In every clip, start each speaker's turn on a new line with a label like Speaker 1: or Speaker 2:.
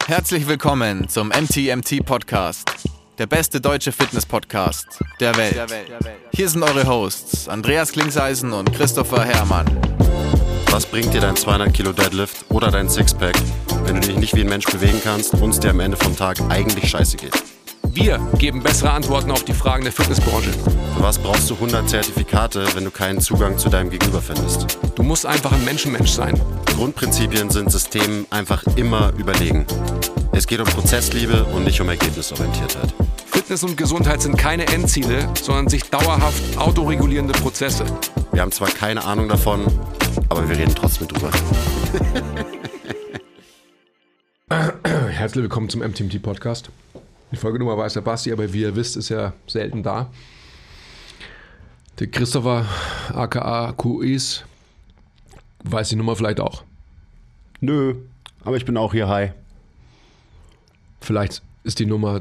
Speaker 1: Herzlich willkommen zum MTMT Podcast, der beste deutsche Fitness-Podcast der Welt. Hier sind eure Hosts Andreas Klingseisen und Christopher Herrmann.
Speaker 2: Was bringt dir dein 200 Kilo Deadlift oder dein Sixpack, wenn du dich nicht wie ein Mensch bewegen kannst und es dir am Ende vom Tag eigentlich scheiße geht?
Speaker 3: Wir geben bessere Antworten auf die Fragen der Fitnessbranche.
Speaker 2: Für was brauchst du 100 Zertifikate, wenn du keinen Zugang zu deinem Gegenüber findest?
Speaker 3: Du musst einfach ein Menschenmensch sein.
Speaker 2: Grundprinzipien sind Systemen einfach immer überlegen. Es geht um Prozessliebe und nicht um Ergebnisorientiertheit.
Speaker 3: Fitness und Gesundheit sind keine Endziele, sondern sich dauerhaft autoregulierende Prozesse.
Speaker 2: Wir haben zwar keine Ahnung davon, aber wir reden trotzdem drüber.
Speaker 4: Herzlich willkommen zum MTMT Podcast. Die Folgenummer weiß der Basti, aber wie ihr wisst, ist er selten da. Der Christopher, aka QEs, weiß die Nummer vielleicht auch.
Speaker 2: Nö, aber ich bin auch hier, hi.
Speaker 4: Vielleicht ist die Nummer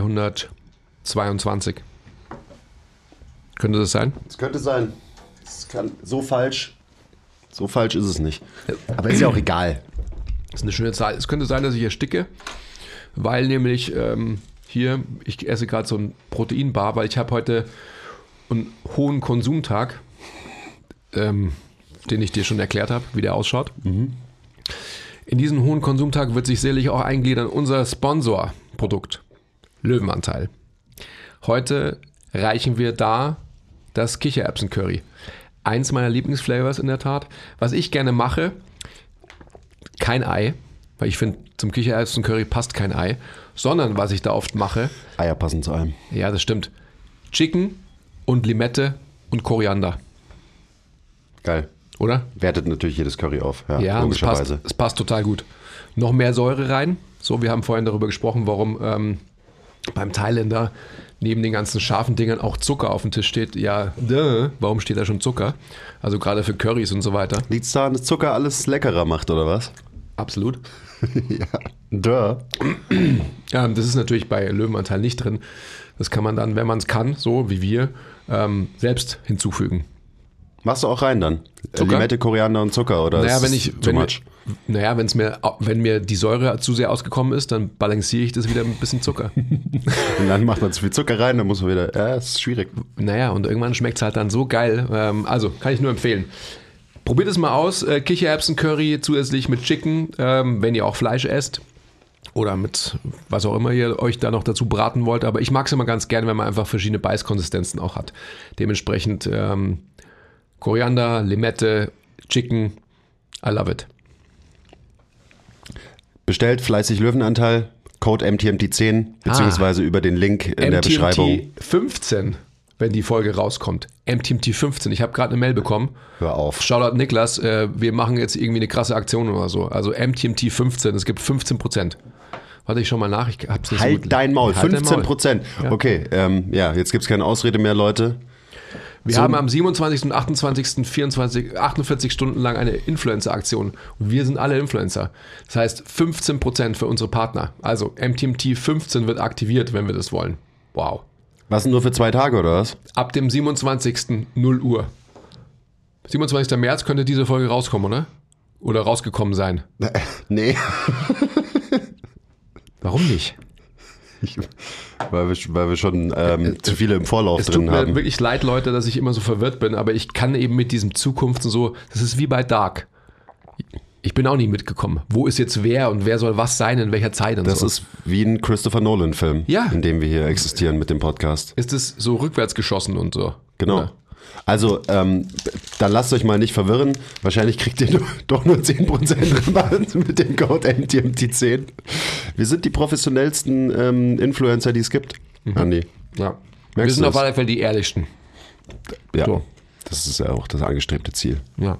Speaker 4: 222. Könnte das sein?
Speaker 2: Es könnte sein. So falsch ist es nicht. Aber ist ja auch egal.
Speaker 4: Das ist eine schöne Zahl. Es könnte sein, dass ich ersticke, weil nämlich ich esse gerade so ein Proteinbar, weil ich habe heute einen hohen Konsumtag, den ich dir schon erklärt habe, wie der ausschaut. Mhm. In diesen hohen Konsumtag wird sich sicherlich auch eingliedern unser Sponsorprodukt, Löwenanteil. Heute reichen wir da das Kichererbsen-Curry. Eins meiner Lieblingsflavors in der Tat. Was ich gerne mache, kein Ei, weil ich finde, zum Kichererbsen-Curry passt kein Ei, sondern was ich da oft mache...
Speaker 2: Eier passen zu allem.
Speaker 4: Ja, das stimmt. Chicken und Limette und Koriander.
Speaker 2: Geil.
Speaker 4: Oder?
Speaker 2: Wertet natürlich jedes Curry auf.
Speaker 4: Ja,
Speaker 2: logischerweise.
Speaker 4: Es passt total gut. Noch mehr Säure rein. So, wir haben vorhin darüber gesprochen, warum beim Thailänder neben den ganzen scharfen Dingern auch Zucker auf dem Tisch steht. Ja, warum steht da schon Zucker? Also gerade für Currys und so weiter.
Speaker 2: Liegt es daran, dass Zucker alles leckerer macht, oder was?
Speaker 4: Absolut.
Speaker 2: Ja,
Speaker 4: das ist natürlich bei Löwenanteil nicht drin. Das kann man dann, wenn man es kann, so wie wir, selbst hinzufügen.
Speaker 2: Machst du auch rein dann?
Speaker 4: Zucker?
Speaker 2: Limette, Koriander und Zucker, oder
Speaker 4: Naja,
Speaker 2: ist too much?
Speaker 4: Wenn mir die Säure zu sehr ausgekommen ist, dann balanciere ich das wieder mit ein bisschen Zucker.
Speaker 2: Und dann macht man zu viel Zucker rein, dann muss man wieder, das ist schwierig.
Speaker 4: Naja, und irgendwann schmeckt es halt dann so geil. Also, kann ich nur empfehlen. Probiert es mal aus. Kichererbsen-Curry zusätzlich mit Chicken, wenn ihr auch Fleisch esst. Oder mit was auch immer ihr euch da noch dazu braten wollt. Aber ich mag es immer ganz gerne, wenn man einfach verschiedene Beißkonsistenzen auch hat. Dementsprechend Koriander, Limette, Chicken, I love it.
Speaker 2: Bestellt fleißig Löwenanteil, Code MTMT10, beziehungsweise über den Link in der Beschreibung.
Speaker 4: MTMT15, wenn die Folge rauskommt. MTMT15, ich habe gerade eine Mail bekommen.
Speaker 2: Hör auf.
Speaker 4: Shoutout Niklas, wir machen jetzt irgendwie eine krasse Aktion oder so. Also MTMT15, es gibt 15%. Warte, ich schau mal nach, ich hab's nicht so gut.
Speaker 2: Dein Maul,
Speaker 4: halt
Speaker 2: 15%.
Speaker 4: Ja.
Speaker 2: Okay, jetzt gibt's keine Ausrede mehr, Leute.
Speaker 4: Wir haben am 27. und 28. 48 Stunden lang eine Influencer-Aktion. Und wir sind alle Influencer. Das heißt 15% für unsere Partner. Also MTMT 15 wird aktiviert, wenn wir das wollen. Wow.
Speaker 2: Was, nur für 2 Tage oder was?
Speaker 4: Ab dem 27. 0 Uhr. 27. März könnte diese Folge rauskommen, oder? Oder rausgekommen sein.
Speaker 2: Nee.
Speaker 4: Warum nicht?
Speaker 2: Weil wir schon zu viele im Vorlauf drin haben.
Speaker 4: Es tut mir wirklich leid, Leute, dass ich immer so verwirrt bin, aber ich kann eben mit diesem Zukunft und so, das ist wie bei Dark. Ich bin auch nie mitgekommen. Wo ist jetzt wer und wer soll was sein, in welcher Zeit und
Speaker 2: das
Speaker 4: so.
Speaker 2: Das ist wie ein Christopher Nolan-Film, in dem wir hier existieren mit dem Podcast.
Speaker 4: Ist es so rückwärts geschossen und so?
Speaker 2: Genau. Oder? Also, dann lasst euch mal nicht verwirren. Wahrscheinlich kriegt ihr doch nur 10% Rabatt mit dem Code MTMT10. Wir sind die professionellsten Influencer, die es gibt, Andi.
Speaker 4: Ja. Wir sind auf alle Fälle die ehrlichsten.
Speaker 2: Ja,
Speaker 4: so.
Speaker 2: Das ist ja auch das angestrebte Ziel.
Speaker 4: Ja.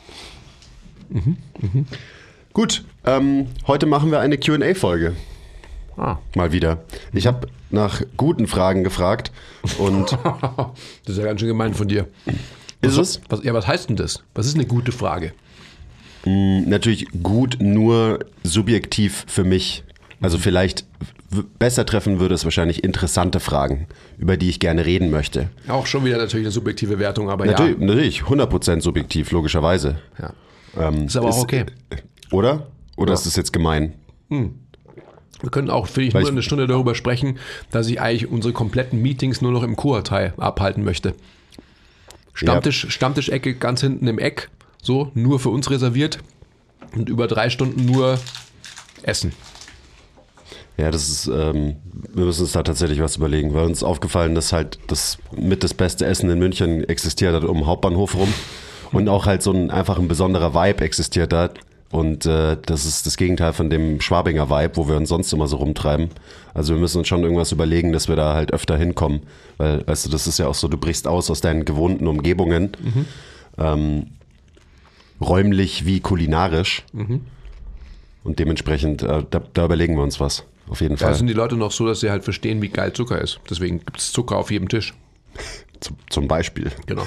Speaker 2: Gut, heute machen wir eine Q&A-Folge. Mal wieder. Ich habe nach guten Fragen gefragt und
Speaker 4: das ist ja ganz schön gemein von dir.
Speaker 2: Ist es?
Speaker 4: Was heißt denn das? Was ist eine gute Frage?
Speaker 2: Natürlich gut nur subjektiv für mich. Also vielleicht besser treffen würde es wahrscheinlich interessante Fragen, über die ich gerne reden möchte.
Speaker 4: Auch schon wieder natürlich eine subjektive Wertung, aber
Speaker 2: natürlich 100% subjektiv, logischerweise.
Speaker 4: Ja. Ist aber auch okay.
Speaker 2: Oder? Oder ist das jetzt gemein?
Speaker 4: Wir können auch, finde ich, nur eine Stunde darüber sprechen, dass ich eigentlich unsere kompletten Meetings nur noch im Kurteil abhalten möchte. Stammtischecke ganz hinten im Eck, so, nur für uns reserviert und über 3 Stunden nur Essen.
Speaker 2: Ja, das ist, wir müssen uns da tatsächlich was überlegen, weil uns aufgefallen, dass halt das beste Essen in München existiert hat um den Hauptbahnhof rum und auch halt so einfach ein besonderer Vibe existiert hat. Und das ist das Gegenteil von dem Schwabinger Vibe, wo wir uns sonst immer so rumtreiben. Also wir müssen uns schon irgendwas überlegen, dass wir da halt öfter hinkommen. Weil, weißt du, das ist ja auch so, du brichst aus deinen gewohnten Umgebungen. Räumlich wie kulinarisch. Und dementsprechend, da überlegen wir uns was. Auf jeden Fall.
Speaker 4: Da sind die Leute noch so, dass sie halt verstehen, wie geil Zucker ist. Deswegen gibt es Zucker auf jedem Tisch.
Speaker 2: Zum Beispiel.
Speaker 4: Genau.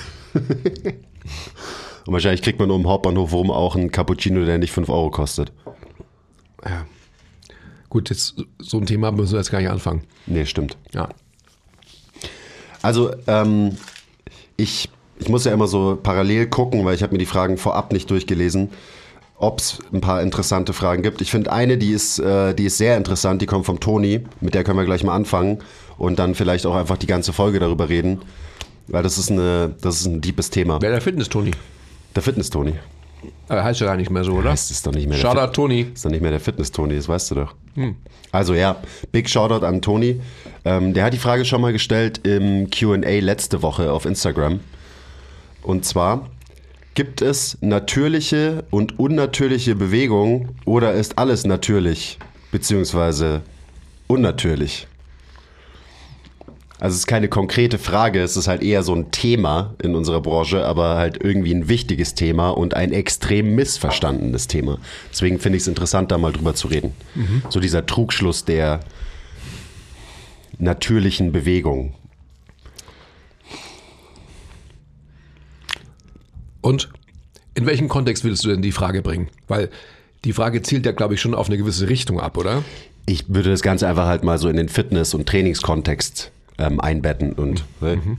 Speaker 2: Und wahrscheinlich kriegt man um den Hauptbahnhof rum auch einen Cappuccino, der nicht 5 Euro kostet.
Speaker 4: Ja. Gut, jetzt so ein Thema müssen wir jetzt gar nicht anfangen.
Speaker 2: Nee, stimmt.
Speaker 4: Ja.
Speaker 2: Also, ich muss ja immer so parallel gucken, weil ich habe mir die Fragen vorab nicht durchgelesen, ob es ein paar interessante Fragen gibt. Ich finde eine, die ist sehr interessant, die kommt vom Toni, mit der können wir gleich mal anfangen und dann vielleicht auch einfach die ganze Folge darüber reden, weil das ist ein deepes Thema.
Speaker 4: Wer der Fitness-Toni?
Speaker 2: Der Fitness-Toni.
Speaker 4: Heißt ja gar nicht mehr so, oder?
Speaker 2: Heißt es doch nicht mehr.
Speaker 4: Shoutout Toni.
Speaker 2: Ist doch nicht mehr der Fitness-Toni, das weißt du doch. Also ja, big Shoutout an Toni. Der hat die Frage schon mal gestellt im Q&A letzte Woche auf Instagram. Und zwar, gibt es natürliche und unnatürliche Bewegung oder ist alles natürlich bzw. unnatürlich? Also es ist keine konkrete Frage, es ist halt eher so ein Thema in unserer Branche, aber halt irgendwie ein wichtiges Thema und ein extrem missverstandenes Thema. Deswegen finde ich es interessant, da mal drüber zu reden. So dieser Trugschluss der natürlichen Bewegung.
Speaker 4: Und in welchem Kontext willst du denn die Frage bringen? Weil die Frage zielt ja, glaube ich, schon auf eine gewisse Richtung ab, oder?
Speaker 2: Ich würde das Ganze einfach halt mal so in den Fitness- und Trainingskontext einbetten. Und,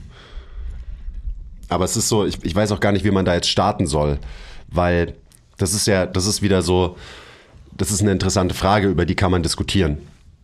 Speaker 2: aber es ist so, ich weiß auch gar nicht, wie man da jetzt starten soll, weil das ist wieder so, das ist eine interessante Frage, über die kann man diskutieren.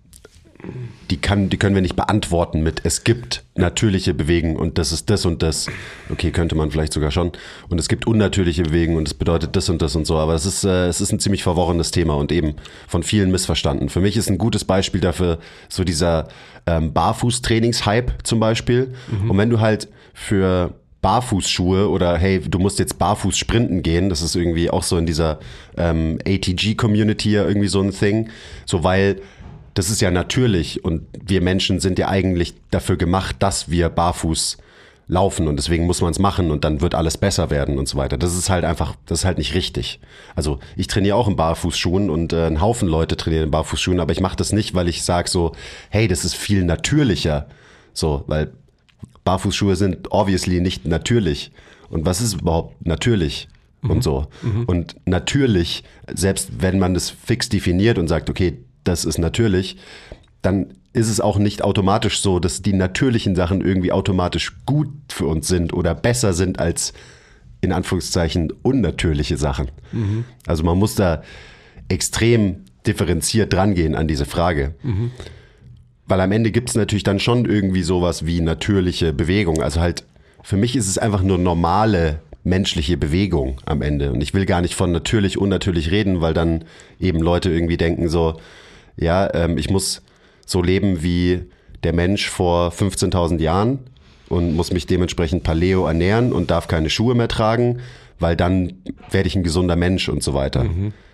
Speaker 2: Die können wir nicht beantworten mit, es gibt natürliche Bewegungen und das ist das und das. Okay, könnte man vielleicht sogar schon. Und es gibt unnatürliche Bewegungen und es bedeutet das und das und so. Aber es ist ein ziemlich verworrenes Thema und eben von vielen missverstanden. Für mich ist ein gutes Beispiel dafür so dieser Barfußtrainings-Hype zum Beispiel. Und wenn du halt für Barfußschuhe oder hey, du musst jetzt barfuß sprinten gehen, das ist irgendwie auch so in dieser ATG-Community ja irgendwie so ein Thing. So, weil das ist ja natürlich und wir Menschen sind ja eigentlich dafür gemacht, dass wir barfuß laufen und deswegen muss man es machen und dann wird alles besser werden und so weiter. Das ist halt nicht richtig. Also ich trainiere auch in Barfußschuhen und ein Haufen Leute trainieren in Barfußschuhen, aber ich mache das nicht, weil ich sage so, hey, das ist viel natürlicher. So, weil Barfußschuhe sind obviously nicht natürlich. Und was ist überhaupt natürlich? Und so. Und natürlich, selbst wenn man das fix definiert und sagt, okay, das ist natürlich, dann ist es auch nicht automatisch so, dass die natürlichen Sachen irgendwie automatisch gut für uns sind oder besser sind als in Anführungszeichen unnatürliche Sachen. Also man muss da extrem differenziert drangehen an diese Frage. Weil am Ende gibt es natürlich dann schon irgendwie sowas wie natürliche Bewegung. Also halt, für mich ist es einfach nur normale menschliche Bewegung am Ende. Und ich will gar nicht von natürlich, unnatürlich reden, weil dann eben Leute irgendwie denken so, ja, ich muss so leben wie der Mensch vor 15.000 Jahren und muss mich dementsprechend Paleo ernähren und darf keine Schuhe mehr tragen, weil dann werde ich ein gesunder Mensch und so weiter.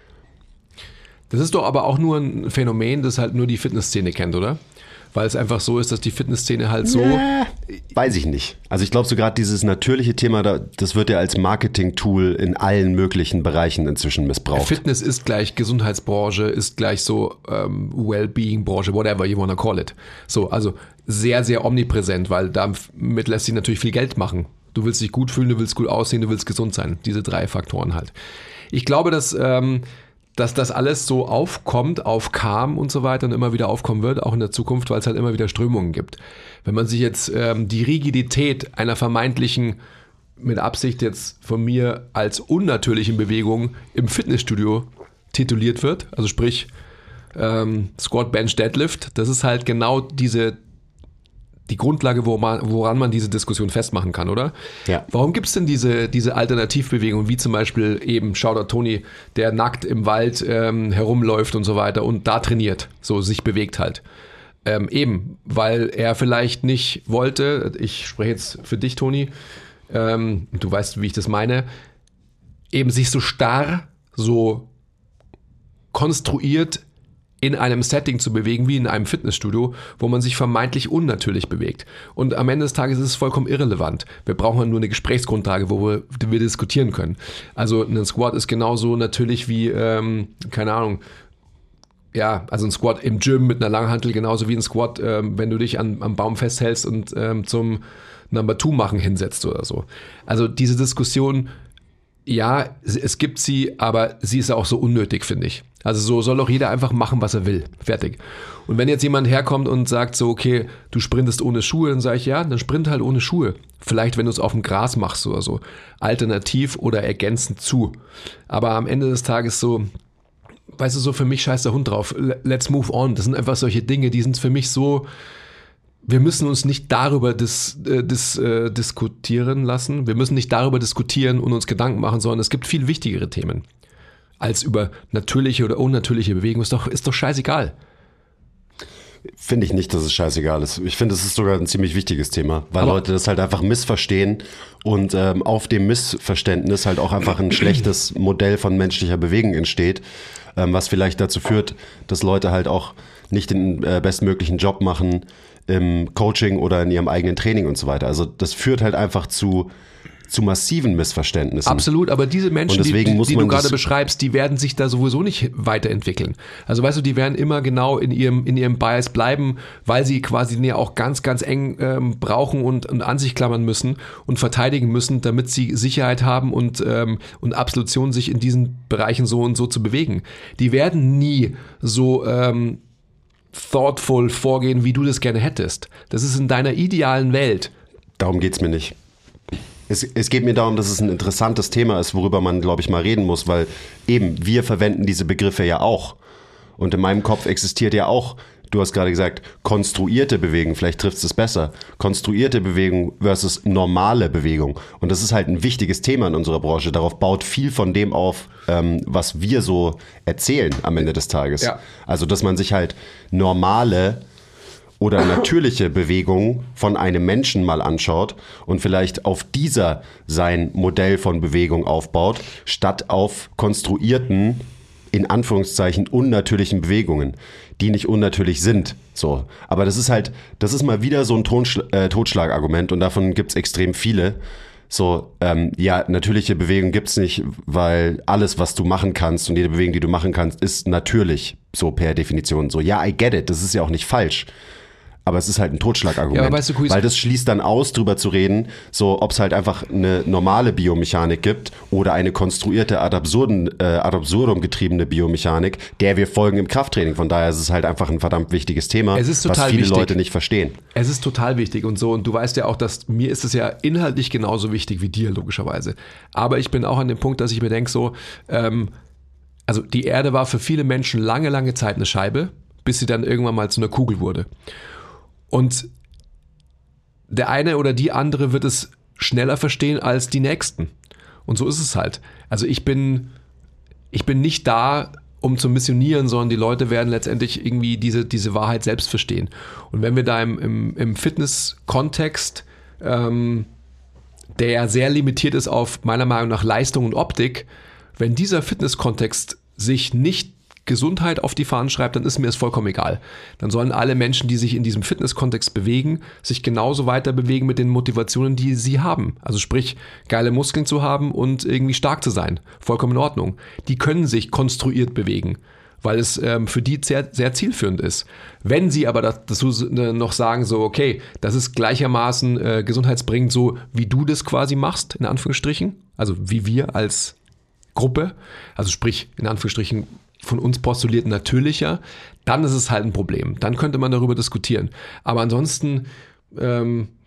Speaker 4: Das ist doch aber auch nur ein Phänomen, das halt nur die Fitnessszene kennt, oder? Weil es einfach so ist, dass die Fitnessszene halt so...
Speaker 2: Ja, weiß ich nicht. Also ich glaube so gerade dieses natürliche Thema, das wird ja als Marketing-Tool in allen möglichen Bereichen inzwischen missbraucht.
Speaker 4: Fitness ist gleich Gesundheitsbranche, ist gleich so Wellbeing-Branche, whatever you wanna call it. So, also sehr, sehr omnipräsent, weil damit lässt sich natürlich viel Geld machen. Du willst dich gut fühlen, du willst gut aussehen, du willst gesund sein. Diese 3 Faktoren halt. Ich glaube, dass das alles so aufkam und so weiter und immer wieder aufkommen wird, auch in der Zukunft, weil es halt immer wieder Strömungen gibt. Wenn man sich jetzt die Rigidität einer vermeintlichen, mit Absicht jetzt von mir als unnatürlichen Bewegung im Fitnessstudio tituliert wird, also sprich Squat, Bench, Deadlift. Das ist halt genau die Grundlage, woran man diese Diskussion festmachen kann, oder?
Speaker 2: Ja.
Speaker 4: Warum gibt es denn diese Alternativbewegungen, wie zum Beispiel eben Shoutout Toni, der nackt im Wald herumläuft und so weiter und da trainiert, so sich bewegt halt. Eben, weil er vielleicht nicht wollte, ich spreche jetzt für dich, Toni, du weißt, wie ich das meine, eben sich so starr, so konstruiert in einem Setting zu bewegen, wie in einem Fitnessstudio, wo man sich vermeintlich unnatürlich bewegt. Und am Ende des Tages ist es vollkommen irrelevant. Wir brauchen nur eine Gesprächsgrundlage, wo wir diskutieren können. Also ein Squat ist genauso natürlich wie, keine Ahnung, ja, also ein Squat im Gym mit einer Langhantel, genauso wie ein Squat, wenn du dich am Baum festhältst und zum Number 2 machen hinsetzt oder so. Also diese Diskussion, ja, es gibt sie, aber sie ist auch so unnötig, finde ich. Also so soll doch jeder einfach machen, was er will. Fertig. Und wenn jetzt jemand herkommt und sagt so, okay, du sprintest ohne Schuhe, dann sage ich, ja, dann sprint halt ohne Schuhe. Vielleicht, wenn du es auf dem Gras machst oder so. Alternativ oder ergänzend zu. Aber am Ende des Tages so, weißt du, so für mich scheißt der Hund drauf. Let's move on. Das sind einfach solche Dinge, die sind für mich so, wir müssen uns nicht darüber diskutieren lassen. Wir müssen nicht darüber diskutieren und uns Gedanken machen, sondern es gibt viel wichtigere Themen als über natürliche oder unnatürliche Bewegung. Ist doch scheißegal.
Speaker 2: Finde ich nicht, dass es scheißegal ist. Ich finde, es ist sogar ein ziemlich wichtiges Thema, weil Leute das halt einfach missverstehen und auf dem Missverständnis halt auch einfach ein schlechtes Modell von menschlicher Bewegung entsteht, was vielleicht dazu führt, dass Leute halt auch nicht den bestmöglichen Job machen im Coaching oder in ihrem eigenen Training und so weiter. Also das führt halt einfach zu massiven Missverständnissen.
Speaker 4: Absolut, aber diese Menschen, die du gerade beschreibst, die werden sich da sowieso nicht weiterentwickeln. Also weißt du, die werden immer genau in ihrem Bias bleiben, weil sie quasi auch ganz, ganz eng brauchen und an sich klammern müssen und verteidigen müssen, damit sie Sicherheit haben und Absolution, sich in diesen Bereichen so und so zu bewegen. Die werden nie so thoughtful vorgehen, wie du das gerne hättest. Das ist in deiner idealen Welt.
Speaker 2: Darum geht's mir nicht. Es geht mir darum, dass es ein interessantes Thema ist, worüber man, glaube ich, mal reden muss, weil eben wir verwenden diese Begriffe ja auch. Und in meinem Kopf existiert ja auch, du hast gerade gesagt, konstruierte Bewegung, vielleicht trifft es besser, konstruierte Bewegung versus normale Bewegung. Und das ist halt ein wichtiges Thema in unserer Branche. Darauf baut viel von dem auf, was wir so erzählen am Ende des Tages.
Speaker 4: Ja.
Speaker 2: Also, dass man sich halt normale oder natürliche Bewegung von einem Menschen mal anschaut und vielleicht auf dieser sein Modell von Bewegung aufbaut, statt auf konstruierten, in Anführungszeichen, unnatürlichen Bewegungen, die nicht unnatürlich sind. So. Aber das ist mal wieder so ein Totschlagargument und davon gibt's extrem viele. So, ja, natürliche Bewegung gibt's nicht, weil alles, was du machen kannst und jede Bewegung, die du machen kannst, ist natürlich, so per Definition. So, ja, I get it, das ist ja auch nicht falsch. Aber es ist halt ein Totschlagargument,
Speaker 4: ja, weißt du,
Speaker 2: weil das schließt dann aus, drüber zu reden, so ob es halt einfach eine normale Biomechanik gibt oder eine konstruierte ad absurdum getriebene Biomechanik, der wir folgen im Krafttraining. Von daher ist es halt einfach ein verdammt wichtiges Thema, was viele Leute nicht verstehen.
Speaker 4: Es ist total wichtig und so. Und du weißt ja auch, dass mir ist es ja inhaltlich genauso wichtig wie dir, logischerweise. Aber ich bin auch an dem Punkt, dass ich mir denke so, also die Erde war für viele Menschen lange, lange Zeit eine Scheibe, bis sie dann irgendwann mal zu einer Kugel wurde. Und der eine oder die andere wird es schneller verstehen als die Nächsten. Und so ist es halt. Also ich bin nicht da, um zu missionieren, sondern die Leute werden letztendlich irgendwie diese Wahrheit selbst verstehen. Und wenn wir da im Fitness-Kontext, der ja sehr limitiert ist auf meiner Meinung nach Leistung und Optik, wenn dieser Fitness-Kontext sich nicht Gesundheit auf die Fahnen schreibt, dann ist mir es vollkommen egal. Dann sollen alle Menschen, die sich in diesem Fitness-Kontext bewegen, sich genauso weiter bewegen mit den Motivationen, die sie haben. Also sprich, geile Muskeln zu haben und irgendwie stark zu sein. Vollkommen in Ordnung. Die können sich konstruiert bewegen, weil es für die sehr, sehr zielführend ist. Wenn sie aber dazu noch sagen, so okay, das ist gleichermaßen gesundheitsbringend, so wie du das quasi machst, in Anführungsstrichen, also wie wir als Gruppe, also sprich, in Anführungsstrichen, von uns postuliert natürlicher, dann ist es halt ein Problem. Dann könnte man darüber diskutieren. Aber ansonsten,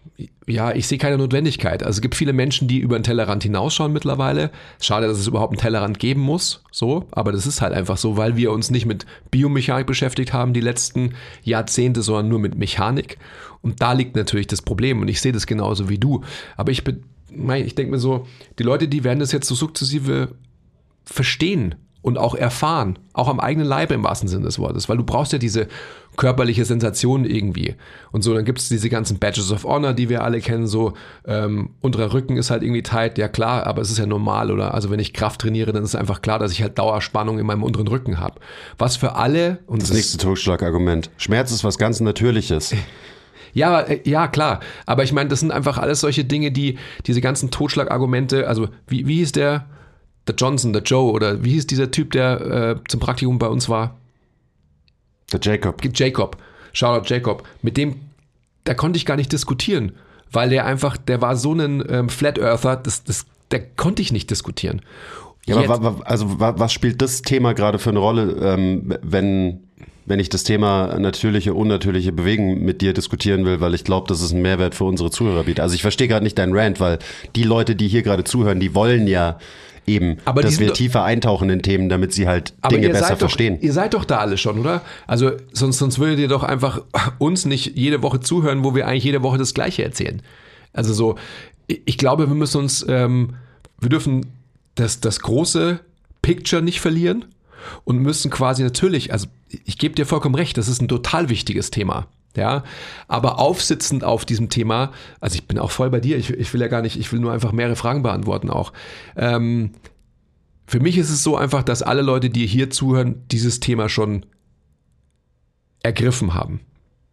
Speaker 4: Ja, ich sehe keine Notwendigkeit. Also es gibt viele Menschen, die über den Tellerrand hinausschauen mittlerweile. Schade, dass es überhaupt einen Tellerrand geben muss, so, aber das ist halt einfach so, weil wir uns nicht mit Biomechanik beschäftigt haben die letzten Jahrzehnte, sondern nur mit Mechanik. Und da liegt natürlich das Problem und ich sehe das genauso wie du. Aber ich denke mir so, die Leute, die werden das jetzt so sukzessive verstehen und auch erfahren, auch am eigenen Leibe im wahrsten Sinne des Wortes, weil du brauchst ja diese körperliche Sensation irgendwie. Und so, dann gibt es diese ganzen Badges of Honor, die wir alle kennen, so unterer Rücken ist halt irgendwie tight, ja klar, aber es ist ja normal, oder? Also wenn ich Kraft trainiere, dann ist es einfach klar, dass ich halt Dauerspannung in meinem unteren Rücken habe. Was für alle... Und
Speaker 2: das nächste Totschlagargument. Schmerz ist was ganz Natürliches.
Speaker 4: Ja, klar. Aber ich meine, das sind einfach alles solche Dinge, die diese ganzen Totschlagargumente, also wie hieß der Johnson, der Joe, oder wie hieß dieser Typ, der zum Praktikum bei uns war?
Speaker 2: Der Jacob.
Speaker 4: Shoutout Jacob. Mit dem, da konnte ich gar nicht diskutieren, weil der war so ein Flat Earther, der konnte ich nicht diskutieren.
Speaker 2: Ja, aber was spielt das Thema gerade für eine Rolle, wenn ich das Thema natürliche, unnatürliche Bewegung mit dir diskutieren will, weil ich glaube, dass es einen Mehrwert für unsere Zuhörer bietet. Also ich verstehe gerade nicht deinen Rant, weil die Leute, die hier gerade zuhören, die wollen ja eben, dass wir tiefer eintauchen in Themen, damit sie halt Dinge besser verstehen.
Speaker 4: Ihr seid doch da alle schon, oder? Also sonst würdet ihr doch einfach uns nicht jede Woche zuhören, wo wir eigentlich jede Woche das Gleiche erzählen. Also so, ich glaube, wir müssen uns, wir dürfen das große Picture nicht verlieren und müssen quasi natürlich, also ich gebe dir vollkommen recht, das ist ein total wichtiges Thema. Ja, aber aufsitzend auf diesem Thema, also ich bin auch voll bei dir, ich will ja gar nicht, ich will nur einfach mehrere Fragen beantworten auch. Für mich ist es so einfach, dass alle Leute, die hier zuhören, dieses Thema schon ergriffen haben.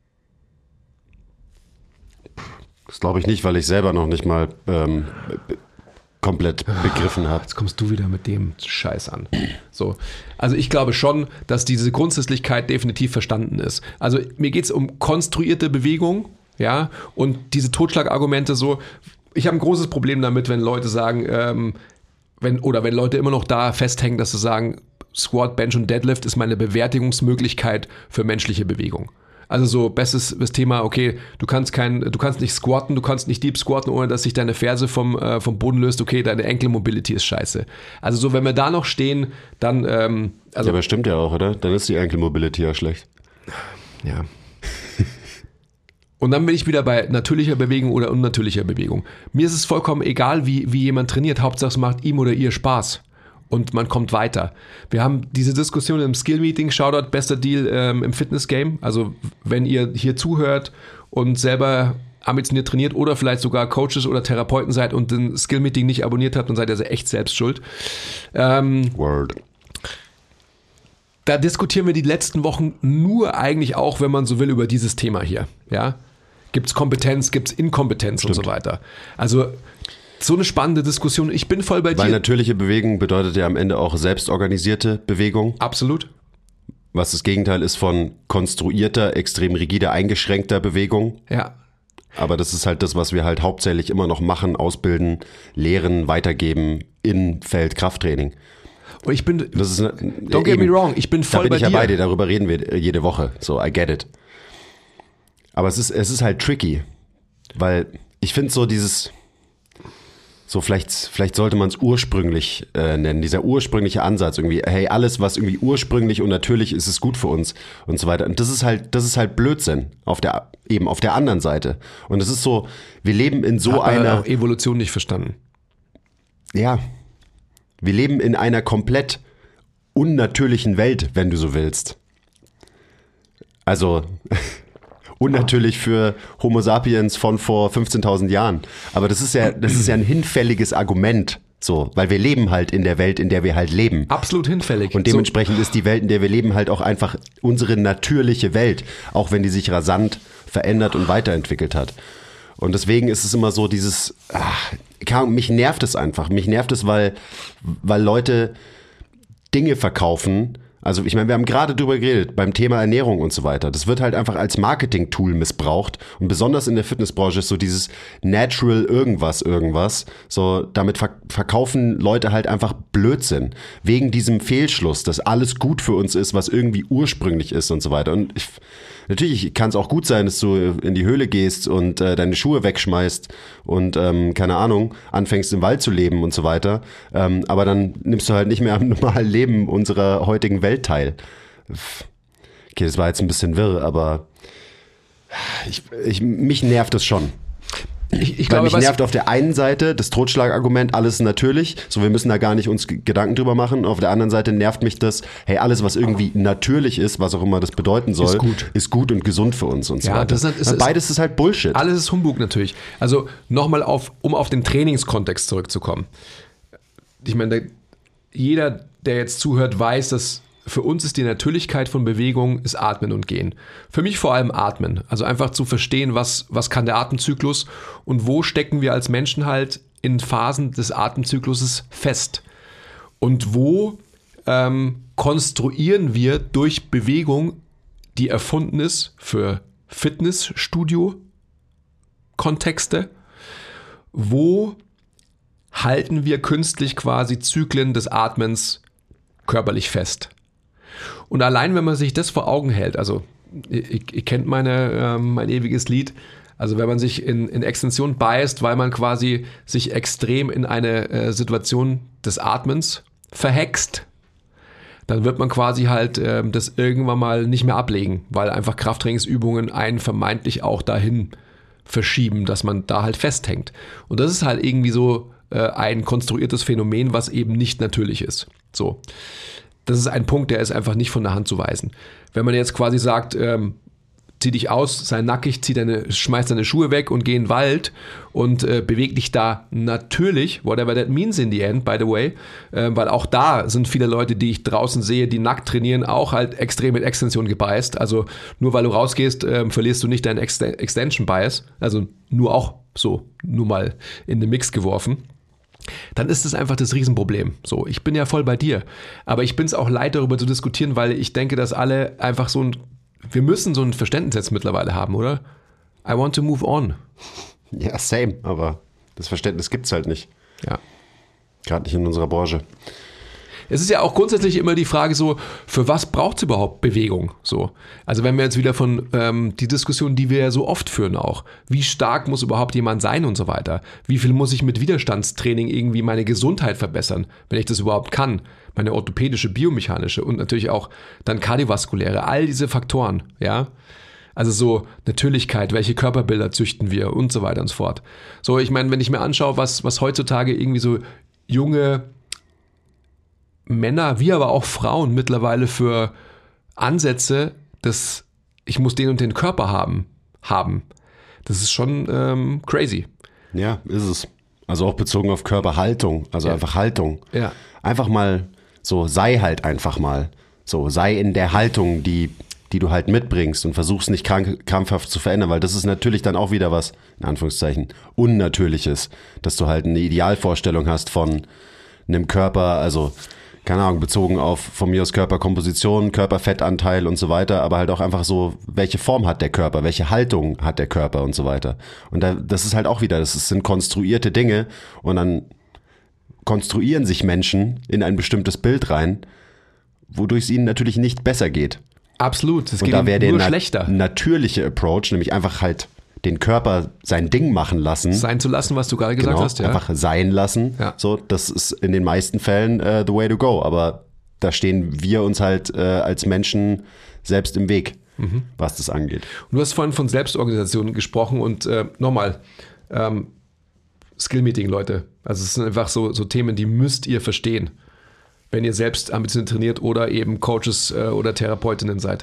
Speaker 2: Das glaube ich nicht, weil ich selber noch nicht mal komplett begriffen habe.
Speaker 4: Jetzt kommst du wieder mit dem Scheiß an. So. Also ich glaube schon, dass diese Grundsätzlichkeit definitiv verstanden ist. Also mir geht es um konstruierte Bewegung, ja, und diese Totschlagargumente so. Ich habe ein großes Problem damit, wenn Leute sagen, wenn Leute immer noch da festhängen, dass sie sagen, Squat, Bench und Deadlift ist meine Bewertungsmöglichkeit für menschliche Bewegung. Also so bestes das Thema, okay, du kannst nicht squatten, du kannst nicht deep squatten, ohne dass sich deine Ferse vom Boden löst, okay, deine Ankle Mobility ist scheiße. Also so, wenn wir da noch stehen, dann...
Speaker 2: ja, aber stimmt ja auch, oder? Dann ist die Ankle Mobility ja schlecht.
Speaker 4: Ja. Und dann bin ich wieder bei natürlicher Bewegung oder unnatürlicher Bewegung. Mir ist es vollkommen egal, wie jemand trainiert, Hauptsache es macht ihm oder ihr Spaß. Und man kommt weiter. Wir haben diese Diskussion im Skill-Meeting, Shoutout, bester Deal im Fitness-Game. Also wenn ihr hier zuhört und selber ambitioniert trainiert oder vielleicht sogar Coaches oder Therapeuten seid und den Skill-Meeting nicht abonniert habt, dann seid ihr echt selbst schuld.
Speaker 2: Word.
Speaker 4: Da diskutieren wir die letzten Wochen nur eigentlich auch, wenn man so will, über dieses Thema hier. Ja? Gibt es Kompetenz, gibt es Inkompetenz und so weiter. Also so eine spannende Diskussion. Ich bin voll bei dir.
Speaker 2: Weil natürliche Bewegung bedeutet ja am Ende auch selbstorganisierte Bewegung.
Speaker 4: Absolut.
Speaker 2: Was das Gegenteil ist von konstruierter, extrem rigider, eingeschränkter Bewegung.
Speaker 4: Ja.
Speaker 2: Aber das ist halt das, was wir halt hauptsächlich immer noch machen, ausbilden, lehren, weitergeben in Feldkrafttraining.
Speaker 4: Und ich bin,
Speaker 2: das ist
Speaker 4: don't get me wrong, ich bin voll bei dir.
Speaker 2: Da bin ich ja bei dir, darüber reden wir jede Woche. So, I get it. Aber es ist halt tricky, weil ich finde so dieses... So, vielleicht sollte man es ursprünglich nennen, dieser ursprüngliche Ansatz irgendwie, hey, alles, was irgendwie ursprünglich und natürlich ist, ist gut für uns und so weiter. Und das ist halt Blödsinn auf der anderen Seite. Und es ist so, wir leben in so einer...
Speaker 4: auch Evolution nicht verstanden.
Speaker 2: Ja, wir leben in einer komplett unnatürlichen Welt, wenn du so willst. Also... Unnatürlich für Homo sapiens von vor 15.000 Jahren. Aber das ist ja ein hinfälliges Argument, so, weil wir leben halt in der Welt, in der wir halt leben.
Speaker 4: Absolut hinfällig.
Speaker 2: Und dementsprechend ist die Welt, in der wir leben, halt auch einfach unsere natürliche Welt, auch wenn die sich rasant verändert und weiterentwickelt hat. Und deswegen ist es immer so dieses, mich nervt es einfach. Mich nervt es, weil Leute Dinge verkaufen. Also ich meine, wir haben gerade drüber geredet, beim Thema Ernährung und so weiter. Das wird halt einfach als Marketing-Tool missbraucht. Und besonders in der Fitnessbranche ist so dieses Natural irgendwas. So, damit verkaufen Leute halt einfach Blödsinn. Wegen diesem Fehlschluss, dass alles gut für uns ist, was irgendwie ursprünglich ist und so weiter. Und Natürlich kann es auch gut sein, dass du in die Höhle gehst und deine Schuhe wegschmeißt und, keine Ahnung, anfängst im Wald zu leben und so weiter. Aber dann nimmst du halt nicht mehr am normalen Leben unserer heutigen Welt teil. Okay, das war jetzt ein bisschen wirr, aber mich nervt das schon.
Speaker 4: Ich glaube,
Speaker 2: mich nervt auf der einen Seite das Totschlagargument, alles ist natürlich, so wir müssen da gar nicht uns Gedanken drüber machen. Auf der anderen Seite nervt mich das, hey, alles, was irgendwie natürlich ist, was auch immer das bedeuten soll, ist gut und gesund für uns und so weiter. Beides ist halt Bullshit.
Speaker 4: Alles ist Humbug natürlich. Also nochmal um auf den Trainingskontext zurückzukommen. Ich meine, jeder, der jetzt zuhört, weiß, dass für uns ist die Natürlichkeit von Bewegung ist Atmen und Gehen. Für mich vor allem Atmen. Also einfach zu verstehen, was kann der Atemzyklus und wo stecken wir als Menschen halt in Phasen des Atemzykluses fest. Und wo konstruieren wir durch Bewegung, die erfunden ist für Fitnessstudio-Kontexte, wo halten wir künstlich quasi Zyklen des Atmens körperlich fest. Und allein, wenn man sich das vor Augen hält, also ihr kennt mein ewiges Lied, also wenn man sich in Extension beißt, weil man quasi sich extrem in eine Situation des Atmens verhext, dann wird man quasi halt das irgendwann mal nicht mehr ablegen, weil einfach Krafttrainingsübungen einen vermeintlich auch dahin verschieben, dass man da halt festhängt. Und das ist halt irgendwie so ein konstruiertes Phänomen, was eben nicht natürlich ist. So. Das ist ein Punkt, der ist einfach nicht von der Hand zu weisen. Wenn man jetzt quasi sagt, zieh dich aus, sei nackig, schmeiß deine Schuhe weg und geh in den Wald und beweg dich da natürlich, whatever that means in the end, by the way, weil auch da sind viele Leute, die ich draußen sehe, die nackt trainieren, auch halt extrem mit Extension gebeißt. Also nur weil du rausgehst, verlierst du nicht deinen Extension Bias, also nur mal in den Mix geworfen. Dann ist es einfach das Riesenproblem. So, ich bin ja voll bei dir. Aber ich bin es auch leid, darüber zu diskutieren, weil ich denke, dass alle einfach wir müssen so ein Verständnis jetzt mittlerweile haben, oder? I want to move on.
Speaker 2: Ja, same. Aber das Verständnis gibt's halt nicht.
Speaker 4: Ja.
Speaker 2: Gerade nicht in unserer Branche.
Speaker 4: Es ist ja auch grundsätzlich immer die Frage so, für was braucht es überhaupt Bewegung? So. Also wenn wir jetzt wieder von die Diskussion, die wir ja so oft führen auch, wie stark muss überhaupt jemand sein und so weiter? Wie viel muss ich mit Widerstandstraining irgendwie meine Gesundheit verbessern, wenn ich das überhaupt kann? Meine orthopädische, biomechanische und natürlich auch dann kardiovaskuläre, all diese Faktoren, ja. Also so Natürlichkeit, welche Körperbilder züchten wir und so weiter und so fort. So, ich meine, wenn ich mir anschaue, was heutzutage irgendwie so junge Männer, wie aber auch Frauen mittlerweile für Ansätze, dass ich muss den und den Körper haben. Das ist schon crazy.
Speaker 2: Ja, ist es. Also auch bezogen auf Körperhaltung, also einfach Haltung.
Speaker 4: Ja.
Speaker 2: Einfach mal so, sei halt einfach mal. So, sei in der Haltung, die du halt mitbringst und versuchst nicht krampfhaft zu verändern, weil das ist natürlich dann auch wieder was, in Anführungszeichen, Unnatürliches, dass du halt eine Idealvorstellung hast von einem Körper, also keine Ahnung, bezogen auf von mir aus Körperkomposition, Körperfettanteil und so weiter, aber halt auch einfach so, welche Form hat der Körper, welche Haltung hat der Körper und so weiter. Und das ist halt auch wieder, sind konstruierte Dinge und dann konstruieren sich Menschen in ein bestimmtes Bild rein, wodurch es ihnen natürlich nicht besser geht.
Speaker 4: Absolut, es geht
Speaker 2: da wäre
Speaker 4: nur schlechter.
Speaker 2: Natürliche Approach, nämlich einfach halt den Körper sein Ding machen lassen.
Speaker 4: Sein zu lassen, was du gerade gesagt hast. Ja.
Speaker 2: Einfach sein lassen. Ja. So, das ist in den meisten Fällen the way to go. Aber da stehen wir uns halt als Menschen selbst im Weg, was das angeht.
Speaker 4: Und du hast vorhin von Selbstorganisation gesprochen und nochmal, Skill-Meeting, Leute. Also es sind einfach so Themen, die müsst ihr verstehen, wenn ihr selbst ambitioniert trainiert oder eben Coaches oder Therapeutinnen seid.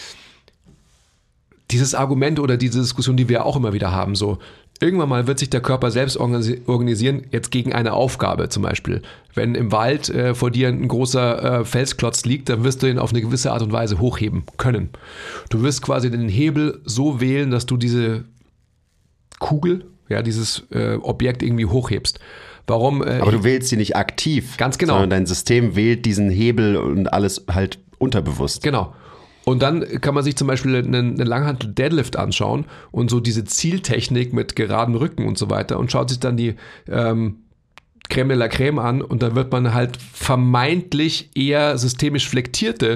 Speaker 4: Dieses Argument oder diese Diskussion, die wir auch immer wieder haben, so irgendwann mal wird sich der Körper selbst organisieren, jetzt gegen eine Aufgabe zum Beispiel. Wenn im Wald vor dir ein großer Felsklotz liegt, dann wirst du ihn auf eine gewisse Art und Weise hochheben können. Du wirst quasi den Hebel so wählen, dass du diese Kugel, ja, dieses Objekt irgendwie hochhebst. Warum?
Speaker 2: Aber du wählst sie nicht aktiv.
Speaker 4: Ganz genau.
Speaker 2: Sondern dein System wählt diesen Hebel und alles halt unterbewusst.
Speaker 4: Genau. Und dann kann man sich zum Beispiel einen Langhantel-Deadlift anschauen und so diese Zieltechnik mit geradem Rücken und so weiter und schaut sich dann die Crème de la Crème an und da wird man halt vermeintlich eher systemisch flektierte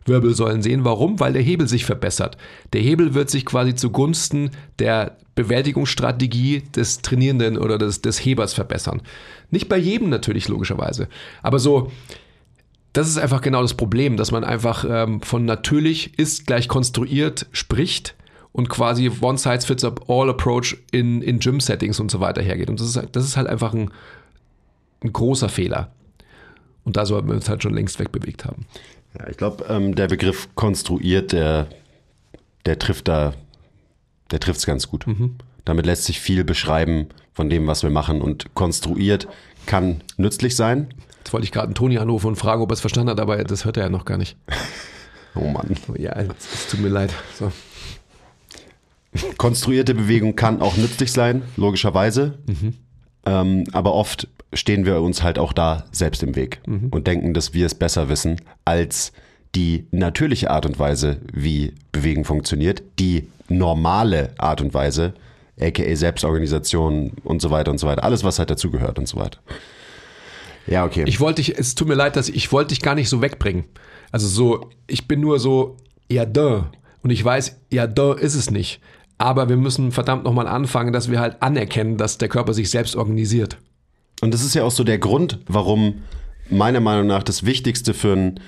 Speaker 4: Wirbelsäulen sehen. Warum? Weil der Hebel sich verbessert. Der Hebel wird sich quasi zugunsten der Bewältigungsstrategie des Trainierenden oder des Hebers verbessern. Nicht bei jedem natürlich, logischerweise. Aber so, das ist einfach genau das Problem, dass man einfach von natürlich ist gleich konstruiert spricht und quasi One-Size-Fits-All-Approach in Gym-Settings und so weiter hergeht. Und das ist halt einfach ein großer Fehler. Und da sollten wir uns halt schon längst wegbewegt haben.
Speaker 2: Ja, ich glaube, der Begriff konstruiert, der trifft es ganz gut. Damit lässt sich viel beschreiben von dem, was wir machen. Und konstruiert kann nützlich sein.
Speaker 4: Jetzt wollte ich gerade einen Toni anrufen und fragen, ob er es verstanden hat, aber das hört er ja noch gar nicht.
Speaker 2: Oh Mann.
Speaker 4: Ja, es tut mir leid. So.
Speaker 2: Konstruierte Bewegung kann auch nützlich sein, logischerweise. Aber oft stehen wir uns halt auch da selbst im Weg und denken, dass wir es besser wissen als die natürliche Art und Weise, wie Bewegung funktioniert, die normale Art und Weise, aka Selbstorganisation und so weiter und so weiter. Alles, was halt dazugehört und so weiter. Ja, okay.
Speaker 4: Es tut mir leid, ich wollte dich gar nicht so wegbringen. Also so, ich bin nur so, ja, da. Und ich weiß, ja, da ist es nicht. Aber wir müssen verdammt nochmal anfangen, dass wir halt anerkennen, dass der Körper sich selbst organisiert.
Speaker 2: Und das ist ja auch so der Grund, warum meiner Meinung nach das Wichtigste für ein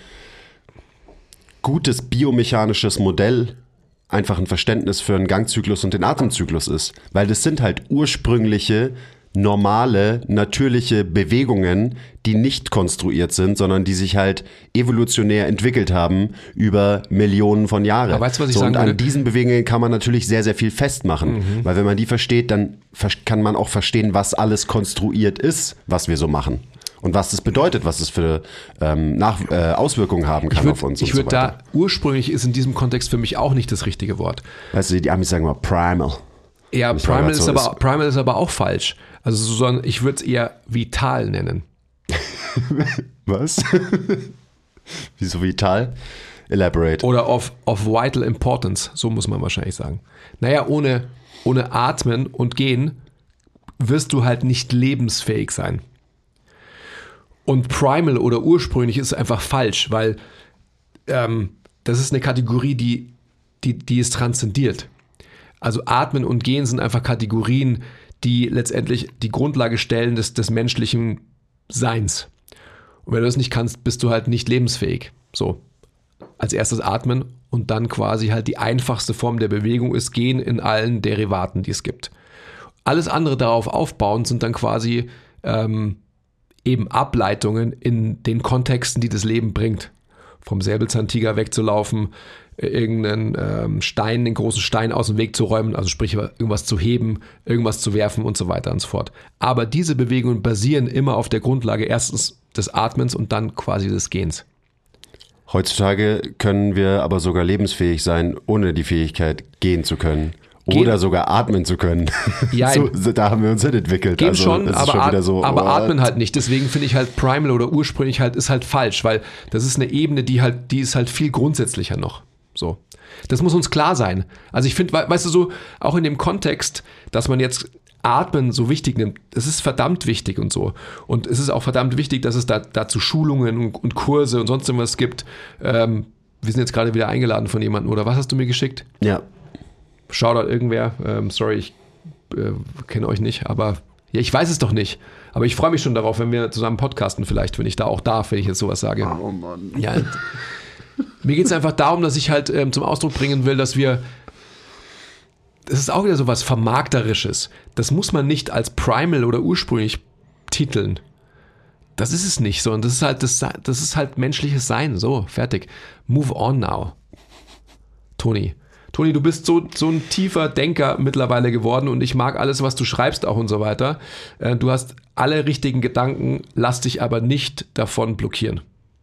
Speaker 2: gutes biomechanisches Modell einfach ein Verständnis für einen Gangzyklus und den Atemzyklus ist. Weil das sind halt ursprüngliche, normale, natürliche Bewegungen, die nicht konstruiert sind, sondern die sich halt evolutionär entwickelt haben über Millionen von Jahren.
Speaker 4: Aber weißt du, was ich sagen
Speaker 2: und an
Speaker 4: würde?
Speaker 2: diesen Bewegungen kann man natürlich sehr, sehr viel festmachen. Weil wenn man die versteht, dann kann man auch verstehen, was alles konstruiert ist, was wir so machen. Und was das bedeutet, was es für Auswirkungen haben kann auf uns.
Speaker 4: Ich würde da, ursprünglich ist in diesem Kontext für mich auch nicht das richtige Wort.
Speaker 2: Weißt du, die Amis sagen mal primal.
Speaker 4: Ja, Primal ist aber auch falsch. Also ich würde es eher vital nennen.
Speaker 2: Was? Wieso vital? Elaborate.
Speaker 4: Oder of vital importance, so muss man wahrscheinlich sagen. Naja, ohne Atmen und Gehen wirst du halt nicht lebensfähig sein. Und Primal oder ursprünglich ist einfach falsch, weil das ist eine Kategorie, die es transzendiert. Also Atmen und Gehen sind einfach Kategorien, die letztendlich die Grundlage stellen des menschlichen Seins. Und wenn du das nicht kannst, bist du halt nicht lebensfähig. So, als erstes Atmen und dann quasi halt die einfachste Form der Bewegung ist Gehen in allen Derivaten, die es gibt. Alles andere darauf aufbauend sind dann quasi eben Ableitungen in den Kontexten, die das Leben bringt. Vom Säbelzahntiger wegzulaufen, irgendeinen Stein, den großen Stein aus dem Weg zu räumen, also sprich irgendwas zu heben, irgendwas zu werfen und so weiter und so fort. Aber diese Bewegungen basieren immer auf der Grundlage erstens des Atmens und dann quasi des Gehens.
Speaker 2: Heutzutage können wir aber sogar lebensfähig sein, ohne die Fähigkeit gehen zu können. Oder sogar atmen zu können. Ja, so, da haben wir uns hin entwickelt.
Speaker 4: Gehen also, schon, aber atmen halt nicht. Deswegen finde ich halt Primal oder ursprünglich halt ist halt falsch, weil das ist eine Ebene, die ist halt viel grundsätzlicher noch. So. Das muss uns klar sein. Also ich finde, weißt du so, auch in dem Kontext, dass man jetzt Atmen so wichtig nimmt, es ist verdammt wichtig und so. Und es ist auch verdammt wichtig, dass es dazu Schulungen und Kurse und sonst irgendwas gibt. Wir sind jetzt gerade wieder eingeladen von jemandem, oder was hast du mir geschickt?
Speaker 2: Ja.
Speaker 4: Shoutout irgendwer. Sorry, ich kenne euch nicht, aber ja, ich weiß es doch nicht. Aber ich freue mich schon darauf, wenn wir zusammen podcasten vielleicht, wenn ich da auch darf, wenn ich jetzt sowas sage.
Speaker 2: Oh Mann.
Speaker 4: Ja, mir geht es einfach darum, dass ich halt zum Ausdruck bringen will, dass das ist auch wieder so was Vermarkterisches. Das muss man nicht als Primal oder ursprünglich titeln. Das ist es nicht, sondern das ist halt menschliches Sein. So, fertig. Move on now. Toni, du bist so ein tiefer Denker mittlerweile geworden und ich mag alles, was du schreibst auch und so weiter. Du hast alle richtigen Gedanken, lass dich aber nicht davon blockieren.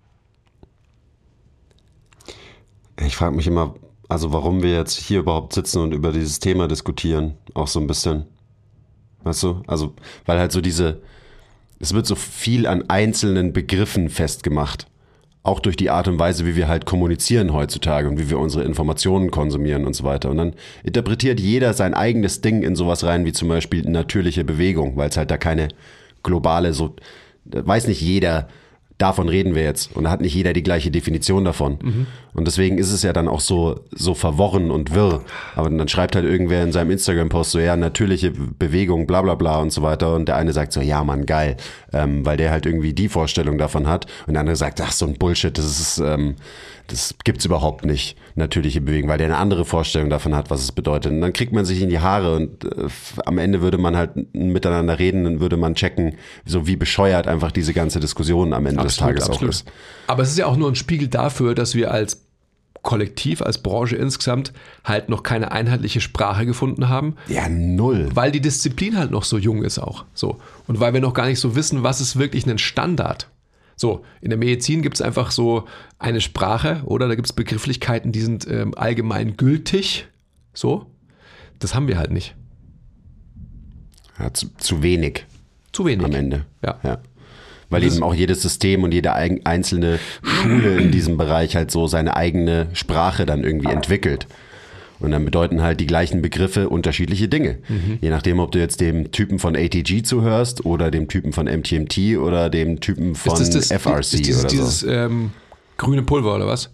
Speaker 2: Ich frage mich immer, also warum wir jetzt hier überhaupt sitzen und über dieses Thema diskutieren, auch so ein bisschen. Weißt du? Also, weil halt so es wird so viel an einzelnen Begriffen festgemacht. Auch durch die Art und Weise, wie wir halt kommunizieren heutzutage und wie wir unsere Informationen konsumieren und so weiter. Und dann interpretiert jeder sein eigenes Ding in sowas rein, wie zum Beispiel natürliche Bewegung, weil es halt da keine globale, weiß nicht jeder, davon reden wir jetzt. Und da hat nicht jeder die gleiche Definition davon. Und deswegen ist es ja dann auch so verworren und wirr. Aber dann schreibt halt irgendwer in seinem Instagram-Post so, ja, natürliche Bewegung, bla bla bla und so weiter. Und der eine sagt so, ja Mann, geil. Weil der halt irgendwie die Vorstellung davon hat. Und der andere sagt, ach, so ein Bullshit, das gibt's überhaupt nicht, natürliche Bewegung, weil der eine andere Vorstellung davon hat, was es bedeutet. Und dann kriegt man sich in die Haare und am Ende würde man halt miteinander reden, dann würde man checken, so wie bescheuert einfach diese ganze Diskussion am Ende des Tages auch ist.
Speaker 4: Aber es ist ja auch nur ein Spiegel dafür, dass wir als Kollektiv, als Branche insgesamt halt noch keine einheitliche Sprache gefunden haben.
Speaker 2: Ja, null.
Speaker 4: Weil die Disziplin halt noch so jung ist auch. So. Und weil wir noch gar nicht so wissen, was ist wirklich ein Standard. So, in der Medizin gibt es einfach so eine Sprache, oder? Da gibt es Begrifflichkeiten, die sind allgemein gültig. So, das haben wir halt nicht.
Speaker 2: Ja, zu wenig.
Speaker 4: Zu wenig.
Speaker 2: Am Ende.
Speaker 4: Ja.
Speaker 2: Weil eben auch jedes System und jede einzelne Schule in diesem Bereich halt so seine eigene Sprache dann irgendwie entwickelt. Und dann bedeuten halt die gleichen Begriffe unterschiedliche Dinge. Je nachdem, ob du jetzt dem Typen von ATG zuhörst oder dem Typen von MTMT oder dem Typen von FRC
Speaker 4: ist dieses grüne Pulver oder was?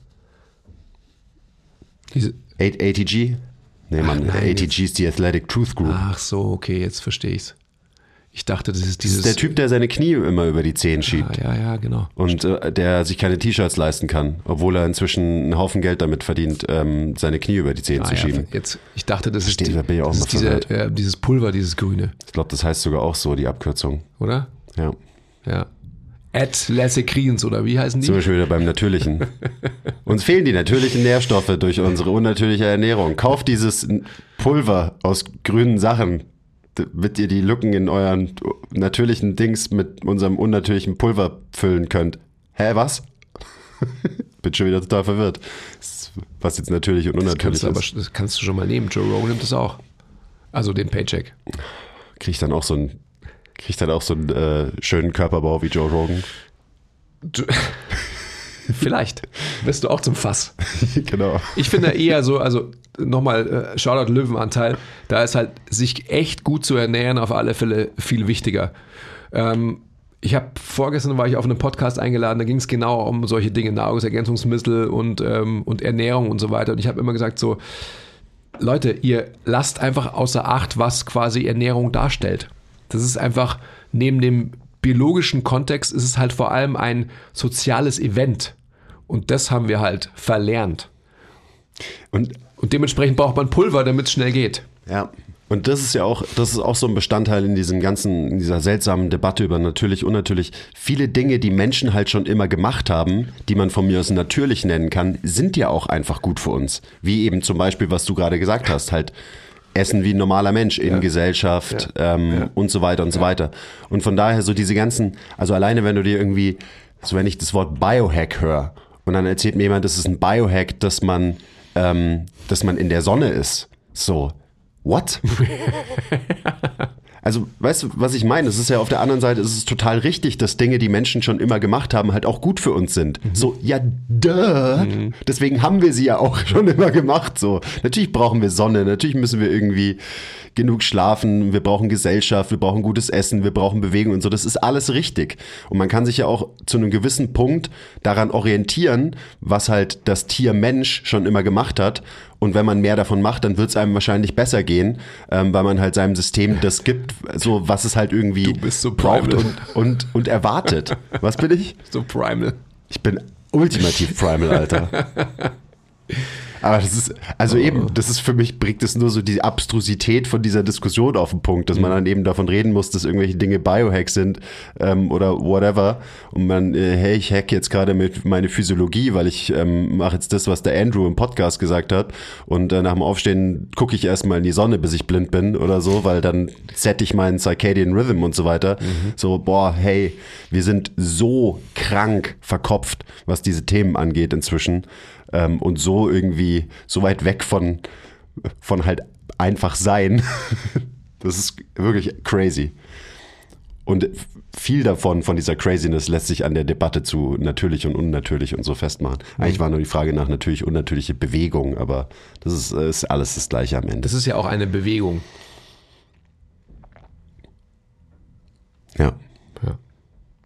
Speaker 2: ATG? Nee, Mann, ATG ist die Athletic Truth Group.
Speaker 4: Ach so, okay, jetzt verstehe ich's. Ich dachte, das ist dieses...
Speaker 2: Das ist der Typ, der seine Knie immer über die Zehen schiebt.
Speaker 4: Ja, genau.
Speaker 2: Und der sich keine T-Shirts leisten kann, obwohl er inzwischen einen Haufen Geld damit verdient, seine Knie über die Zehen zu schieben.
Speaker 4: Jetzt, ich dachte, das ist,
Speaker 2: da bin ich auch
Speaker 4: das ist dieses Pulver, dieses Grüne.
Speaker 2: Ich glaube, das heißt sogar auch so, die Abkürzung.
Speaker 4: Oder?
Speaker 2: Ja.
Speaker 4: Atlasecrins, oder wie heißen die?
Speaker 2: Sind wir schon wieder beim Natürlichen. Uns fehlen die natürlichen Nährstoffe durch unsere unnatürliche Ernährung. Kauft dieses Pulver aus grünen Sachen, damit ihr die Lücken in euren natürlichen Dings mit unserem unnatürlichen Pulver füllen könnt. Hä, was? Bin schon wieder total verwirrt. Was jetzt natürlich und unnatürlich ist.
Speaker 4: Das kannst du schon mal nehmen. Joe Rogan nimmt das auch. Also den Paycheck.
Speaker 2: Kriegt dann auch so einen schönen Körperbau wie Joe Rogan.
Speaker 4: Vielleicht. Wirst du auch zum Fass.
Speaker 2: Genau.
Speaker 4: Ich finde eher so, also nochmal Shoutout Löwenanteil, da ist halt sich echt gut zu ernähren auf alle Fälle viel wichtiger. Vorgestern war ich auf einen Podcast eingeladen, da ging es genau um solche Dinge, Nahrungsergänzungsmittel und Ernährung und so weiter. Und ich habe immer gesagt so, Leute, ihr lasst einfach außer Acht, was quasi Ernährung darstellt. Das ist einfach, neben dem biologischen Kontext ist es halt vor allem ein soziales Event. Und das haben wir halt verlernt. Und dementsprechend braucht man Pulver, damit es schnell geht.
Speaker 2: Ja. Und das ist auch so ein Bestandteil in dieser seltsamen Debatte über natürlich, unnatürlich. Viele Dinge, die Menschen halt schon immer gemacht haben, die man von mir aus natürlich nennen kann, sind ja auch einfach gut für uns. Wie eben zum Beispiel, was du gerade gesagt hast, halt essen wie ein normaler Mensch in Gesellschaft und so weiter und so weiter. Und von daher so diese ganzen, also alleine wenn du dir irgendwie, so wenn ich das Wort Biohack höre und dann erzählt mir jemand, das ist ein Biohack, dass man in der Sonne ist. So, what? Also, weißt du, was ich meine? Es ist ja auf der anderen Seite, es ist total richtig, dass Dinge, die Menschen schon immer gemacht haben, halt auch gut für uns sind. So, ja, deswegen haben wir sie ja auch schon immer gemacht. So, natürlich brauchen wir Sonne, natürlich müssen wir irgendwie genug schlafen, wir brauchen Gesellschaft, wir brauchen gutes Essen, wir brauchen Bewegung und so. Das ist alles richtig. Und man kann sich ja auch zu einem gewissen Punkt daran orientieren, was halt das Tier Mensch schon immer gemacht hat. Und wenn man mehr davon macht, dann wird es einem wahrscheinlich besser gehen, weil man halt seinem System das gibt, so was es halt irgendwie
Speaker 4: so
Speaker 2: braucht und erwartet. Was bin ich?
Speaker 4: So primal.
Speaker 2: Ich bin ultimativ primal, Alter. Aber das ist, also eben, das ist für mich, bringt es nur so die Abstrusität von dieser Diskussion auf den Punkt, dass man dann eben davon reden muss, dass irgendwelche Dinge Biohacks sind oder whatever. Und man, hey, ich hack jetzt gerade mit meine Physiologie, weil ich mache jetzt das, was der Andrew im Podcast gesagt hat. Und nach dem Aufstehen gucke ich erstmal in die Sonne, bis ich blind bin oder so, weil dann set ich meinen Circadian Rhythm und so weiter. So, boah, hey, wir sind so krank verkopft, was diese Themen angeht inzwischen. Und so irgendwie so weit weg von halt einfach sein. Das ist wirklich crazy. Und viel davon, von dieser Craziness, lässt sich an der Debatte zu natürlich und unnatürlich und so festmachen. Eigentlich war nur die Frage nach natürlich unnatürliche Bewegung, aber das ist alles das Gleiche am Ende.
Speaker 4: Das ist ja auch eine Bewegung.
Speaker 2: Ja.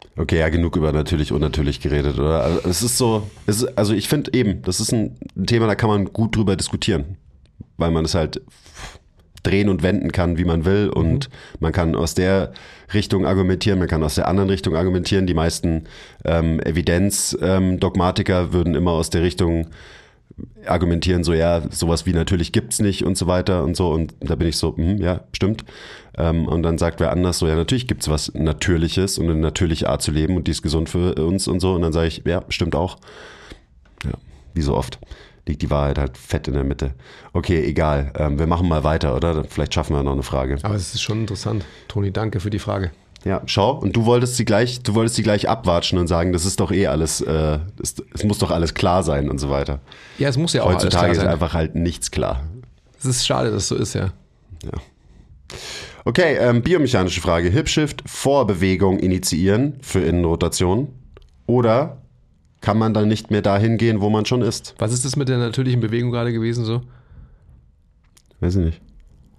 Speaker 2: Okay, ja, genug über natürlich, unnatürlich geredet, oder? Also es ist so, also ich finde eben, das ist ein Thema, da kann man gut drüber diskutieren, weil man es halt drehen und wenden kann, wie man will, und man kann aus der Richtung argumentieren, man kann aus der anderen Richtung argumentieren. Die meisten Evidenz-Dogmatiker würden immer aus der Richtung argumentieren, so ja, sowas wie natürlich gibt's nicht und so weiter und so, und da bin ich so, ja, stimmt. Und dann sagt wer anders so, ja, natürlich gibt's was Natürliches und eine natürliche Art zu leben und die ist gesund für uns und so, und dann sage ich, ja, stimmt auch. Ja, wie so oft liegt die Wahrheit halt fett in der Mitte. Okay, egal, wir machen mal weiter, oder? Vielleicht schaffen wir noch eine Frage.
Speaker 4: Aber es ist schon interessant. Toni, danke für die Frage.
Speaker 2: Ja, schau, und du wolltest sie gleich abwatschen und sagen, das ist doch eh alles, es muss doch alles klar sein und so weiter.
Speaker 4: Ja, es muss ja auch
Speaker 2: Heutzutage
Speaker 4: alles klar sein.
Speaker 2: ist einfach halt nichts klar.
Speaker 4: Es ist schade, dass es so ist, ja.
Speaker 2: Ja. Okay, biomechanische Frage. Hip-Shift vor Bewegung initiieren für Innenrotation, oder kann man dann nicht mehr dahin gehen, wo man schon ist?
Speaker 4: Was ist das mit der natürlichen Bewegung gerade gewesen so?
Speaker 2: Weiß ich nicht.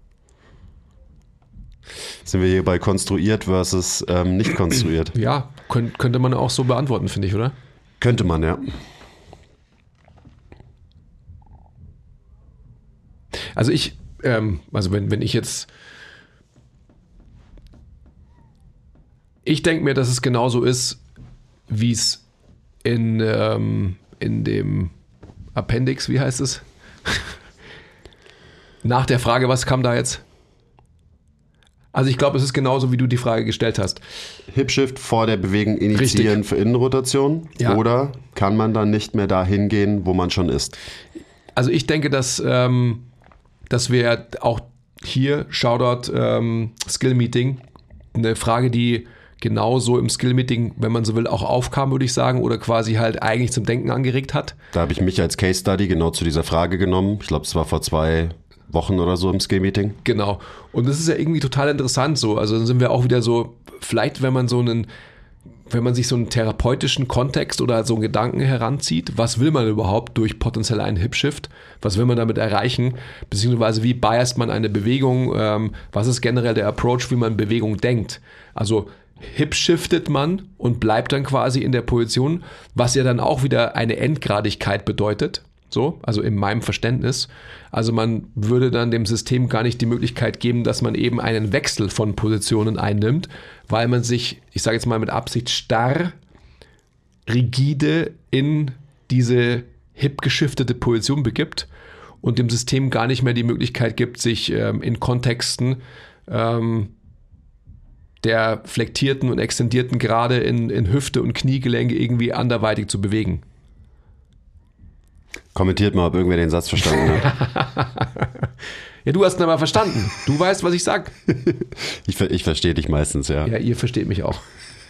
Speaker 2: Sind wir hier bei konstruiert versus nicht konstruiert?
Speaker 4: Ja, könnte man auch so beantworten, finde ich, oder?
Speaker 2: Könnte man, ja.
Speaker 4: Also wenn ich jetzt, ich denke mir, dass es genauso ist, wie es in dem Appendix, wie heißt es? Nach der Frage, was kam da jetzt? Also ich glaube, es ist genauso, wie du die Frage gestellt hast.
Speaker 2: Hip-Shift vor der Bewegung initiieren
Speaker 4: Richtig.
Speaker 2: für Innenrotation,
Speaker 4: Ja.
Speaker 2: Oder kann man dann nicht mehr dahin gehen, wo man schon ist?
Speaker 4: Also ich denke, dass wir auch hier, Shoutout Skill Meeting, eine Frage, die genauso im Skill Meeting, wenn man so will, auch aufkam, würde ich sagen, oder quasi halt eigentlich zum Denken angeregt hat.
Speaker 2: Da habe ich mich als Case Study genau zu dieser Frage genommen. Ich glaube, es war vor 2 Wochen oder so im Skill Meeting.
Speaker 4: Genau. Und das ist ja irgendwie total interessant so. Also dann sind wir auch wieder so, vielleicht wenn man sich so einen therapeutischen Kontext oder so einen Gedanken heranzieht, was will man überhaupt durch potenziell einen Hip-Shift? Was will man damit erreichen? Beziehungsweise wie biased man eine Bewegung? Was ist generell der Approach, wie man Bewegung denkt? Also hip-shiftet man und bleibt dann quasi in der Position, was ja dann auch wieder eine Endgradigkeit bedeutet. So, also in meinem Verständnis. Also man würde dann dem System gar nicht die Möglichkeit geben, dass man eben einen Wechsel von Positionen einnimmt, weil man sich, ich sage jetzt mal mit Absicht, starr, rigide in diese hip-geschiftete Position begibt und dem System gar nicht mehr die Möglichkeit gibt, sich in Kontexten der flektierten und extendierten Grade in Hüfte und Kniegelenke irgendwie anderweitig zu bewegen.
Speaker 2: Kommentiert mal, ob irgendwer den Satz verstanden hat.
Speaker 4: Ja, du hast ihn aber verstanden. Du weißt, was ich sag.
Speaker 2: Ich verstehe dich meistens, ja.
Speaker 4: Ja, ihr versteht mich auch.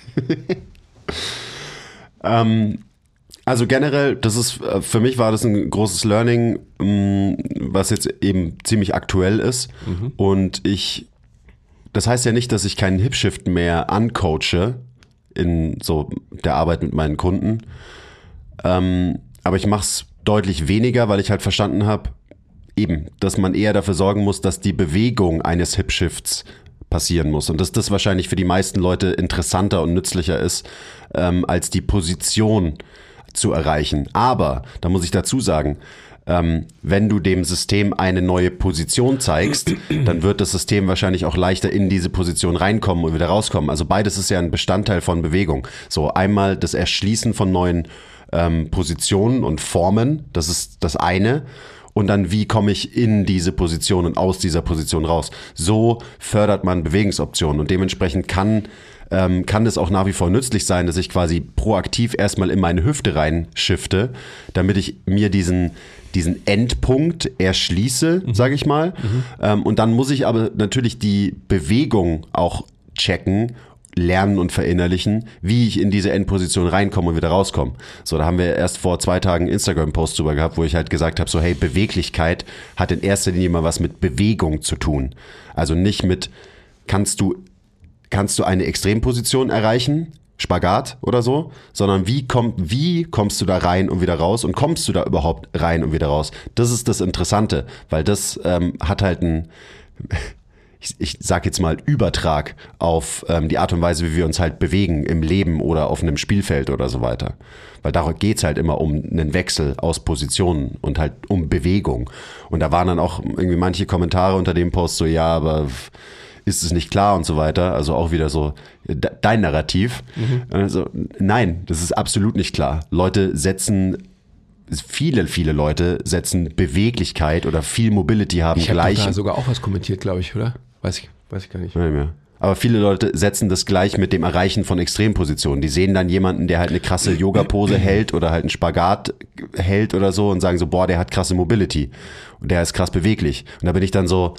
Speaker 2: Also generell, für mich war das ein großes Learning, was jetzt eben ziemlich aktuell ist. Und das heißt ja nicht, dass ich keinen Hip-Shift mehr ancoache in so der Arbeit mit meinen Kunden. Aber ich mache es deutlich weniger, weil ich halt verstanden habe, eben, dass man eher dafür sorgen muss, dass die Bewegung eines Hip-Shifts passieren muss. Und dass das wahrscheinlich für die meisten Leute interessanter und nützlicher ist, als die Position zu erreichen. Aber, da muss ich dazu sagen, wenn du dem System eine neue Position zeigst, dann wird das System wahrscheinlich auch leichter in diese Position reinkommen und wieder rauskommen. Also beides ist ja ein Bestandteil von Bewegung. So einmal das Erschließen von neuen Positionen und Formen, das ist das eine. Und dann, wie komme ich in diese Position und aus dieser Position raus? So fördert man Bewegungsoptionen und dementsprechend kann es auch nach wie vor nützlich sein, dass ich quasi proaktiv erstmal in meine Hüfte reinschifte, damit ich mir diesen Endpunkt erschließe, sage ich mal. Und dann muss ich aber natürlich die Bewegung auch checken, lernen und verinnerlichen, wie ich in diese Endposition reinkomme und wieder rauskomme. So, da haben wir erst vor 2 Tagen einen Instagram-Post drüber gehabt, wo ich halt gesagt habe, so hey, Beweglichkeit hat in erster Linie mal was mit Bewegung zu tun. Also nicht mit, kannst du eine Extremposition erreichen, Spagat oder so, sondern wie kommst du da rein und wieder raus und kommst du da überhaupt rein und wieder raus? Das ist das Interessante, weil das hat halt ich sag jetzt mal, Übertrag auf die Art und Weise, wie wir uns halt bewegen im Leben oder auf einem Spielfeld oder so weiter. Weil darum geht's halt immer um einen Wechsel aus Positionen und halt um Bewegung. Und da waren dann auch irgendwie manche Kommentare unter dem Post so, ja, aber ist es nicht klar und so weiter. Also auch wieder so dein Narrativ. Also, nein, das ist absolut nicht klar. Viele Leute setzen Beweglichkeit oder viel Mobility haben
Speaker 4: Ich habe
Speaker 2: gleich.
Speaker 4: da sogar auch was kommentiert, glaube ich, oder? Weiß ich gar nicht.
Speaker 2: Nicht mehr. Aber viele Leute setzen das gleich mit dem Erreichen von Extrempositionen. Die sehen dann jemanden, der halt eine krasse Yoga-Pose hält oder halt einen Spagat hält oder so und sagen so, boah, der hat krasse Mobility und der ist krass beweglich. Und da bin ich dann so,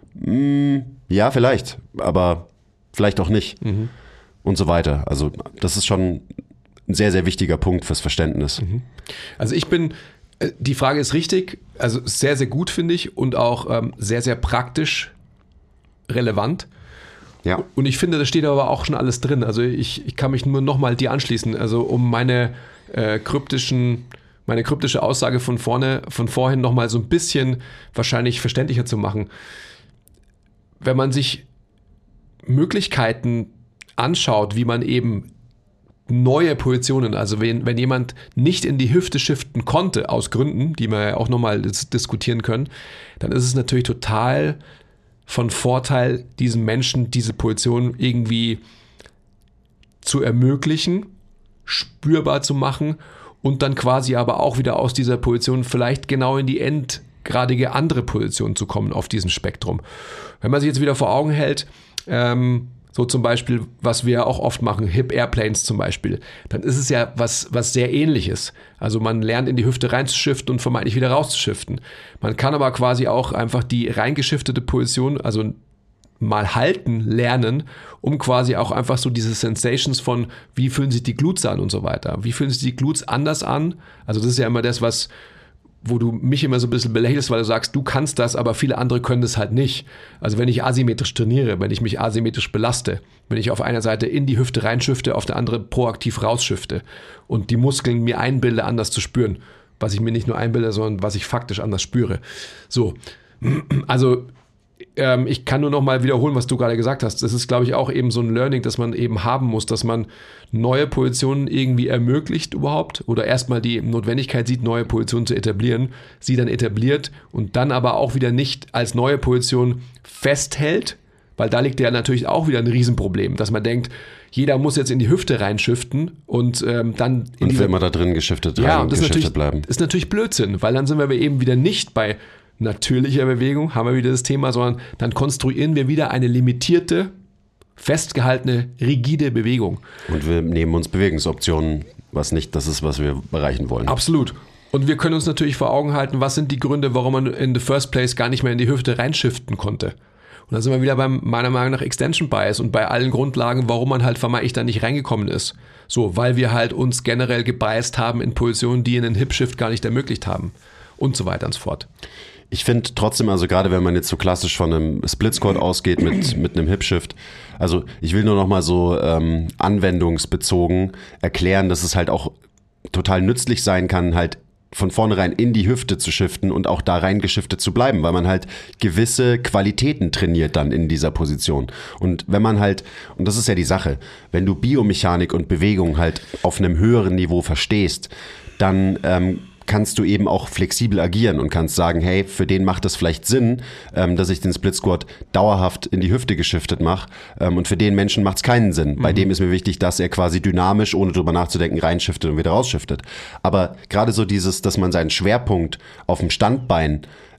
Speaker 2: ja, vielleicht, aber vielleicht auch nicht. Und so weiter. Also das ist schon ein sehr, sehr wichtiger Punkt fürs Verständnis.
Speaker 4: Also die Frage ist richtig, also sehr, sehr gut finde ich und auch sehr, sehr praktisch relevant.
Speaker 2: Ja.
Speaker 4: Und ich finde, da steht aber auch schon alles drin. Also ich kann mich nur nochmal dir anschließen. Also um meine kryptische Aussage von vorhin nochmal so ein bisschen wahrscheinlich verständlicher zu machen. Wenn man sich Möglichkeiten anschaut, wie man eben neue Positionen, also wenn jemand nicht in die Hüfte shiften konnte, aus Gründen, die wir ja auch nochmal diskutieren können, dann ist es natürlich total von Vorteil, diesem Menschen diese Position irgendwie zu ermöglichen, spürbar zu machen und dann quasi aber auch wieder aus dieser Position vielleicht genau in die endgradige andere Position zu kommen auf diesem Spektrum. Wenn man sich jetzt wieder vor Augen hält, so zum Beispiel, was wir auch oft machen, Hip Airplanes zum Beispiel, dann ist es ja was sehr Ähnliches. Also man lernt in die Hüfte reinzuschiften und vermeintlich wieder rauszuschiften. Man kann aber quasi auch einfach die reingeschiftete Position, also mal halten lernen, um quasi auch einfach so diese Sensations von, wie fühlen sich die Glutes an und so weiter. Wie fühlen sich die Glutes anders an? Also das ist ja immer das, wo du mich immer so ein bisschen belächelst, weil du sagst, du kannst das, aber viele andere können das halt nicht. Also wenn ich asymmetrisch trainiere, wenn ich mich asymmetrisch belaste, wenn ich auf einer Seite in die Hüfte reinschifte, auf der anderen proaktiv rausschifte und die Muskeln mir einbilde, anders zu spüren, was ich mir nicht nur einbilde, sondern was ich faktisch anders spüre. So, also ich kann nur noch mal wiederholen, was du gerade gesagt hast. Das ist, glaube ich, auch eben so ein Learning, das man eben haben muss, dass man neue Positionen irgendwie ermöglicht überhaupt oder erstmal die Notwendigkeit sieht, neue Positionen zu etablieren, sie dann etabliert und dann aber auch wieder nicht als neue Position festhält, weil da liegt ja natürlich auch wieder ein Riesenproblem, dass man denkt, jeder muss jetzt in die Hüfte reinschiften und dann in
Speaker 2: für immer da drin geschiftet bleiben.
Speaker 4: Das ist natürlich Blödsinn, weil dann sind wir eben wieder nicht bei natürlicher Bewegung, haben wir wieder das Thema, sondern dann konstruieren wir wieder eine limitierte, festgehaltene, rigide Bewegung.
Speaker 2: Und wir nehmen uns Bewegungsoptionen, was nicht das ist, was wir erreichen wollen.
Speaker 4: Absolut. Und wir können uns natürlich vor Augen halten, was sind die Gründe, warum man in the first place gar nicht mehr in die Hüfte reinschiften konnte. Und dann sind wir wieder beim, meiner Meinung nach, Extension Bias und bei allen Grundlagen, warum man halt vermeintlich da nicht reingekommen ist. So, weil wir halt uns generell gebiased haben in Positionen, die einen Hip-Shift gar nicht ermöglicht haben. Und so weiter und so fort.
Speaker 2: Ich finde trotzdem, also gerade wenn man jetzt so klassisch von einem Split Squat ausgeht mit einem Hip Shift, also ich will nur noch mal so anwendungsbezogen erklären, dass es halt auch total nützlich sein kann, halt von vornherein in die Hüfte zu shiften und auch da reingeschiftet zu bleiben, weil man halt gewisse Qualitäten trainiert dann in dieser Position. Und wenn man halt, und das ist ja die Sache, wenn du Biomechanik und Bewegung halt auf einem höheren Niveau verstehst, dann kannst du eben auch flexibel agieren und kannst sagen, hey, für den macht es vielleicht Sinn, dass ich den Split Squat dauerhaft in die Hüfte geschiftet mache und für den Menschen macht es keinen Sinn. Bei dem ist mir wichtig, dass er quasi dynamisch, ohne drüber nachzudenken, reinschiftet und wieder rausschiftet. Aber gerade so dieses, dass man seinen Schwerpunkt auf dem Standbein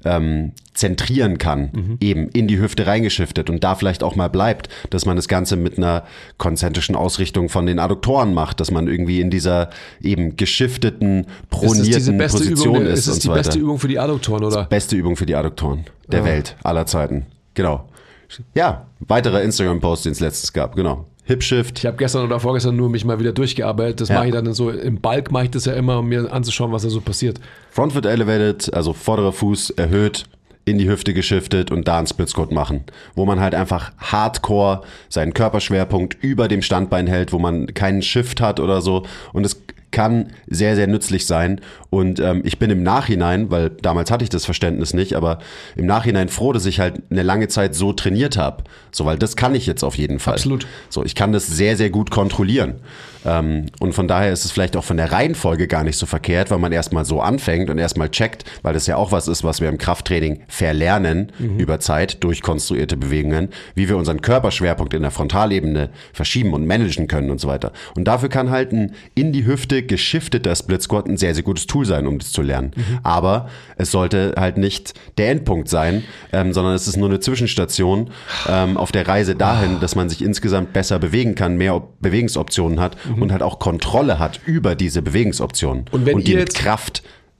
Speaker 2: zentrieren kann, eben in die Hüfte reingeschiftet und da vielleicht auch mal bleibt, dass man das Ganze mit einer konzentrischen Ausrichtung von den Adduktoren macht, dass man irgendwie in dieser eben geschifteten, pronierten Position ist.
Speaker 4: Ist das die beste Übung für die Adduktoren, oder?
Speaker 2: Die beste Übung für die Adduktoren der Welt, aller Zeiten. Genau. Ja, weiterer Instagram-Post, den es letztens gab, genau. Hip Shift.
Speaker 4: Ich habe gestern oder vorgestern nur mich mal wieder durchgearbeitet. Das mache ich dann so, im Bulk mache ich das ja immer, um mir anzuschauen, was da so passiert.
Speaker 2: Front Foot Elevated, also vorderer Fuß erhöht, in die Hüfte geschiftet und da einen Split Squat machen. Wo man halt einfach hardcore seinen Körperschwerpunkt über dem Standbein hält, wo man keinen Shift hat oder so. Und es kann sehr, sehr nützlich sein. Und ich bin im Nachhinein, weil damals hatte ich das Verständnis nicht, aber im Nachhinein froh, dass ich halt eine lange Zeit so trainiert habe. So, weil das kann ich jetzt auf jeden Fall.
Speaker 4: Absolut.
Speaker 2: So, ich kann das sehr, sehr gut kontrollieren. Und von daher ist es vielleicht auch von der Reihenfolge gar nicht so verkehrt, weil man erstmal so anfängt und erstmal checkt, weil das ja auch was ist, was wir im Krafttraining verlernen über Zeit durch konstruierte Bewegungen, wie wir unseren Körperschwerpunkt in der Frontalebene verschieben und managen können und so weiter. Und dafür kann halt ein in die Hüfte geschifteter Split Squat ein sehr, sehr gutes Tool sein, um das zu lernen. Aber es sollte halt nicht der Endpunkt sein, sondern es ist nur eine Zwischenstation auf der Reise dahin, dass man sich insgesamt besser bewegen kann, mehr Bewegungsoptionen hat und halt auch Kontrolle hat über diese Bewegungsoptionen
Speaker 4: Und wenn
Speaker 2: die
Speaker 4: ihr
Speaker 2: mit
Speaker 4: jetzt
Speaker 2: Kraft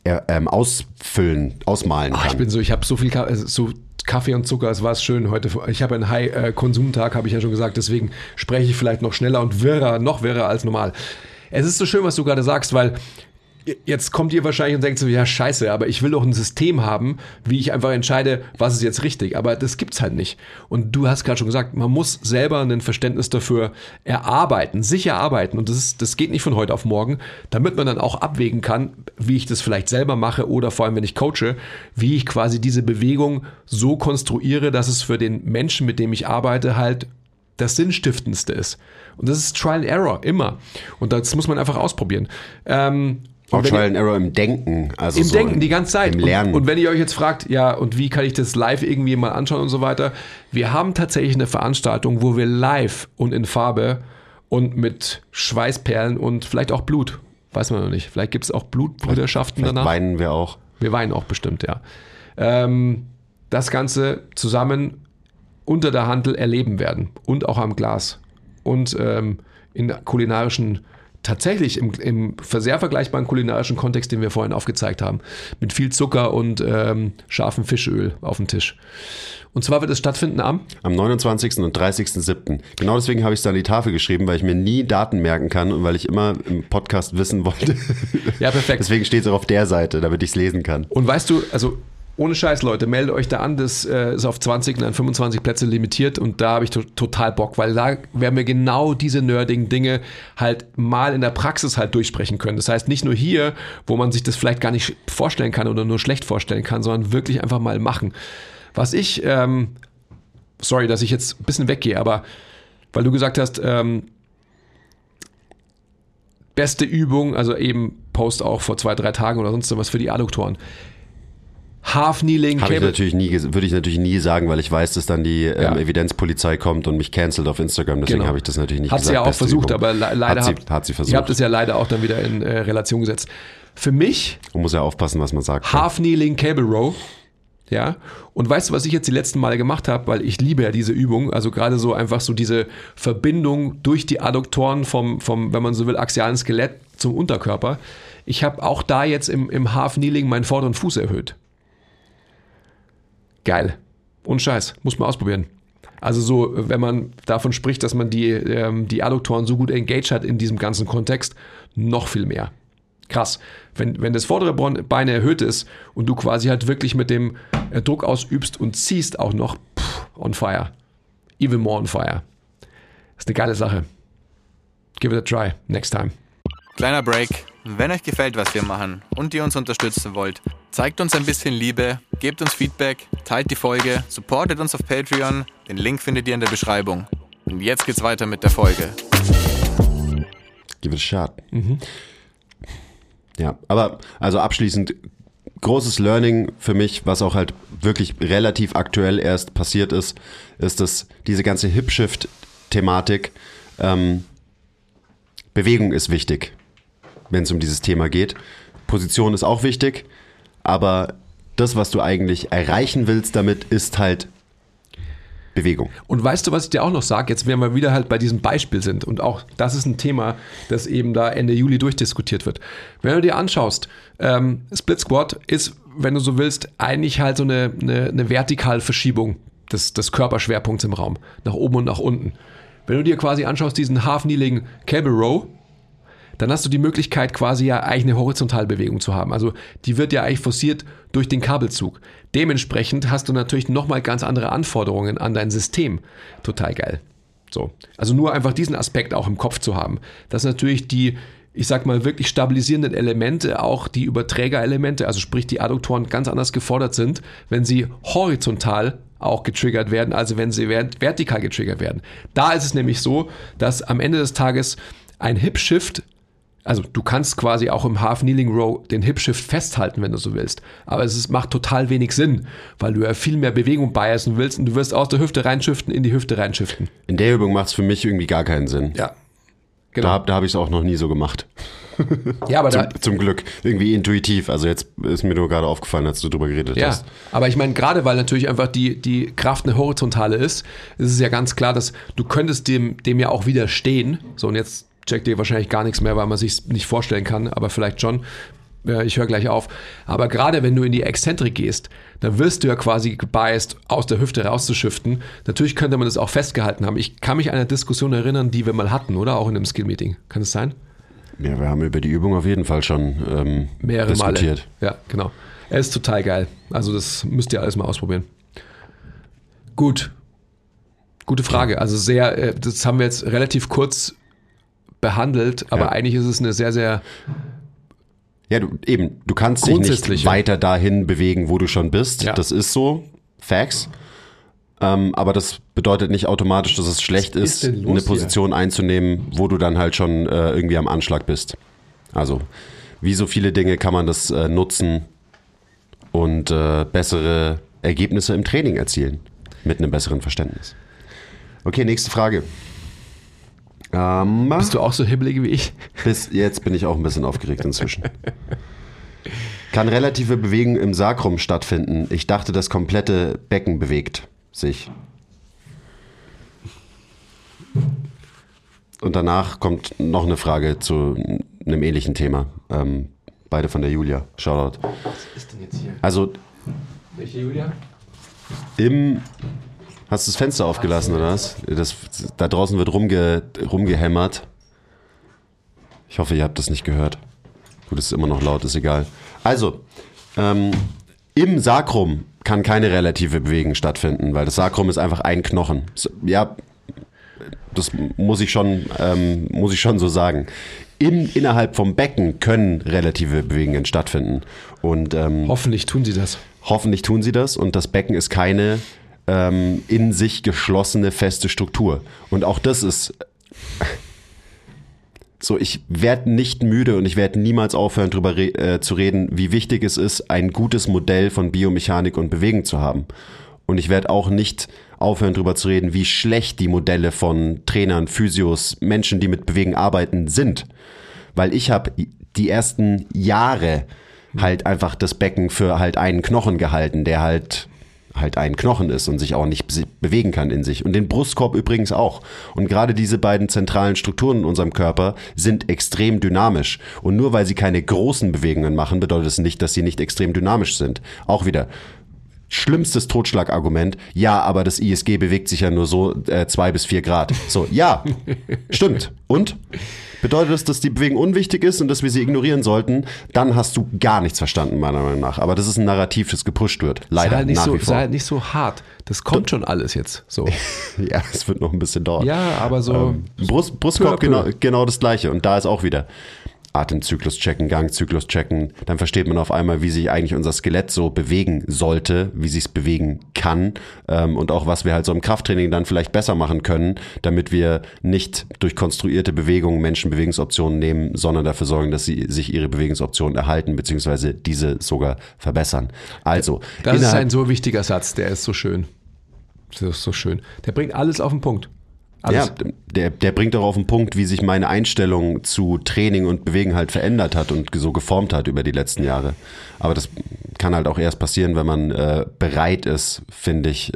Speaker 2: ausmalen kann.
Speaker 4: Ich habe so viel Kaffee und Zucker, es war schön heute. Ich habe einen High-Konsumtag, habe ich ja schon gesagt, deswegen spreche ich vielleicht noch schneller und noch wirrer als normal. Es ist so schön, was du gerade sagst, weil jetzt kommt ihr wahrscheinlich und denkt so, ja scheiße, aber ich will doch ein System haben, wie ich einfach entscheide, was ist jetzt richtig. Aber das gibt's halt nicht. Und du hast gerade schon gesagt, man muss selber ein Verständnis dafür sich erarbeiten. Und das geht nicht von heute auf morgen, damit man dann auch abwägen kann, wie ich das vielleicht selber mache oder vor allem, wenn ich coache, wie ich quasi diese Bewegung so konstruiere, dass es für den Menschen, mit dem ich arbeite, halt das Sinnstiftendste ist. Und das ist Trial and Error, immer. Und das muss man einfach ausprobieren.
Speaker 2: Auch Trial and Error im Denken. Also
Speaker 4: im
Speaker 2: so
Speaker 4: Denken die ganze Zeit.
Speaker 2: Im Lernen.
Speaker 4: Und wenn ihr euch jetzt fragt, ja, und wie kann ich das live irgendwie mal anschauen und so weiter. Wir haben tatsächlich eine Veranstaltung, wo wir live und in Farbe und mit Schweißperlen und vielleicht auch Blut, weiß man noch nicht. Vielleicht gibt es auch Blutbrüderschaften danach.
Speaker 2: Weinen wir auch.
Speaker 4: Wir weinen auch bestimmt, ja. Das Ganze zusammen unter der Hantel erleben werden und auch am Glas und in kulinarischen, tatsächlich im sehr vergleichbaren kulinarischen Kontext, den wir vorhin aufgezeigt haben, mit viel Zucker und scharfem Fischöl auf dem Tisch. Und zwar wird es stattfinden am
Speaker 2: 29. und 30.07. Genau deswegen habe ich es da an die Tafel geschrieben, weil ich mir nie Daten merken kann und weil ich immer im Podcast wissen wollte.
Speaker 4: Ja, perfekt.
Speaker 2: Deswegen steht es auch auf der Seite, damit ich es lesen kann.
Speaker 4: Und weißt du, also ohne Scheiß, Leute, meldet euch da an, das ist auf 20 und dann 25 Plätze limitiert und da habe ich total Bock, weil da werden wir genau diese nerdigen Dinge halt mal in der Praxis halt durchsprechen können. Das heißt, nicht nur hier, wo man sich das vielleicht gar nicht vorstellen kann oder nur schlecht vorstellen kann, sondern wirklich einfach mal machen. Was ich, sorry, dass ich jetzt ein bisschen weggehe, aber weil du gesagt hast, beste Übung, also eben Post auch vor 2-3 Tagen oder sonst was für die Adduktoren. Half-Kneeling.
Speaker 2: Würde ich natürlich nie sagen, weil ich weiß, dass dann die Evidenzpolizei kommt und mich cancelt auf Instagram. Deswegen habe ich das natürlich nicht
Speaker 4: gesagt. Hat sie ja auch versucht, Übung. Aber leider
Speaker 2: hat sie versucht.
Speaker 4: Ihr habt es ja leider auch dann wieder in Relation gesetzt. Für mich...
Speaker 2: Man muss ja aufpassen, was man sagt.
Speaker 4: Half-Kneeling Cable Row. Ja, und weißt du, was ich jetzt die letzten Male gemacht habe, weil ich liebe ja diese Übung, also gerade so einfach so diese Verbindung durch die Adduktoren vom, wenn man so will, axialen Skelett zum Unterkörper. Ich habe auch da jetzt im Half-Kneeling meinen vorderen Fuß erhöht. Geil. Und Scheiß. Muss man ausprobieren. Also so, wenn man davon spricht, dass man die Adduktoren so gut engaged hat in diesem ganzen Kontext, noch viel mehr. Krass. Wenn das vordere Bein erhöht ist und du quasi halt wirklich mit dem Druck ausübst und ziehst auch noch, on fire. Even more on fire. Ist eine geile Sache. Give it a try. Next time.
Speaker 1: Kleiner Break. Wenn euch gefällt, was wir machen und ihr uns unterstützen wollt, zeigt uns ein bisschen Liebe, gebt uns Feedback, teilt die Folge, supportet uns auf Patreon. Den Link findet ihr in der Beschreibung. Und jetzt geht's weiter mit der Folge.
Speaker 2: Give it a shot. Ja, aber also abschließend, großes Learning für mich, was auch halt wirklich relativ aktuell erst passiert ist, dass diese ganze Hip-Shift-Thematik, Bewegung ist wichtig, wenn es um dieses Thema geht. Position ist auch wichtig, aber das, was du eigentlich erreichen willst damit, ist halt Bewegung.
Speaker 4: Und weißt du, was ich dir auch noch sage, jetzt wenn wir wieder halt bei diesem Beispiel sind und auch das ist ein Thema, das eben da Ende Juli durchdiskutiert wird. Wenn du dir anschaust, Split Squat ist, wenn du so willst, eigentlich halt so eine vertikale Verschiebung des Körperschwerpunkts im Raum, nach oben und nach unten. Wenn du dir quasi anschaust, diesen Half-Kneeling Cable Row, dann hast du die Möglichkeit, quasi ja eigentlich eine horizontale Bewegung zu haben. Also die wird ja eigentlich forciert durch den Kabelzug. Dementsprechend hast du natürlich nochmal ganz andere Anforderungen an dein System. Total geil. So. Also nur einfach diesen Aspekt auch im Kopf zu haben. Dass natürlich die ich sag mal, wirklich stabilisierenden Elemente, auch die Überträgerelemente, also sprich die Adduktoren ganz anders gefordert sind, wenn sie horizontal auch getriggert werden, also wenn sie vertikal getriggert werden. Da ist es nämlich so, dass am Ende des Tages ein Hip-Shift, also du kannst quasi auch im Half-Kneeling-Row den Hip-Shift festhalten, wenn du so willst, aber macht total wenig Sinn, weil du ja viel mehr Bewegung biasen willst und du wirst aus der Hüfte reinschiften, in die Hüfte reinschiften.
Speaker 2: In der Übung macht es für mich irgendwie gar keinen Sinn.
Speaker 4: Ja. Genau.
Speaker 2: Da habe ich es auch noch nie so gemacht.
Speaker 4: Ja, aber
Speaker 2: zum Glück. Irgendwie intuitiv. Also jetzt ist mir nur gerade aufgefallen, als du drüber geredet hast.
Speaker 4: Ja, aber ich meine, gerade weil natürlich einfach die Kraft eine horizontale ist es ja ganz klar, dass du könntest dem ja auch widerstehen. So, und jetzt checkt ihr wahrscheinlich gar nichts mehr, weil man sich nicht vorstellen kann, aber vielleicht schon. Ich höre gleich auf. Aber gerade wenn du in die Exzentrik gehst, dann wirst du ja quasi gebiased, aus der Hüfte rauszuschiften. Natürlich könnte man das auch festgehalten haben. Ich kann mich an eine Diskussion erinnern, die wir mal hatten, oder? Auch in einem Skill-Meeting. Kann es sein?
Speaker 2: Ja, wir haben über die Übung auf jeden Fall schon
Speaker 4: mehrere
Speaker 2: diskutiert.
Speaker 4: Male. Ja, genau. Er ist total geil. Also das müsst ihr alles mal ausprobieren. Gut. Gute Frage. Also das haben wir jetzt relativ kurz behandelt, aber eigentlich ist es eine sehr, sehr...
Speaker 2: Ja, du kannst dich nicht weiter dahin bewegen, wo du schon bist. Ja. Das ist so, Facts. Aber das bedeutet nicht automatisch, dass es schlecht ist, eine Position einzunehmen, wo du dann halt schon irgendwie am Anschlag bist. Also, wie so viele Dinge kann man das nutzen und bessere Ergebnisse im Training erzielen. Mit einem besseren Verständnis. Okay, nächste Frage.
Speaker 4: Bist du auch so hibbelig wie ich?
Speaker 2: Bis jetzt bin ich auch ein bisschen aufgeregt inzwischen. Kann relative Bewegung im Sacrum stattfinden? Ich dachte, das komplette Becken bewegt sich. Und danach kommt noch eine Frage zu einem ähnlichen Thema. Beide von der Julia. Shoutout.
Speaker 4: Was ist denn jetzt hier?
Speaker 2: Also,
Speaker 4: welche Julia?
Speaker 2: Hast du das Fenster aufgelassen, oder was? Da draußen wird rumgehämmert. Ich hoffe, ihr habt das nicht gehört. Gut, es ist immer noch laut, ist egal. Also, im Sacrum kann keine relative Bewegung stattfinden, weil das Sacrum ist einfach ein Knochen. Ja, das muss ich schon so sagen. Innerhalb vom Becken können relative Bewegungen stattfinden. Und
Speaker 4: hoffentlich tun sie das.
Speaker 2: Hoffentlich tun sie das. Und das Becken ist keine in sich geschlossene, feste Struktur. Und auch das ist so, ich werde nicht müde und ich werde niemals aufhören, darüber zu reden, wie wichtig es ist, ein gutes Modell von Biomechanik und Bewegung zu haben. Und ich werde auch nicht aufhören, darüber zu reden, wie schlecht die Modelle von Trainern, Physios, Menschen, die mit Bewegen arbeiten, sind. Weil ich habe die ersten Jahre halt einfach das Becken für halt einen Knochen gehalten, der halt ein Knochen ist und sich auch nicht bewegen kann in sich. Und den Brustkorb übrigens auch. Und gerade diese beiden zentralen Strukturen in unserem Körper sind extrem dynamisch. Und nur weil sie keine großen Bewegungen machen, bedeutet es nicht, dass sie nicht extrem dynamisch sind. Auch wieder schlimmstes Totschlagargument. Ja, aber das ISG bewegt sich ja nur so 2 bis 4 Grad. So, ja, stimmt. Und? Bedeutet das, dass die Bewegung unwichtig ist und dass wir sie ignorieren sollten? Dann hast du gar nichts verstanden, meiner Meinung nach. Aber das ist ein Narrativ, das gepusht wird. Leider, nach wie vor.
Speaker 4: Sei halt nicht so hart. Das kommt schon alles jetzt. So.
Speaker 2: Ja, es wird noch ein bisschen dauern.
Speaker 4: Ja, aber so...
Speaker 2: Brustkorb genau das Gleiche. Und da ist auch wieder Atemzyklus checken, Gangzyklus checken. Dann versteht man auf einmal, wie sich eigentlich unser Skelett so bewegen sollte, wie sich es bewegen kann und auch, was wir halt so im Krafttraining dann vielleicht besser machen können, damit wir nicht durch konstruierte Bewegungen Menschen Bewegungsoptionen nehmen, sondern dafür sorgen, dass sie sich ihre Bewegungsoptionen erhalten, beziehungsweise diese sogar verbessern. Also,
Speaker 4: das ist ein so wichtiger Satz, der ist so schön. Das ist so schön. Der bringt alles auf den Punkt. Alles.
Speaker 2: Ja, der bringt auch auf den Punkt, wie sich meine Einstellung zu Training und Bewegen halt verändert hat und so geformt hat über die letzten Jahre. Aber das kann halt auch erst passieren, wenn man bereit ist, finde ich,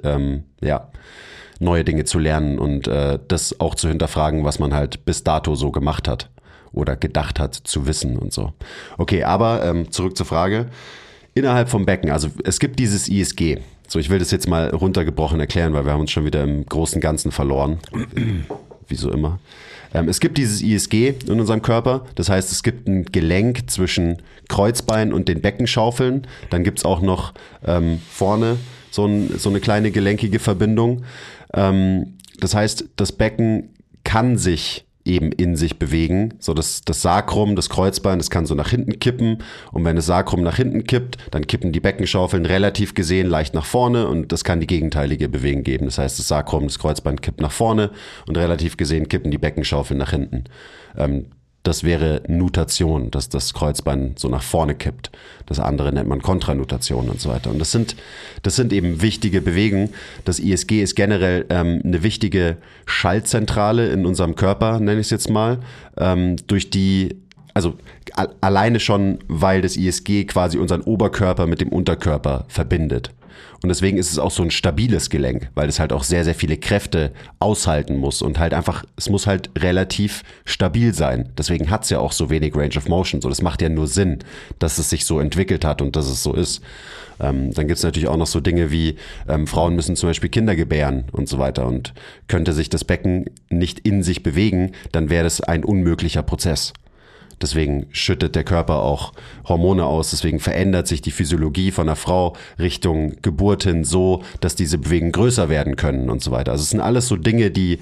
Speaker 2: neue Dinge zu lernen und das auch zu hinterfragen, was man halt bis dato so gemacht hat oder gedacht hat zu wissen und so. Okay, aber zurück zur Frage. Innerhalb vom Becken, also es gibt dieses ISG. So, ich will das jetzt mal runtergebrochen erklären, weil wir haben uns schon wieder im großen Ganzen verloren. Wie so immer. Es gibt dieses ISG in unserem Körper. Das heißt, es gibt ein Gelenk zwischen Kreuzbein und den Beckenschaufeln. Dann gibt es auch noch vorne so eine kleine gelenkige Verbindung. Das heißt, das Becken kann sich eben in sich bewegen. So das Sacrum, das Kreuzbein, das kann so nach hinten kippen. Und wenn das Sacrum nach hinten kippt, dann kippen die Beckenschaufeln relativ gesehen leicht nach vorne und das kann die gegenteilige Bewegung geben. Das heißt, das Sacrum, das Kreuzbein kippt nach vorne und relativ gesehen kippen die Beckenschaufeln nach hinten. Das wäre Nutation, dass das Kreuzbein so nach vorne kippt. Das andere nennt man Kontranutation und so weiter. Und das sind eben wichtige Bewegungen. Das ISG ist generell eine wichtige Schaltzentrale in unserem Körper, nenne ich es jetzt mal, durch die, also alleine schon, weil das ISG quasi unseren Oberkörper mit dem Unterkörper verbindet. Und deswegen ist es auch so ein stabiles Gelenk, weil es halt auch sehr, sehr viele Kräfte aushalten muss und halt einfach, es muss halt relativ stabil sein. Deswegen hat es ja auch so wenig Range of Motion. So, das macht ja nur Sinn, dass es sich so entwickelt hat und dass es so ist. Dann gibt es natürlich auch noch so Dinge wie, Frauen müssen zum Beispiel Kinder gebären und so weiter. Und könnte sich das Becken nicht in sich bewegen, dann wäre das ein unmöglicher Prozess. Deswegen schüttet der Körper auch Hormone aus. Deswegen verändert sich die Physiologie von einer Frau Richtung Geburt hin so, dass diese Bewegungen größer werden können und so weiter. Also es sind alles so Dinge, die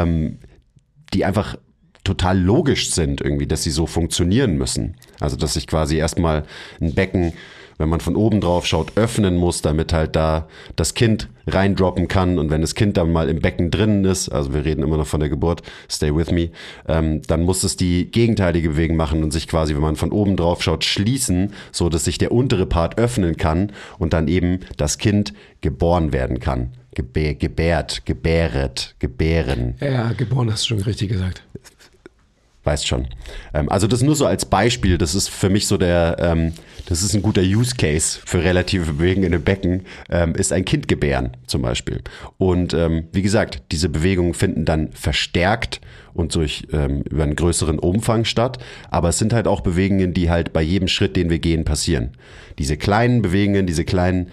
Speaker 2: einfach total logisch sind irgendwie, dass sie so funktionieren müssen. Also dass sich quasi erstmal ein Becken, wenn man von oben drauf schaut, öffnen muss, damit halt da das Kind reindroppen kann. Und wenn das Kind dann mal im Becken drinnen ist, also wir reden immer noch von der Geburt, stay with me, dann muss es die gegenteilige Bewegung machen und sich quasi, wenn man von oben drauf schaut, schließen, so dass sich der untere Part öffnen kann und dann eben das Kind geboren werden kann. Gebärt, gebären.
Speaker 4: Ja, geboren hast du schon richtig gesagt.
Speaker 2: Weißt schon. Also das nur so als Beispiel, das ist für mich so das ist ein guter Use Case für relative Bewegungen in dem Becken, ist ein Kind gebären zum Beispiel. Und wie gesagt, diese Bewegungen finden dann verstärkt und über einen größeren Umfang statt, aber es sind halt auch Bewegungen, die halt bei jedem Schritt, den wir gehen, passieren. Diese kleinen Bewegungen, diese kleinen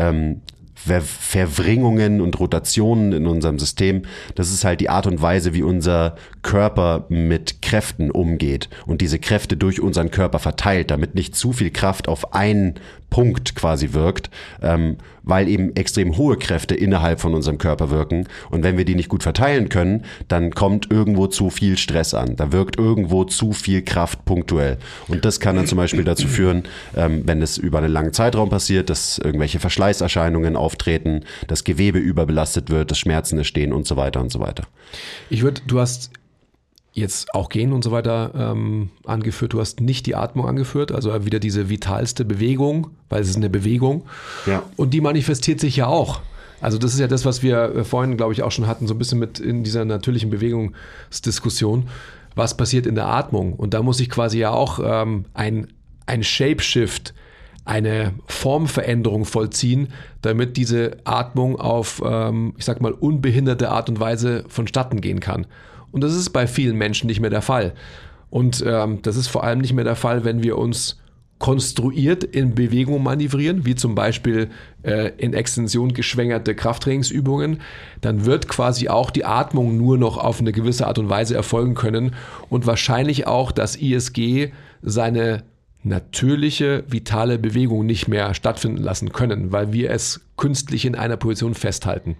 Speaker 2: Verwringungen und Rotationen in unserem System, das ist halt die Art und Weise, wie unser Körper mit Kräften umgeht und diese Kräfte durch unseren Körper verteilt, damit nicht zu viel Kraft auf einen Punkt quasi wirkt, weil eben extrem hohe Kräfte innerhalb von unserem Körper wirken und wenn wir die nicht gut verteilen können, dann kommt irgendwo zu viel Stress an, da wirkt irgendwo zu viel Kraft punktuell und das kann dann zum Beispiel dazu führen, wenn es über einen langen Zeitraum passiert, dass irgendwelche Verschleißerscheinungen auftreten, das Gewebe überbelastet wird, dass Schmerzen entstehen und so weiter und so weiter.
Speaker 4: Du hast jetzt auch Gehen und so weiter angeführt. Du hast nicht die Atmung angeführt, also wieder diese vitalste Bewegung, weil es ist eine Bewegung. Ja. Und die manifestiert sich ja auch. Also das ist ja das, was wir vorhin, glaube ich, auch schon hatten, so ein bisschen mit in dieser natürlichen Bewegungsdiskussion. Was passiert in der Atmung? Und da muss ich quasi ja auch ein Shapeshift, eine Formveränderung vollziehen, damit diese Atmung auf, ich sag mal, unbehinderte Art und Weise vonstatten gehen kann. Und das ist bei vielen Menschen nicht mehr der Fall. Und das ist vor allem nicht mehr der Fall, wenn wir uns konstruiert in Bewegung manövrieren, wie zum Beispiel in Extension geschwängerte Krafttrainingsübungen, dann wird quasi auch die Atmung nur noch auf eine gewisse Art und Weise erfolgen können und wahrscheinlich auch das ISG seine natürliche, vitale Bewegung nicht mehr stattfinden lassen können, weil wir es künstlich in einer Position festhalten.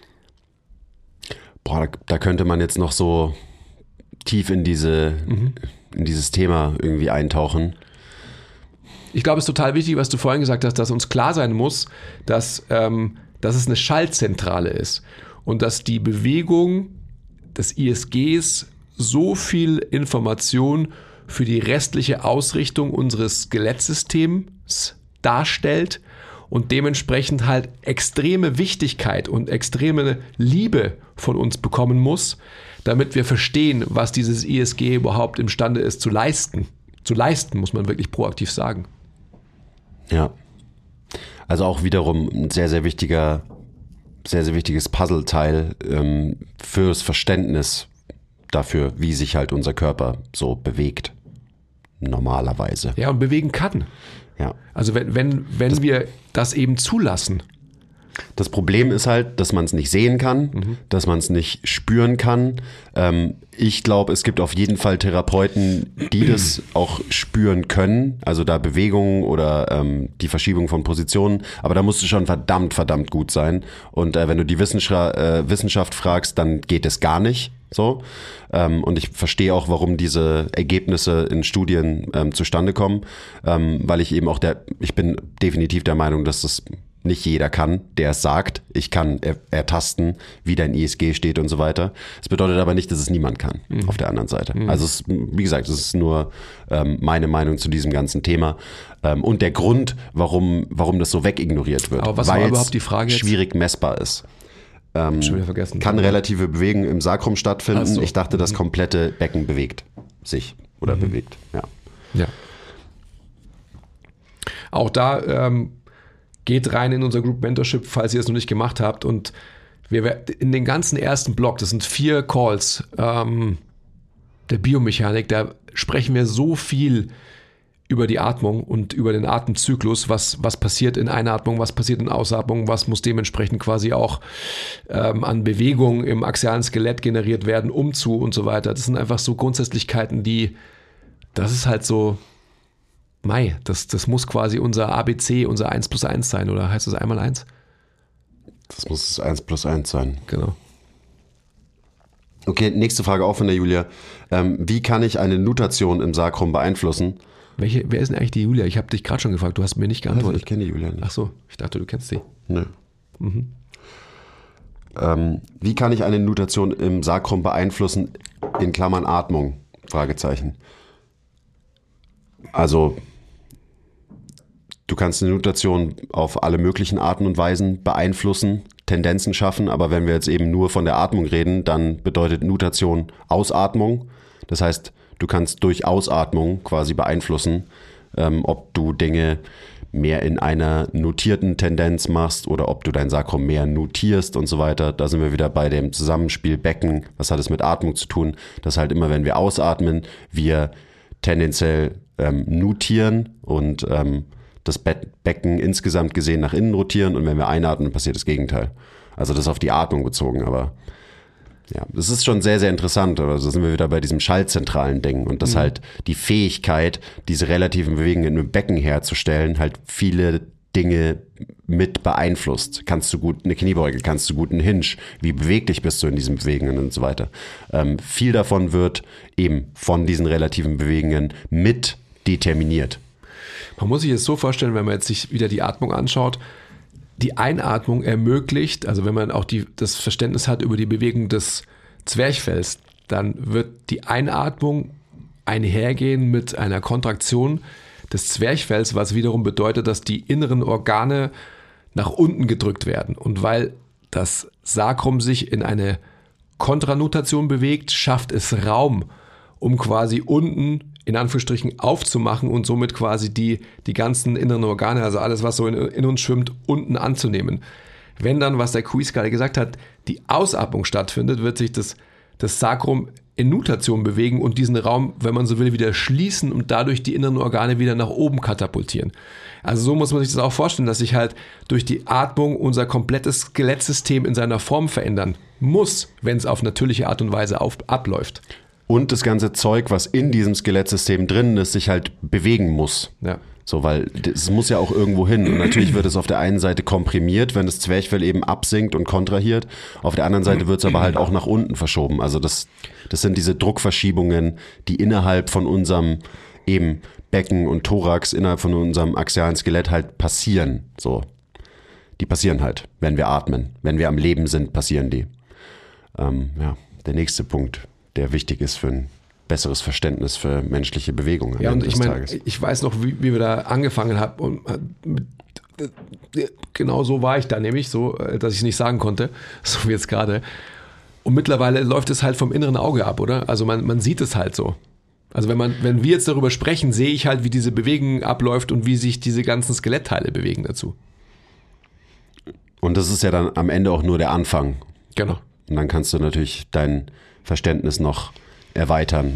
Speaker 2: Boah, da könnte man jetzt noch so tief in dieses Thema irgendwie eintauchen.
Speaker 4: Ich glaube, es ist total wichtig, was du vorhin gesagt hast, dass uns klar sein muss, dass es eine Schaltzentrale ist und dass die Bewegung des ISGs so viel Information für die restliche Ausrichtung unseres Skelettsystems darstellt und dementsprechend halt extreme Wichtigkeit und extreme Liebe von uns bekommen muss, damit wir verstehen, was dieses ISG überhaupt imstande ist zu leisten. Zu leisten, muss man wirklich proaktiv sagen.
Speaker 2: Ja, also auch wiederum ein sehr, sehr wichtiges Puzzleteil fürs Verständnis dafür, wie sich halt unser Körper so bewegt, normalerweise.
Speaker 4: Ja, und bewegen kann.
Speaker 2: Ja.
Speaker 4: Also wenn wir das eben zulassen.
Speaker 2: Das Problem ist halt, dass man es nicht sehen kann, dass man es nicht spüren kann. Ich glaube, es gibt auf jeden Fall Therapeuten, die das auch spüren können, also da Bewegungen oder die Verschiebung von Positionen, aber da musst du schon verdammt gut sein. Und wenn du die Wissenschaft fragst, dann geht es gar nicht. So. Und ich verstehe auch, warum diese Ergebnisse in Studien zustande kommen, weil ich eben auch ich bin definitiv der Meinung, dass das nicht jeder kann, der es sagt. Ich kann ertasten, wie dein ISG steht und so weiter. Das bedeutet aber nicht, dass es niemand kann, auf der anderen Seite. Also wie gesagt, es ist nur meine Meinung zu diesem ganzen Thema und der Grund, warum das so wegignoriert wird.
Speaker 4: Aber was war überhaupt die Frage jetzt?
Speaker 2: Schwierig messbar ist.
Speaker 4: Schon wieder vergessen.
Speaker 2: Kann relative Bewegung im Sacrum stattfinden.
Speaker 4: So.
Speaker 2: Ich dachte, das komplette Becken bewegt sich oder bewegt. Ja.
Speaker 4: Auch da geht rein in unser Group Mentorship, falls ihr es noch nicht gemacht habt. Und wir in den ganzen ersten Block, das sind 4 Calls der Biomechanik, da sprechen wir so viel über die Atmung und über den Atemzyklus, was passiert in Einatmung, was passiert in Ausatmung, was muss dementsprechend quasi auch an Bewegung im axialen Skelett generiert werden, und so weiter. Das sind einfach so Grundsätzlichkeiten, das ist halt so, das muss quasi unser ABC, unser 1+1 sein, oder heißt das 1x1?
Speaker 2: Das muss das 1+1 sein.
Speaker 4: Genau.
Speaker 2: Okay, nächste Frage auch von der Julia. Wie kann ich eine Nutation im Sacrum beeinflussen?
Speaker 4: Wer ist denn eigentlich die Julia? Ich habe dich gerade schon gefragt, du hast mir nicht geantwortet.
Speaker 2: Ich kenne die Julia nicht.
Speaker 4: Ach so, ich dachte, du kennst sie.
Speaker 2: Nö. Wie kann ich eine Nutation im Sacrum beeinflussen, in Klammern Atmung? Fragezeichen. Also, du kannst eine Nutation auf alle möglichen Arten und Weisen beeinflussen, Tendenzen schaffen, aber wenn wir jetzt eben nur von der Atmung reden, dann bedeutet Nutation Ausatmung. Das heißt, du kannst durch Ausatmung quasi beeinflussen, ob du Dinge mehr in einer notierten Tendenz machst oder ob du dein Sacrum mehr notierst und so weiter. Da sind wir wieder bei dem Zusammenspiel Becken. Was hat es mit Atmung zu tun? Das halt immer, wenn wir ausatmen, wir tendenziell notieren und das Becken insgesamt gesehen nach innen rotieren, und wenn wir einatmen, passiert das Gegenteil. Also das auf die Atmung bezogen, aber ja, das ist schon sehr, sehr interessant. Also sind wir wieder bei diesem schallzentralen Ding und das halt die Fähigkeit, diese relativen Bewegungen im Becken herzustellen, halt viele Dinge mit beeinflusst. Kannst du gut eine Kniebeuge, kannst du gut einen Hinge, wie beweglich bist du in diesen Bewegungen und so weiter. Viel davon wird eben von diesen relativen Bewegungen mit determiniert.
Speaker 4: Man muss sich es so vorstellen, wenn man jetzt sich wieder die Atmung anschaut, die Einatmung ermöglicht, also wenn man auch das Verständnis hat über die Bewegung des Zwerchfells, dann wird die Einatmung einhergehen mit einer Kontraktion des Zwerchfells, was wiederum bedeutet, dass die inneren Organe nach unten gedrückt werden. Und weil das Sacrum sich in eine Kontranutation bewegt, schafft es Raum, um quasi unten in Anführungsstrichen aufzumachen und somit quasi die ganzen inneren Organe, also alles, was so in uns schwimmt, unten anzunehmen. Wenn dann, was der Quiz gerade gesagt hat, die Ausatmung stattfindet, wird sich das Sacrum in Nutation bewegen und diesen Raum, wenn man so will, wieder schließen und dadurch die inneren Organe wieder nach oben katapultieren. Also so muss man sich das auch vorstellen, dass sich halt durch die Atmung unser komplettes Skelettsystem in seiner Form verändern muss, wenn es auf natürliche Art und Weise abläuft.
Speaker 2: Und das ganze Zeug, was in diesem Skelettsystem drin ist, sich halt bewegen muss.
Speaker 4: Ja.
Speaker 2: So, weil es muss ja auch irgendwo hin. Und natürlich wird es auf der einen Seite komprimiert, wenn das Zwerchfell eben absinkt und kontrahiert. Auf der anderen Seite wird es aber halt auch nach unten verschoben. Also das sind diese Druckverschiebungen, die innerhalb von unserem eben Becken und Thorax, innerhalb von unserem axialen Skelett halt passieren. So, die passieren halt, wenn wir atmen. Wenn wir am Leben sind, passieren die. Ja, der nächste Punkt, der wichtig ist für ein besseres Verständnis für menschliche Bewegungen.
Speaker 4: Ja, und ich meine, ich weiß noch, wie wir da angefangen haben und genau so war ich da nämlich, so, dass ich es nicht sagen konnte, so wie jetzt gerade. Und mittlerweile läuft es halt vom inneren Auge ab, oder? Also man sieht es halt so. Also wenn wir jetzt darüber sprechen, sehe ich halt, wie diese Bewegung abläuft und wie sich diese ganzen Skelettteile bewegen dazu.
Speaker 2: Und das ist ja dann am Ende auch nur der Anfang.
Speaker 4: Genau.
Speaker 2: Und dann kannst du natürlich dein Verständnis noch erweitern,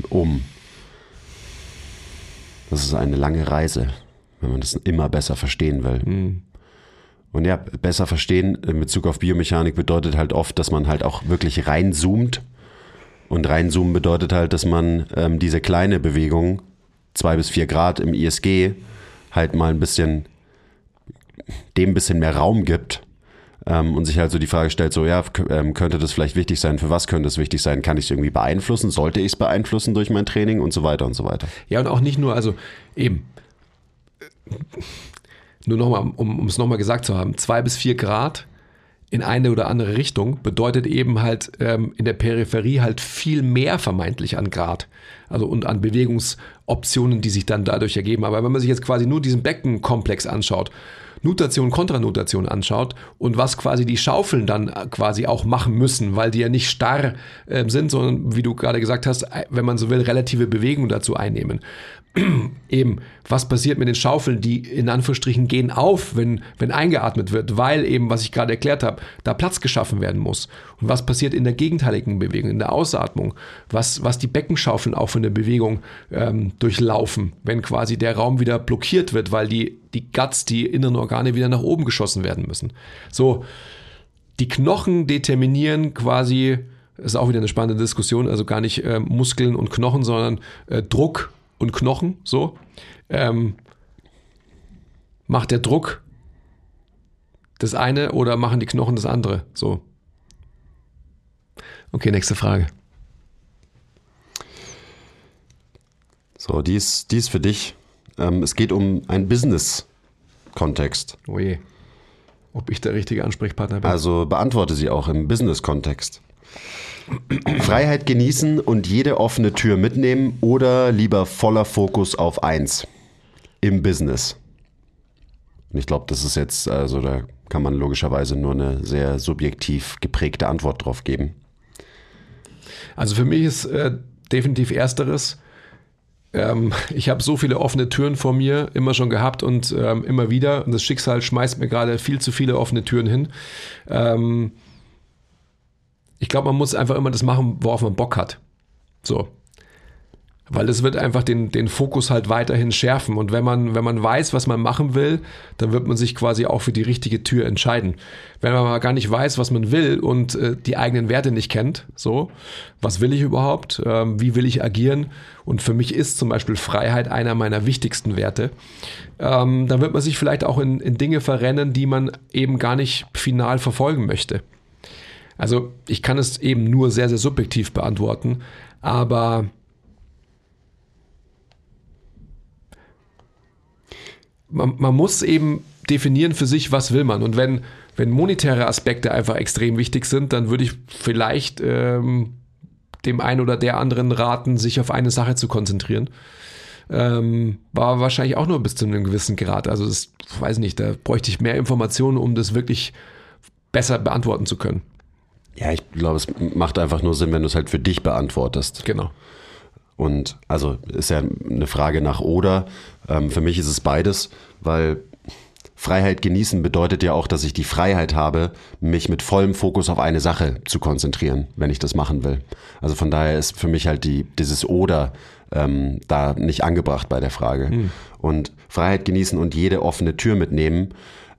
Speaker 2: das ist eine lange Reise, wenn man das immer besser verstehen will. Mhm. Und ja, besser verstehen in Bezug auf Biomechanik bedeutet halt oft, dass man halt auch wirklich reinzoomt. Und reinzoomen bedeutet halt, dass man diese kleine Bewegung, 2 bis 4 Grad im ISG, halt mal dem ein bisschen mehr Raum gibt, und sich halt so die Frage stellt, so ja, könnte das vielleicht wichtig sein, für was könnte es wichtig sein, kann ich es irgendwie beeinflussen, sollte ich es beeinflussen durch mein Training und so weiter und so weiter.
Speaker 4: Ja, und auch nicht nur, also eben, nur nochmal, um es nochmal gesagt zu haben, 2 bis 4 Grad in eine oder andere Richtung bedeutet eben halt in der Peripherie halt viel mehr vermeintlich an Grad. Also und an Bewegungsoptionen, die sich dann dadurch ergeben. Aber wenn man sich jetzt quasi nur diesen Beckenkomplex anschaut, Nutation, Kontranutation anschaut und was quasi die Schaufeln dann quasi auch machen müssen, weil die ja nicht starr sind, sondern wie du gerade gesagt hast, wenn man so will, relative Bewegung dazu einnehmen. Eben, was passiert mit den Schaufeln, die in Anführungsstrichen gehen auf, wenn eingeatmet wird, weil eben, was ich gerade erklärt habe, da Platz geschaffen werden muss. Und was passiert in der gegenteiligen Bewegung, in der Ausatmung, was die Beckenschaufeln auch für eine Bewegung durchlaufen, wenn quasi der Raum wieder blockiert wird, weil die Guts, die inneren Organe wieder nach oben geschossen werden müssen. So, die Knochen determinieren quasi, das ist auch wieder eine spannende Diskussion, also gar nicht Muskeln und Knochen, sondern Druck und Knochen, so, macht der Druck das eine oder machen die Knochen das andere, so. Okay, nächste Frage.
Speaker 2: So, die ist für dich. Es geht um einen Business-Kontext.
Speaker 4: Oh je, ob ich der richtige Ansprechpartner bin.
Speaker 2: Also beantworte sie auch im Business-Kontext. Freiheit genießen und jede offene Tür mitnehmen oder lieber voller Fokus auf eins im Business? Und ich glaube, das ist jetzt, also da kann man logischerweise nur eine sehr subjektiv geprägte Antwort drauf geben.
Speaker 4: Also für mich ist definitiv Ersteres. Ich habe so viele offene Türen vor mir immer schon gehabt und immer wieder. Und das Schicksal schmeißt mir gerade viel zu viele offene Türen hin. Ich glaube, man muss einfach immer das machen, worauf man Bock hat. So. Weil es wird einfach den Fokus halt weiterhin schärfen. Und wenn man weiß, was man machen will, dann wird man sich quasi auch für die richtige Tür entscheiden. Wenn man mal gar nicht weiß, was man will und die eigenen Werte nicht kennt, so, was will ich überhaupt, wie will ich agieren? Und für mich ist zum Beispiel Freiheit einer meiner wichtigsten Werte. Dann wird man sich vielleicht auch in Dinge verrennen, die man eben gar nicht final verfolgen möchte. Also ich kann es eben nur sehr, sehr subjektiv beantworten, aber man muss eben definieren für sich, was will man. Und wenn monetäre Aspekte einfach extrem wichtig sind, dann würde ich vielleicht dem einen oder der anderen raten, sich auf eine Sache zu konzentrieren. War wahrscheinlich auch nur bis zu einem gewissen Grad. Also das weiß nicht, da bräuchte ich mehr Informationen, um das wirklich besser beantworten zu können.
Speaker 2: Ja, ich glaube, es macht einfach nur Sinn, wenn du es halt für dich beantwortest.
Speaker 4: Genau.
Speaker 2: Und also ist ja eine Frage nach oder. Für mich ist es beides, weil Freiheit genießen bedeutet ja auch, dass ich die Freiheit habe, mich mit vollem Fokus auf eine Sache zu konzentrieren, wenn ich das machen will. Also von daher ist für mich halt dieses oder da nicht angebracht bei der Frage. Und Freiheit genießen und jede offene Tür mitnehmen.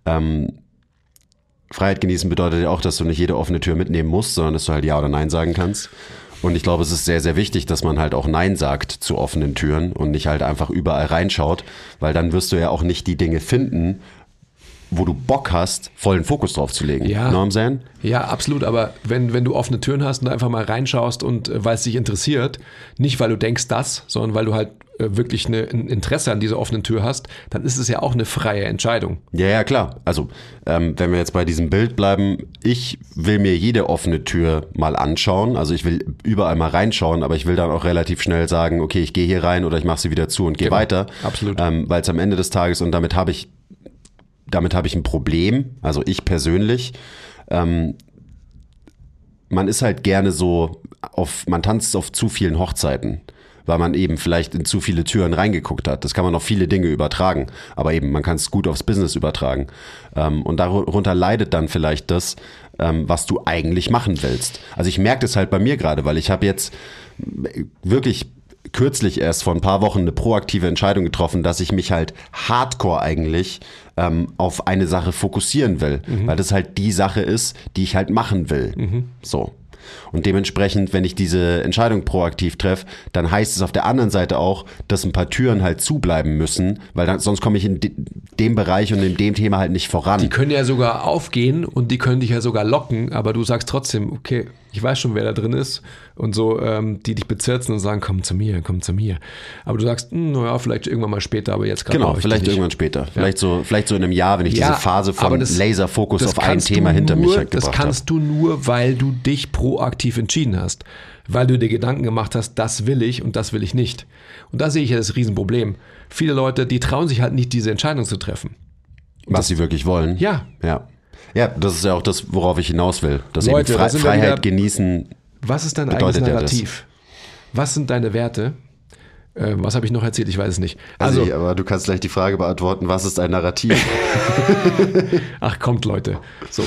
Speaker 2: Freiheit genießen bedeutet ja auch, dass du nicht jede offene Tür mitnehmen musst, sondern dass du halt Ja oder Nein sagen kannst. Und ich glaube, es ist sehr, sehr wichtig, dass man halt auch Nein sagt zu offenen Türen und nicht halt einfach überall reinschaut, weil dann wirst du ja auch nicht die Dinge finden, wo du Bock hast, vollen Fokus drauf zu legen.
Speaker 4: Ja.
Speaker 2: Know what I'm saying?
Speaker 4: Ja, absolut. Aber wenn du offene Türen hast und einfach mal reinschaust und weil es dich interessiert, nicht weil du denkst das, sondern weil du halt wirklich ein Interesse an dieser offenen Tür hast, dann ist es ja auch eine freie Entscheidung.
Speaker 2: Ja, klar. Also, wenn wir jetzt bei diesem Bild bleiben, ich will mir jede offene Tür mal anschauen. Also ich will überall mal reinschauen, aber ich will dann auch relativ schnell sagen, okay, ich gehe hier rein oder ich mache sie wieder zu und gehe weiter.
Speaker 4: Absolut.
Speaker 2: Weil es am Ende des Tages, und damit habe ich ein Problem, also ich persönlich, man ist halt gerne so man tanzt auf zu vielen Hochzeiten, weil man eben vielleicht in zu viele Türen reingeguckt hat. Das kann man auf viele Dinge übertragen, aber eben, man kann es gut aufs Business übertragen. Und darunter leidet dann vielleicht das, was du eigentlich machen willst. Also ich merke das halt bei mir gerade, weil ich habe jetzt wirklich kürzlich erst vor ein paar Wochen eine proaktive Entscheidung getroffen, dass ich mich halt hardcore eigentlich auf eine Sache fokussieren will, weil das halt die Sache ist, die ich halt machen will. So. Und dementsprechend, wenn ich diese Entscheidung proaktiv treffe, dann heißt es auf der anderen Seite auch, dass ein paar Türen halt zubleiben müssen, weil dann, sonst komme ich in dem Bereich und in dem Thema halt nicht voran.
Speaker 4: Die können ja sogar aufgehen und die können dich ja sogar locken, aber du sagst trotzdem, okay, ich weiß schon, wer da drin ist und so, die dich bezirzen und sagen, komm zu mir. Aber du sagst, naja, vielleicht irgendwann mal später, aber jetzt gerade.
Speaker 2: Genau, vielleicht irgendwann später. Ja. Vielleicht so in einem Jahr, wenn ich diese Phase von Laserfokus auf ein Thema hinter mich gebracht habe.
Speaker 4: Das kannst du nur, weil du dich proaktiv entschieden hast. Weil du dir Gedanken gemacht hast, das will ich und das will ich nicht. Und da sehe ich ja das Riesenproblem. Viele Leute, die trauen sich halt nicht, diese Entscheidung zu treffen.
Speaker 2: Was sie wirklich wollen.
Speaker 4: Ja.
Speaker 2: Ja, das ist ja auch das, worauf ich hinaus will. Dass Leute, eben Freiheit genießen.
Speaker 4: Was ist dein eigenes Narrativ? Was sind deine Werte? Was habe ich noch erzählt? Ich weiß es nicht.
Speaker 2: Also, aber du kannst gleich die Frage beantworten, was ist ein Narrativ?
Speaker 4: Ach, kommt Leute. So.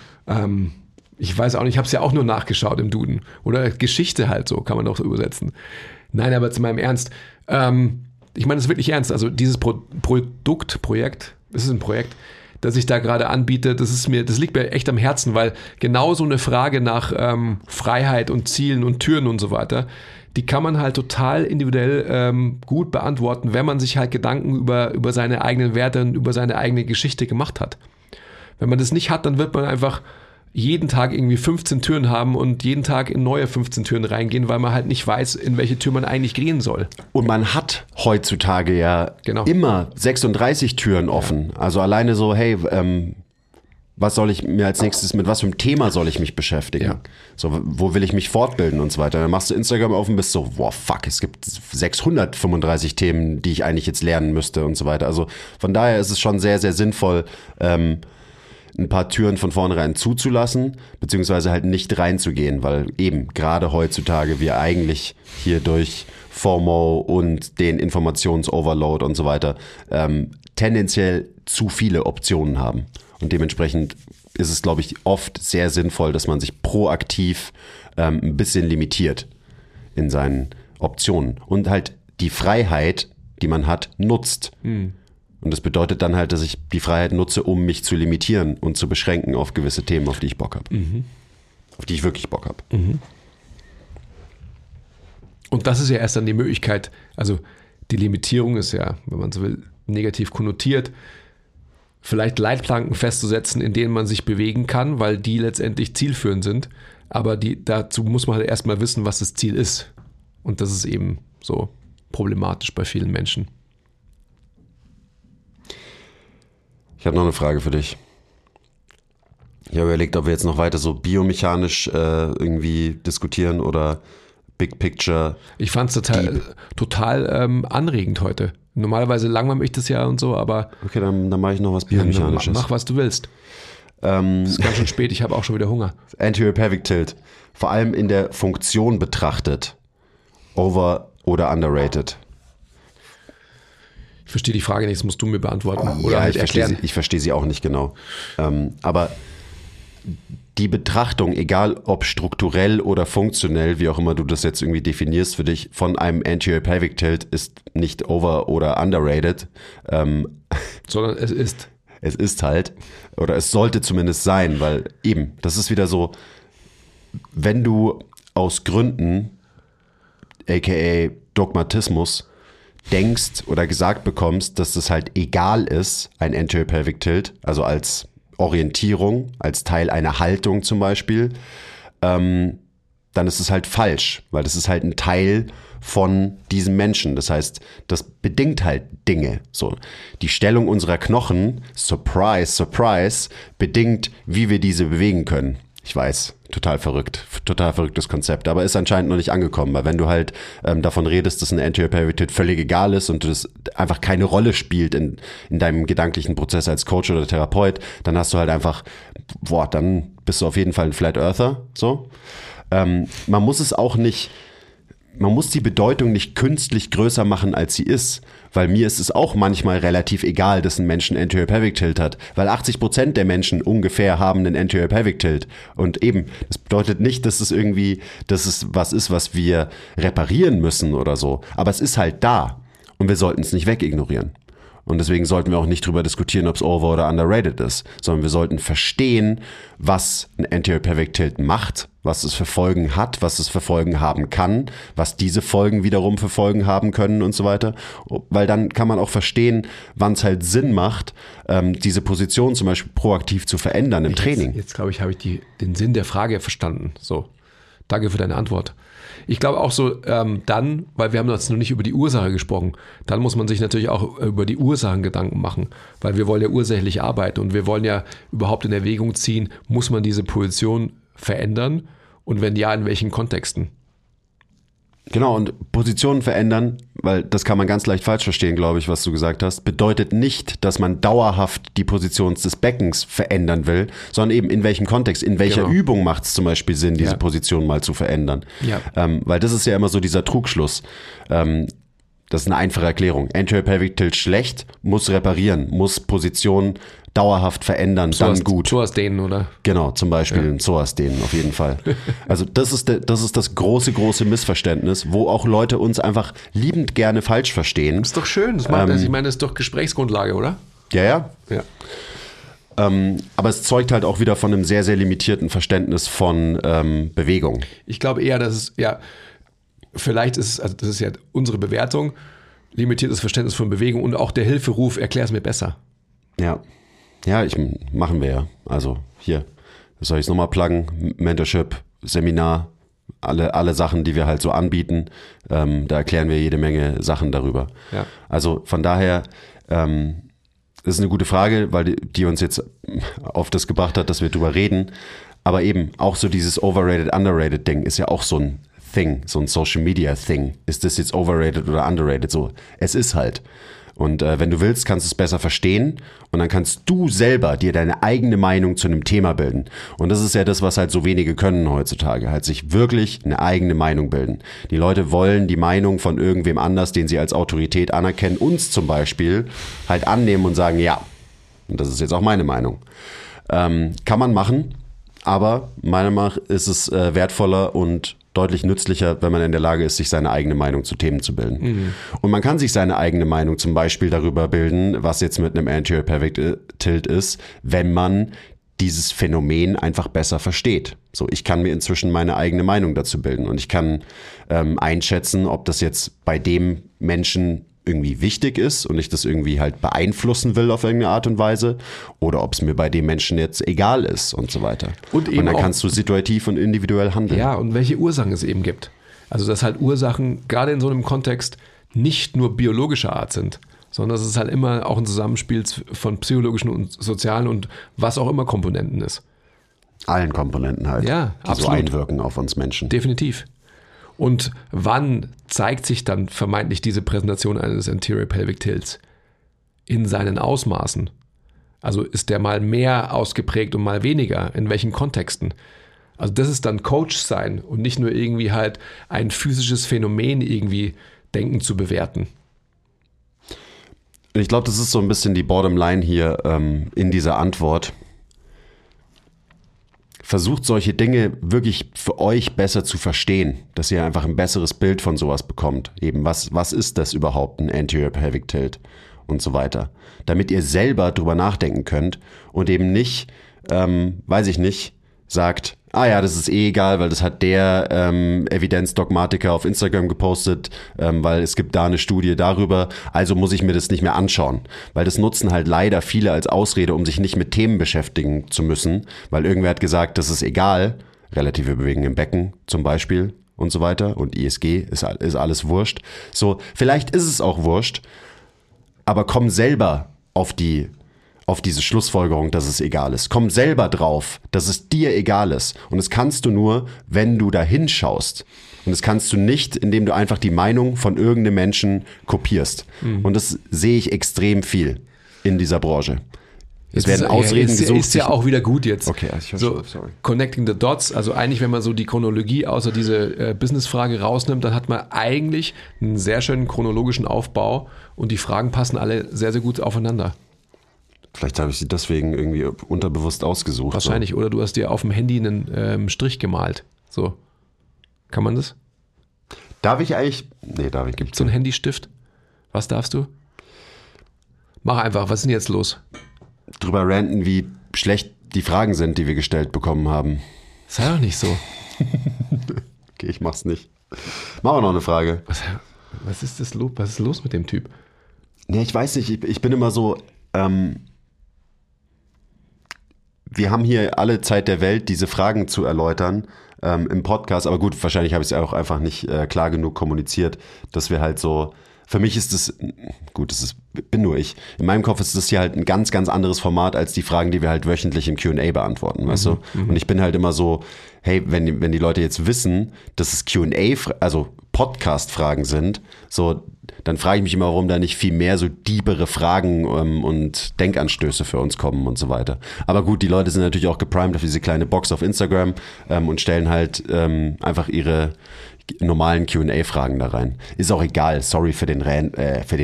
Speaker 4: Ich weiß auch nicht, ich habe es ja auch nur nachgeschaut im Duden. Oder Geschichte halt so, kann man auch so übersetzen. Nein, aber zu meinem Ernst. Ich meine es wirklich ernst. Also dieses Projekt, es ist ein Projekt, das ich da gerade anbiete, das liegt mir echt am Herzen, weil genau so eine Frage nach Freiheit und Zielen und Türen und so weiter, die kann man halt total individuell gut beantworten, wenn man sich halt Gedanken über seine eigenen Werte und über seine eigene Geschichte gemacht hat. Wenn man das nicht hat, dann wird man einfach jeden Tag irgendwie 15 Türen haben und jeden Tag in neue 15 Türen reingehen, weil man halt nicht weiß, in welche Tür man eigentlich gehen soll.
Speaker 2: Und man hat heutzutage ja immer 36 Türen offen. Ja. Also alleine so, hey, was soll ich mir als nächstes, mit was für einem Thema soll ich mich beschäftigen? Ja. So, wo will ich mich fortbilden und so weiter? Dann machst du Instagram auf und bist so, wow, fuck, es gibt 635 Themen, die ich eigentlich jetzt lernen müsste und so weiter. Also von daher ist es schon sehr, sehr sinnvoll, ein paar Türen von vornherein zuzulassen, beziehungsweise halt nicht reinzugehen, weil eben gerade heutzutage wir eigentlich hier durch FOMO und den Informationsoverload und so weiter tendenziell zu viele Optionen haben. Und dementsprechend ist es, glaube ich, oft sehr sinnvoll, dass man sich proaktiv ein bisschen limitiert in seinen Optionen und halt die Freiheit, die man hat, nutzt. Und das bedeutet dann halt, dass ich die Freiheit nutze, um mich zu limitieren und zu beschränken auf gewisse Themen, auf die ich Bock habe. Auf die ich wirklich Bock habe.
Speaker 4: Und das ist ja erst dann die Möglichkeit, also die Limitierung ist ja, wenn man so will, negativ konnotiert, vielleicht Leitplanken festzusetzen, in denen man sich bewegen kann, weil die letztendlich zielführend sind. Aber dazu muss man halt erstmal wissen, was das Ziel ist. Und das ist eben so problematisch bei vielen Menschen.
Speaker 2: Ich habe noch eine Frage für dich. Ich habe überlegt, ob wir jetzt noch weiter so biomechanisch irgendwie diskutieren oder Big Picture.
Speaker 4: Ich fand es total anregend heute. Normalerweise langweilt mich das ja und so, aber...
Speaker 2: Okay, dann mache ich noch was Biomechanisches.
Speaker 4: Mach, was du willst. Es ist ganz schön spät, ich habe auch schon wieder Hunger.
Speaker 2: Anterior Pelvic Tilt. Vor allem in der Funktion betrachtet. Over- oder underrated?
Speaker 4: Ich verstehe die Frage nicht, das musst du mir beantworten oder
Speaker 2: ja,
Speaker 4: halt erklären.
Speaker 2: Ich verstehe sie auch nicht genau. Aber die Betrachtung, egal ob strukturell oder funktionell, wie auch immer du das jetzt irgendwie definierst für dich, von einem Anterior Pelvic Tilt ist nicht over- oder underrated.
Speaker 4: Sondern es ist.
Speaker 2: Es ist halt, oder es sollte zumindest sein, weil eben, das ist wieder so, wenn du aus Gründen, aka Dogmatismus, denkst oder gesagt bekommst, dass das halt egal ist, ein Anterior Pelvic Tilt, also als Orientierung, als Teil einer Haltung zum Beispiel, dann ist es halt falsch, weil das ist halt ein Teil von diesem Menschen. Das heißt, das bedingt halt Dinge. So, die Stellung unserer Knochen, surprise, surprise, bedingt, wie wir diese bewegen können. Ich weiß, total verrücktes Konzept, aber ist anscheinend noch nicht angekommen, weil wenn du halt davon redest, dass ein Anterior Pelvic Tilt völlig egal ist und das einfach keine Rolle spielt in deinem gedanklichen Prozess als Coach oder Therapeut, dann hast du halt einfach, dann bist du auf jeden Fall ein Flat Earther, so. Man muss die Bedeutung nicht künstlich größer machen, als sie ist. Weil mir ist es auch manchmal relativ egal, dass ein Mensch einen Anterior Pelvic Tilt hat. Weil 80% der Menschen ungefähr haben einen Anterior Pelvic Tilt. Und eben, das bedeutet nicht, dass es was ist, was wir reparieren müssen oder so. Aber es ist halt da. Und wir sollten es nicht wegignorieren. Und deswegen sollten wir auch nicht drüber diskutieren, ob es over- oder underrated ist, sondern wir sollten verstehen, was ein Anterior Pelvic Tilt macht, was es für Folgen hat, was es für Folgen haben kann, was diese Folgen wiederum für Folgen haben können und so weiter. Weil dann kann man auch verstehen, wann es halt Sinn macht, diese Position zum Beispiel proaktiv zu verändern im Training.
Speaker 4: Jetzt glaube ich, habe ich den Sinn der Frage verstanden. So, danke für deine Antwort. Ich glaube auch so, dann, weil wir haben jetzt noch nicht über die Ursache gesprochen, dann muss man sich natürlich auch über die Ursachen Gedanken machen, weil wir wollen ja ursächlich arbeiten und wir wollen ja überhaupt in Erwägung ziehen, muss man diese Position verändern und wenn ja, in welchen Kontexten?
Speaker 2: Genau, und Positionen verändern, weil das kann man ganz leicht falsch verstehen, glaube ich, was du gesagt hast, bedeutet nicht, dass man dauerhaft die Position des Beckens verändern will, sondern eben in welchem Kontext, in welcher Übung macht es zum Beispiel Sinn, diese Position mal zu verändern. Ja. Weil das ist ja immer so dieser Trugschluss. Das ist eine einfache Erklärung. Anterior Pelvic Tilt schlecht, muss reparieren, muss Position dauerhaft verändern, dann gut.
Speaker 4: Psoas dehnen, oder?
Speaker 2: Genau, zum Beispiel ein Psoas dehnen, auf jeden Fall. Also das ist das große Missverständnis, wo auch Leute uns einfach liebend gerne falsch verstehen.
Speaker 4: Das ist doch schön, das macht, ich meine, das ist doch Gesprächsgrundlage, oder?
Speaker 2: Ja. Aber es zeugt halt auch wieder von einem sehr, sehr limitierten Verständnis von Bewegung.
Speaker 4: Ich glaube eher, dass es, vielleicht ist es, also das ist ja unsere Bewertung, limitiertes Verständnis von Bewegung und auch der Hilferuf, erklär es mir besser.
Speaker 2: Ja, machen wir ja. Also hier, soll ich es nochmal pluggen? Mentorship, Seminar, alle Sachen, die wir halt so anbieten, da erklären wir jede Menge Sachen darüber. Ja. Also von daher, das ist eine gute Frage, weil die uns jetzt auf das gebracht hat, dass wir drüber reden. Aber eben auch so dieses overrated, underrated Ding ist ja auch so ein Thing, so ein Social Media Thing. Ist das jetzt overrated oder underrated? So, es ist halt. Und wenn du willst, kannst du es besser verstehen und dann kannst du selber dir deine eigene Meinung zu einem Thema bilden. Und das ist ja das, was halt so wenige können heutzutage, halt sich wirklich eine eigene Meinung bilden. Die Leute wollen die Meinung von irgendwem anders, den sie als Autorität anerkennen, uns zum Beispiel halt annehmen und sagen, ja, und das ist jetzt auch meine Meinung. Kann man machen, aber meiner Meinung nach ist es wertvoller und deutlich nützlicher, wenn man in der Lage ist, sich seine eigene Meinung zu Themen zu bilden. Mhm. Und man kann sich seine eigene Meinung zum Beispiel darüber bilden, was jetzt mit einem Anterior Pelvic Tilt ist, wenn man dieses Phänomen einfach besser versteht. So, ich kann mir inzwischen meine eigene Meinung dazu bilden und ich kann einschätzen, ob das jetzt bei dem Menschen irgendwie wichtig ist und ich das irgendwie halt beeinflussen will auf irgendeine Art und Weise oder ob es mir bei dem Menschen jetzt egal ist und so weiter. Und dann kannst du situativ und individuell handeln.
Speaker 4: Ja, und welche Ursachen es eben gibt. Also dass halt Ursachen gerade in so einem Kontext nicht nur biologischer Art sind, sondern dass es halt immer auch ein Zusammenspiel von psychologischen und sozialen und was auch immer Komponenten ist.
Speaker 2: Allen Komponenten halt,
Speaker 4: ja,
Speaker 2: die so einwirken auf uns Menschen.
Speaker 4: Definitiv. Und wann zeigt sich dann vermeintlich diese Präsentation eines Anterior Pelvic Tilts? In seinen Ausmaßen. Also ist der mal mehr ausgeprägt und mal weniger? In welchen Kontexten? Also das ist dann Coach sein und nicht nur irgendwie halt ein physisches Phänomen irgendwie denken zu bewerten.
Speaker 2: Ich glaube, das ist so ein bisschen die Bottomline hier in dieser Antwort. Versucht solche Dinge wirklich für euch besser zu verstehen, dass ihr einfach ein besseres Bild von sowas bekommt. Eben, was ist das überhaupt, ein Anterior Pelvic Tilt und so weiter. Damit ihr selber drüber nachdenken könnt und eben nicht, sagt, das ist eh egal, weil das hat der Evidenzdogmatiker auf Instagram gepostet, weil es gibt da eine Studie darüber, also muss ich mir das nicht mehr anschauen. Weil das nutzen halt leider viele als Ausrede, um sich nicht mit Themen beschäftigen zu müssen, weil irgendwer hat gesagt, das ist egal, relative Bewegung im Becken zum Beispiel und so weiter und ISG ist alles wurscht. So, vielleicht ist es auch wurscht, aber komm selber auf diese Schlussfolgerung, dass es egal ist. Komm selber drauf, dass es dir egal ist. Und das kannst du nur, wenn du da hinschaust. Und das kannst du nicht, indem du einfach die Meinung von irgendeinem Menschen kopierst. Mhm. Und das sehe ich extrem viel in dieser Branche. Es werden Ausreden gesucht.
Speaker 4: Ist ja auch wieder gut jetzt.
Speaker 2: Okay, ich
Speaker 4: so, sorry. Connecting the dots, also eigentlich, wenn man so die Chronologie außer diese Business-Frage rausnimmt, dann hat man eigentlich einen sehr schönen chronologischen Aufbau und die Fragen passen alle sehr, sehr gut aufeinander.
Speaker 2: Vielleicht habe ich sie deswegen irgendwie unterbewusst ausgesucht.
Speaker 4: Wahrscheinlich, so. Oder du hast dir auf dem Handy einen Strich gemalt. So. Kann man das?
Speaker 2: Darf ich eigentlich? Nee, darf ich nicht.
Speaker 4: Gibt es so einen Handystift? Was darfst du? Mach einfach, was ist denn jetzt los?
Speaker 2: Drüber ranten, wie schlecht die Fragen sind, die wir gestellt bekommen haben.
Speaker 4: Sei doch nicht so.
Speaker 2: Okay, ich mach's nicht. Machen wir noch eine Frage.
Speaker 4: Was ist das los? Was ist los mit dem Typ?
Speaker 2: Nee, ich weiß nicht, ich bin immer so, wir haben hier alle Zeit der Welt, diese Fragen zu erläutern im Podcast, aber gut, wahrscheinlich habe ich es auch einfach nicht klar genug kommuniziert, dass wir halt so, für mich ist das, gut, bin nur ich, in meinem Kopf ist das hier halt ein ganz, ganz anderes Format als die Fragen, die wir halt wöchentlich im Q&A beantworten, weißt du? Und ich bin halt immer so, hey, wenn die Leute jetzt wissen, dass es Q&A, also Podcast-Fragen sind, so, dann frage ich mich immer, warum da nicht viel mehr so diebere Fragen und Denkanstöße für uns kommen und so weiter. Aber gut, die Leute sind natürlich auch geprimed auf diese kleine Box auf Instagram und stellen halt einfach ihre normalen Q&A-Fragen da rein. Ist auch egal, sorry für den Rent.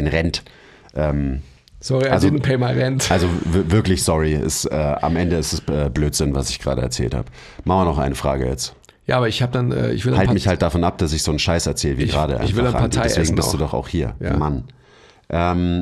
Speaker 4: Sorry, I didn't pay my rent.
Speaker 2: Also wirklich sorry, am Ende ist es Blödsinn, was ich gerade erzählt habe. Machen wir noch eine Frage jetzt.
Speaker 4: Ja, aber ich habe dann, ich will
Speaker 2: halt mich halt davon ab, dass ich so einen Scheiß erzähle wie gerade.
Speaker 4: Ich will ein Partei
Speaker 2: deswegen
Speaker 4: essen
Speaker 2: bist
Speaker 4: auch.
Speaker 2: Du doch auch hier,
Speaker 4: ja.
Speaker 2: Mann. Eine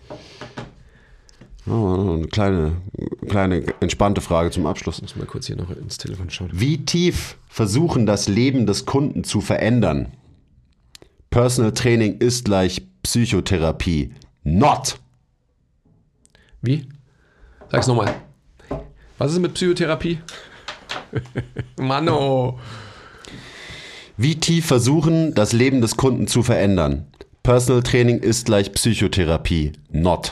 Speaker 2: kleine entspannte Frage zum Abschluss.
Speaker 4: Ich muss mal kurz hier noch ins Telefon schauen.
Speaker 2: Wie tief versuchen das Leben des Kunden zu verändern? Personal Training ist gleich Psychotherapie. Not!
Speaker 4: Wie? Sag's nochmal. Was ist mit Psychotherapie? Mano.
Speaker 2: Wie tief versuchen, das Leben des Kunden zu verändern? Personal Training ist gleich Psychotherapie. Not.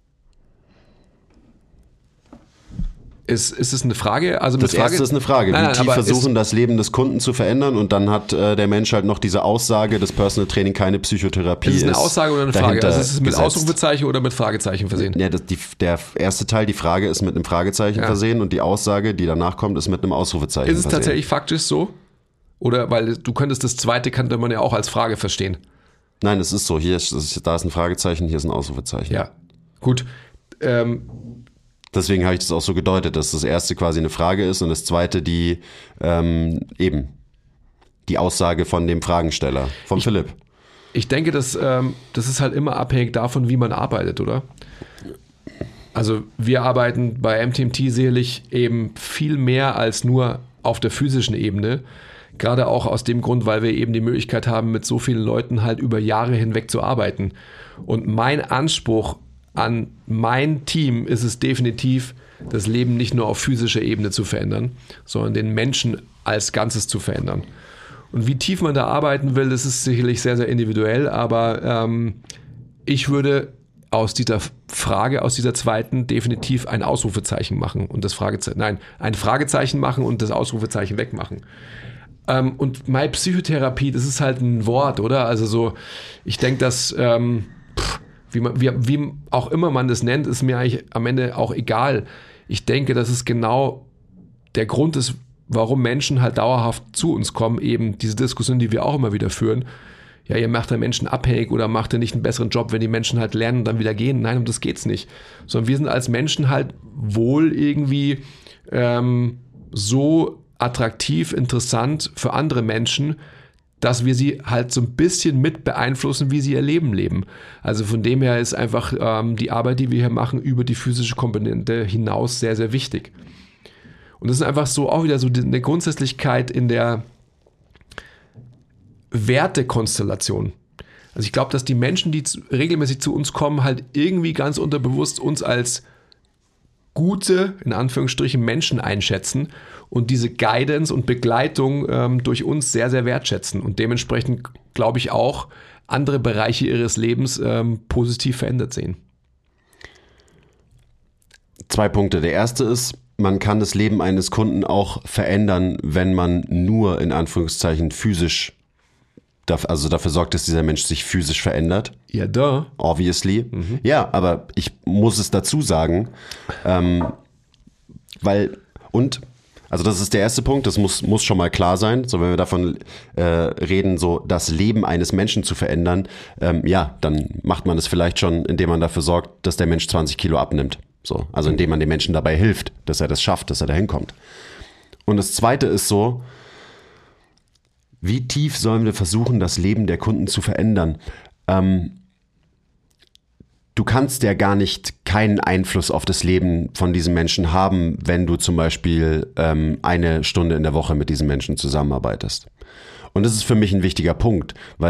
Speaker 4: Ist es eine Frage? Also
Speaker 2: das erste ist eine Frage.
Speaker 4: Nein,
Speaker 2: wie tief versuchen, das Leben des Kunden zu verändern? Und dann hat der Mensch halt noch diese Aussage, dass Personal Training keine Psychotherapie ist.
Speaker 4: Ist es eine Aussage oder eine Frage? Also ist es mit
Speaker 2: gesetzt.
Speaker 4: Ausrufezeichen oder mit Fragezeichen versehen?
Speaker 2: Ja, der erste Teil, die Frage, ist mit einem Fragezeichen versehen und die Aussage, die danach kommt, ist mit einem Ausrufezeichen
Speaker 4: versehen. Ist es
Speaker 2: versehen.
Speaker 4: tatsächlich faktisch so? Oder, weil du könntest das zweite, könnte man ja auch als Frage verstehen.
Speaker 2: Nein, es ist so. Da ist ein Fragezeichen, hier ist ein Ausrufezeichen.
Speaker 4: Ja, gut.
Speaker 2: Deswegen habe ich das auch so gedeutet, dass das erste quasi eine Frage ist und das zweite die Aussage von dem Fragensteller, von Philipp.
Speaker 4: Ich denke, das ist halt immer abhängig davon, wie man arbeitet, oder? Also wir arbeiten bei MTMT sicherlich eben viel mehr als nur auf der physischen Ebene. Gerade auch aus dem Grund, weil wir eben die Möglichkeit haben, mit so vielen Leuten halt über Jahre hinweg zu arbeiten. Und mein Anspruch an mein Team ist es definitiv, das Leben nicht nur auf physischer Ebene zu verändern, sondern den Menschen als Ganzes zu verändern. Und wie tief man da arbeiten will, das ist sicherlich sehr, sehr individuell, aber ich würde aus dieser Frage, aus dieser zweiten definitiv ein Ausrufezeichen machen und ein Fragezeichen machen und das Ausrufezeichen wegmachen. Und meine Psychotherapie, das ist halt ein Wort, oder? Also so, ich denke, dass wie auch immer man das nennt, ist mir eigentlich am Ende auch egal. Ich denke, dass es genau der Grund ist, warum Menschen halt dauerhaft zu uns kommen, eben diese Diskussion, die wir auch immer wieder führen. Ja, ihr macht den Menschen abhängig oder macht ihr nicht einen besseren Job, wenn die Menschen halt lernen und dann wieder gehen. Nein, um das geht's nicht. Sondern wir sind als Menschen halt wohl irgendwie so attraktiv, interessant für andere Menschen, dass wir sie halt so ein bisschen mit beeinflussen, wie sie ihr Leben leben. Also von dem her ist einfach die Arbeit, die wir hier machen, über die physische Komponente hinaus sehr, sehr wichtig. Und das ist einfach so auch wieder so eine Grundsätzlichkeit in der Wertekonstellation. Also ich glaube, dass die Menschen, die regelmäßig zu uns kommen, halt irgendwie ganz unterbewusst uns als gute, in Anführungsstrichen, Menschen einschätzen und diese Guidance und Begleitung durch uns sehr, sehr wertschätzen und dementsprechend, glaube ich, auch andere Bereiche ihres Lebens positiv verändert sehen. 2
Speaker 2: Punkte. Der erste ist, man kann das Leben eines Kunden auch verändern, wenn man nur, in Anführungszeichen, physisch dafür sorgt, dass dieser Mensch sich physisch verändert.
Speaker 4: Ja, da.
Speaker 2: Obviously. Mhm. Ja, aber ich muss es dazu sagen, also das ist der erste Punkt, das muss schon mal klar sein. So, wenn wir davon reden, so das Leben eines Menschen zu verändern, dann macht man es vielleicht schon, indem man dafür sorgt, dass der Mensch 20 Kilo abnimmt. So, also indem man dem Menschen dabei hilft, dass er das schafft, dass er da hinkommt. Und das zweite ist so, wie tief sollen wir versuchen, das Leben der Kunden zu verändern? du kannst ja gar nicht keinen Einfluss auf das Leben von diesen Menschen haben, wenn du zum Beispiel 1 Stunde in der Woche mit diesen Menschen zusammenarbeitest. Und das ist für mich ein wichtiger Punkt, weil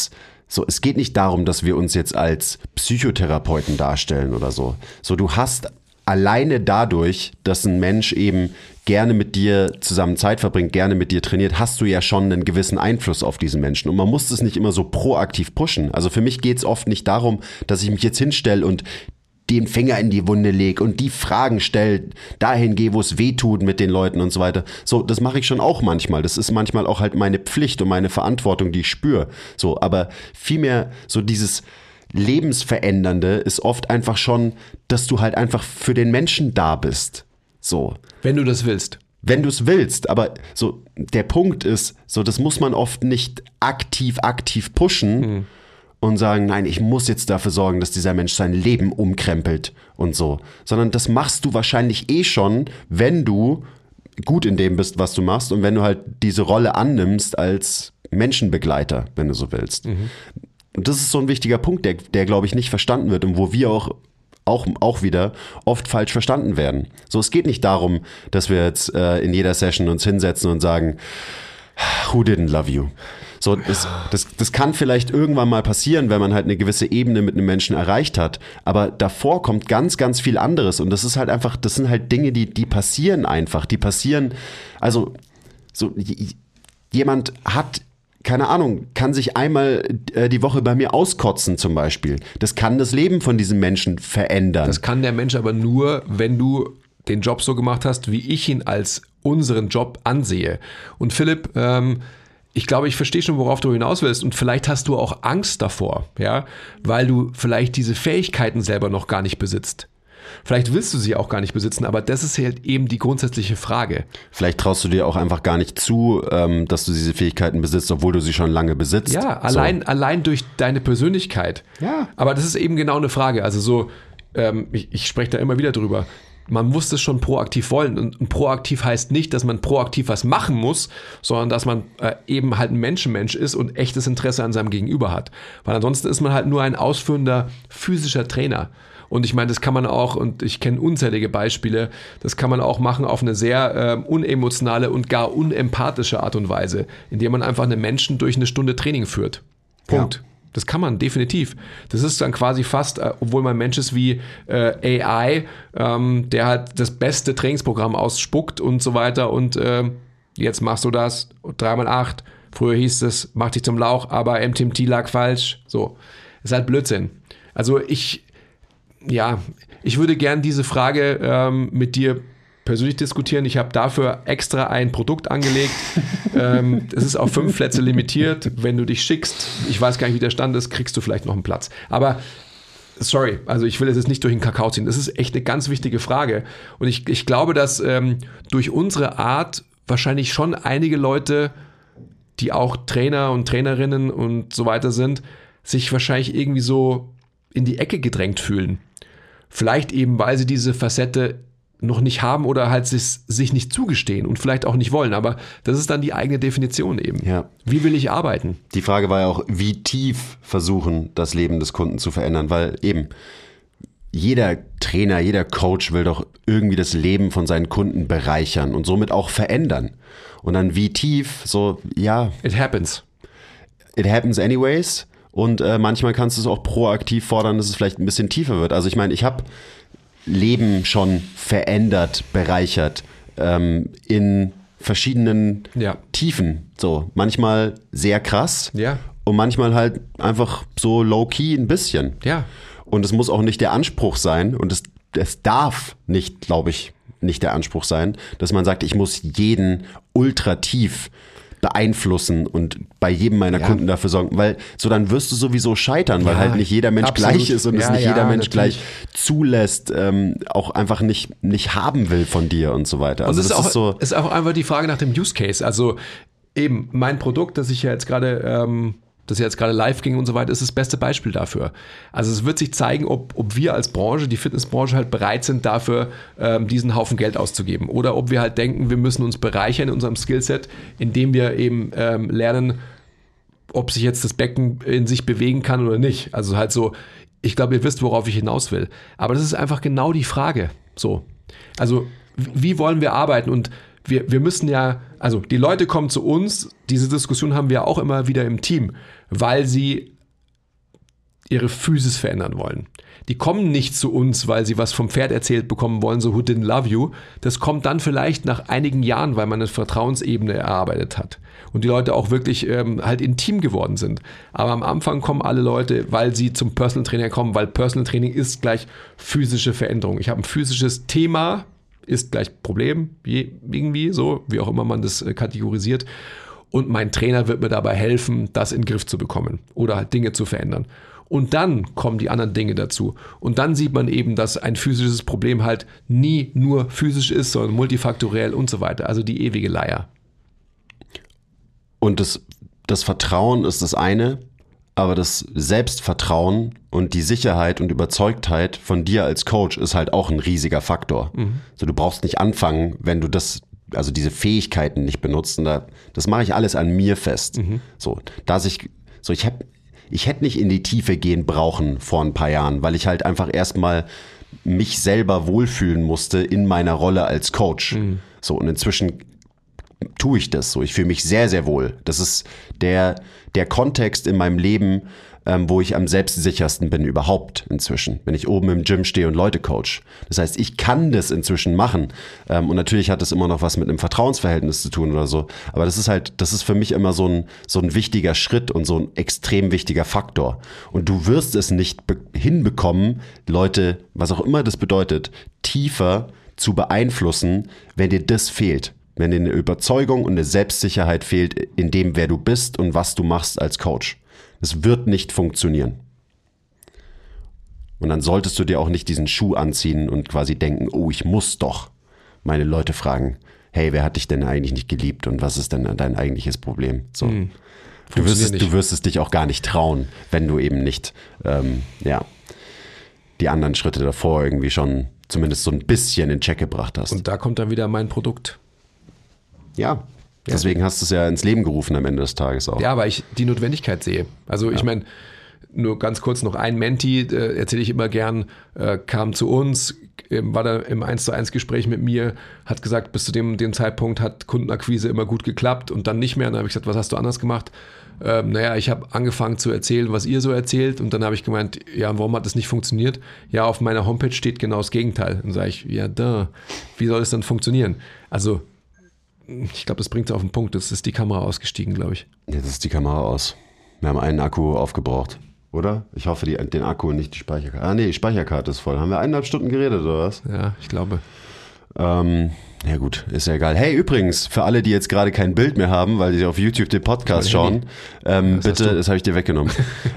Speaker 2: es geht nicht darum, dass wir uns jetzt als Psychotherapeuten darstellen oder so. So, du hast alleine dadurch, dass ein Mensch eben gerne mit dir zusammen Zeit verbringt, gerne mit dir trainiert, hast du ja schon einen gewissen Einfluss auf diesen Menschen. Und man muss das nicht immer so proaktiv pushen. Also für mich geht es oft nicht darum, dass ich mich jetzt hinstelle und den Finger in die Wunde lege und die Fragen stelle, dahin gehe, wo es weh tut mit den Leuten und so weiter. So, das mache ich schon auch manchmal. Das ist manchmal auch halt meine Pflicht und meine Verantwortung, die ich spüre. So, aber vielmehr so dieses Lebensverändernde ist oft einfach schon, dass du halt einfach für den Menschen da bist. So.
Speaker 4: Wenn du das willst.
Speaker 2: Wenn du es willst, aber so der Punkt ist, so das muss man oft nicht aktiv pushen und sagen, nein, ich muss jetzt dafür sorgen, dass dieser Mensch sein Leben umkrempelt und so, sondern das machst du wahrscheinlich schon, wenn du gut in dem bist, was du machst und wenn du halt diese Rolle annimmst als Menschenbegleiter, wenn du so willst. Und das ist so ein wichtiger Punkt, der glaube ich nicht verstanden wird und wo wir auch wieder oft falsch verstanden werden. So, es geht nicht darum, dass wir jetzt in jeder Session uns hinsetzen und sagen, who didn't love you? So, das kann vielleicht irgendwann mal passieren, wenn man halt eine gewisse Ebene mit einem Menschen erreicht hat. Aber davor kommt ganz, ganz viel anderes. Und das ist halt einfach, das sind halt Dinge, die passieren einfach. Die passieren, also so jemand hat, keine Ahnung, kann sich einmal die Woche bei mir auskotzen zum Beispiel. Das kann das Leben von diesem Menschen verändern.
Speaker 4: Das kann der Mensch aber nur, wenn du den Job so gemacht hast, wie ich ihn als unseren Job ansehe. Und Philipp, ich glaube, ich verstehe schon, worauf du hinaus willst. Und vielleicht hast du auch Angst davor, ja, weil du vielleicht diese Fähigkeiten selber noch gar nicht besitzt. Vielleicht willst du sie auch gar nicht besitzen, aber das ist halt eben die grundsätzliche Frage.
Speaker 2: Vielleicht traust du dir auch einfach gar nicht zu, dass du diese Fähigkeiten besitzt, obwohl du sie schon lange besitzt.
Speaker 4: Ja, allein durch deine Persönlichkeit.
Speaker 2: Ja.
Speaker 4: Aber das ist eben genau eine Frage. Also so, ich spreche da immer wieder drüber. Man muss das schon proaktiv wollen. Und proaktiv heißt nicht, dass man proaktiv was machen muss, sondern dass man eben halt ein Mensch ist und echtes Interesse an seinem Gegenüber hat. Weil ansonsten ist man halt nur ein ausführender physischer Trainer. Und ich meine, das kann man auch, und ich kenne unzählige Beispiele, das kann man auch machen auf eine sehr unemotionale und gar unempathische Art und Weise, indem man einfach einen Menschen durch 1 Stunde Training führt. Punkt. Ja. Das kann man, definitiv. Das ist dann quasi fast, obwohl man Mensch ist wie AI, der halt das beste Trainingsprogramm ausspuckt und so weiter und jetzt machst du das, 3x8, früher hieß es, mach dich zum Lauch, aber MTMT lag falsch. So, ist halt Blödsinn. Also ich würde gern diese Frage mit dir persönlich diskutieren. Ich habe dafür extra ein Produkt angelegt. Es ist auf 5 Plätze limitiert. Wenn du dich schickst, ich weiß gar nicht, wie der Stand ist, kriegst du vielleicht noch einen Platz. Aber sorry, also ich will es jetzt nicht durch den Kakao ziehen. Das ist echt eine ganz wichtige Frage. Und ich glaube, dass durch unsere Art wahrscheinlich schon einige Leute, die auch Trainer und Trainerinnen und so weiter sind, sich wahrscheinlich irgendwie so in die Ecke gedrängt fühlen. Vielleicht eben, weil sie diese Facette noch nicht haben oder halt sich nicht zugestehen und vielleicht auch nicht wollen. Aber das ist dann die eigene Definition eben.
Speaker 2: Ja.
Speaker 4: Wie will ich arbeiten?
Speaker 2: Die Frage war ja auch, wie tief versuchen, das Leben des Kunden zu verändern, weil eben jeder Trainer, jeder Coach will doch irgendwie das Leben von seinen Kunden bereichern und somit auch verändern. Und dann wie tief, so, ja.
Speaker 4: It happens.
Speaker 2: It happens anyways. Und manchmal kannst du es auch proaktiv fordern, dass es vielleicht ein bisschen tiefer wird. Also ich meine, ich habe Leben schon verändert, bereichert in verschiedenen Tiefen. So, manchmal sehr krass und manchmal halt einfach so low-key ein bisschen.
Speaker 4: Ja.
Speaker 2: Und es muss auch nicht der Anspruch sein und es darf nicht, glaube ich, nicht der Anspruch sein, dass man sagt, ich muss jeden ultra tief beeinflussen und bei jedem meiner Kunden dafür sorgen, weil so dann wirst du sowieso scheitern, weil halt nicht jeder Mensch gleich ist und es nicht jeder Mensch gleich zulässt, auch einfach nicht haben will von dir und so weiter. Also
Speaker 4: und es ist auch einfach die Frage nach dem Use Case. Also eben mein Produkt, das jetzt gerade live ging und so weiter, ist das beste Beispiel dafür. Also es wird sich zeigen, ob wir als Branche, die Fitnessbranche halt bereit sind dafür, diesen Haufen Geld auszugeben. Oder ob wir halt denken, wir müssen uns bereichern in unserem Skillset, indem wir eben lernen, ob sich jetzt das Becken in sich bewegen kann oder nicht. Also halt so ich glaube, ihr wisst, worauf ich hinaus will. Aber das ist einfach genau die Frage. So. Also, wie wollen wir arbeiten? Und wir müssen ja, also die Leute kommen zu uns, diese Diskussion haben wir auch immer wieder im Team, weil sie ihre Physis verändern wollen. Die kommen nicht zu uns, weil sie was vom Pferd erzählt bekommen wollen, so who didn't love you. Das kommt dann vielleicht nach einigen Jahren, weil man eine Vertrauensebene erarbeitet hat. Und die Leute auch wirklich halt intim geworden sind. Aber am Anfang kommen alle Leute, weil sie zum Personal Trainer kommen, weil Personal Training ist gleich physische Veränderung. Ich habe ein physisches Thema, ist gleich Problem, irgendwie so, wie auch immer man das kategorisiert. Und mein Trainer wird mir dabei helfen, das in den Griff zu bekommen oder halt Dinge zu verändern. Und dann kommen die anderen Dinge dazu. Und dann sieht man eben, dass ein physisches Problem halt nie nur physisch ist, sondern multifaktoriell und so weiter. Also die ewige Leier.
Speaker 2: Und das Vertrauen ist das eine, aber das Selbstvertrauen und die Sicherheit und Überzeugtheit von dir als Coach ist halt auch ein riesiger Faktor. So, du brauchst nicht anfangen, wenn du also diese Fähigkeiten nicht benutzt. Und das mache ich alles an mir fest. Ich hätte nicht in die Tiefe gehen brauchen vor ein paar Jahren, weil ich halt einfach erstmal mich selber wohlfühlen musste in meiner Rolle als Coach. So, und inzwischen tue ich das so. Ich fühle mich sehr, sehr wohl. Das ist der Kontext in meinem Leben, wo ich am selbstsichersten bin überhaupt inzwischen, wenn ich oben im Gym stehe und Leute coach. Das heißt, ich kann das inzwischen machen. Und natürlich hat das immer noch was mit einem Vertrauensverhältnis zu tun oder so. Aber das ist für mich immer so ein wichtiger Schritt und so ein extrem wichtiger Faktor. Und du wirst es nicht hinbekommen, Leute, was auch immer das bedeutet, tiefer zu beeinflussen, wenn dir das fehlt. Wenn dir eine Überzeugung und eine Selbstsicherheit fehlt in dem, wer du bist und was du machst als Coach. Es wird nicht funktionieren. Und dann solltest du dir auch nicht diesen Schuh anziehen und quasi denken, oh, ich muss doch meine Leute fragen, hey, wer hat dich denn eigentlich nicht geliebt und was ist denn dein eigentliches Problem? So. Du wirst es dich auch gar nicht trauen, wenn du eben nicht die anderen Schritte davor irgendwie schon zumindest so ein bisschen in Check gebracht hast.
Speaker 4: Und da kommt dann wieder mein Produkt.
Speaker 2: Ja. Deswegen hast du es ja ins Leben gerufen am Ende des Tages auch.
Speaker 4: Ja, weil ich die Notwendigkeit sehe. Also ich meine, nur ganz kurz noch ein Menti, erzähle ich immer gern, kam zu uns, war da im 1:1 Gespräch mit mir, hat gesagt, bis zu dem Zeitpunkt hat Kundenakquise immer gut geklappt und dann nicht mehr. Und dann habe ich gesagt, was hast du anders gemacht? Ich habe angefangen zu erzählen, was ihr so erzählt und dann habe ich gemeint, ja, warum hat das nicht funktioniert? Ja, auf meiner Homepage steht genau das Gegenteil. Und sage ich, ja, wie soll es dann funktionieren? Also ich glaube, das bringt es auf den Punkt. Das ist die Kamera ausgestiegen, glaube ich.
Speaker 2: Jetzt ist die Kamera aus. Wir haben einen Akku aufgebraucht, oder? Ich hoffe, den Akku und nicht die Speicherkarte. Ah, nee, die Speicherkarte ist voll. Haben wir 1,5 Stunden geredet, oder was?
Speaker 4: Ja, ich glaube.
Speaker 2: Ja gut, ist ja egal. Hey, übrigens, für alle, die jetzt gerade kein Bild mehr haben, weil sie auf YouTube den Podcast schauen, bitte, das habe ich dir weggenommen,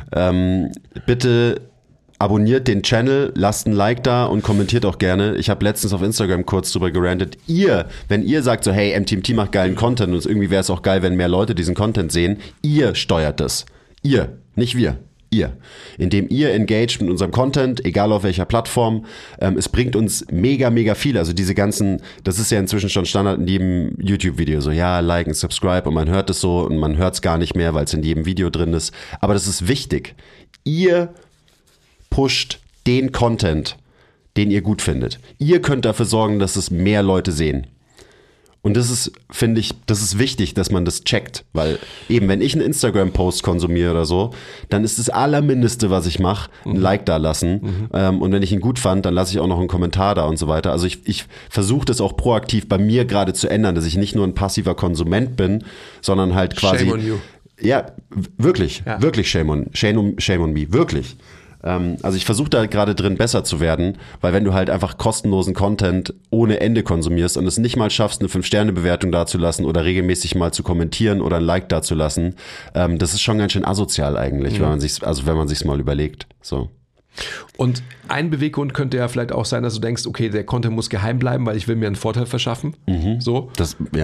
Speaker 2: bitte abonniert den Channel, lasst ein Like da und kommentiert auch gerne. Ich habe letztens auf Instagram kurz drüber gerantet. Wenn ihr sagt so, hey, MTMT macht geilen Content und irgendwie wäre es auch geil, wenn mehr Leute diesen Content sehen, ihr steuert das. Ihr, nicht wir. Ihr. Indem ihr engaged mit unserem Content, egal auf welcher Plattform. Es bringt uns mega, mega viel. Also diese ganzen, das ist ja inzwischen schon Standard in jedem YouTube-Video. So, ja, like und subscribe und man hört es so und man hört es gar nicht mehr, weil es in jedem Video drin ist. Aber das ist wichtig. Ihr pusht den Content, den ihr gut findet. Ihr könnt dafür sorgen, dass es mehr Leute sehen. Und das ist, finde ich, das ist wichtig, dass man das checkt. Weil eben, wenn ich einen Instagram-Post konsumiere oder so, dann ist das Allermindeste, was ich mache, ein Like da lassen. Und wenn ich ihn gut fand, dann lasse ich auch noch einen Kommentar da und so weiter. Also ich versuche das auch proaktiv bei mir gerade zu ändern, dass ich nicht nur ein passiver Konsument bin, sondern halt quasi...
Speaker 4: Shame on you.
Speaker 2: Ja, wirklich, wirklich shame on me, wirklich. Also ich versuche da gerade drin besser zu werden, weil wenn du halt einfach kostenlosen Content ohne Ende konsumierst und es nicht mal schaffst, eine 5-Sterne-Bewertung dazulassen oder regelmäßig mal zu kommentieren oder ein Like dazulassen, das ist schon ganz schön asozial eigentlich, wenn man sich's mal überlegt. So.
Speaker 4: Und ein Beweggrund könnte ja vielleicht auch sein, dass du denkst, okay, der Content muss geheim bleiben, weil ich will mir einen Vorteil verschaffen. So.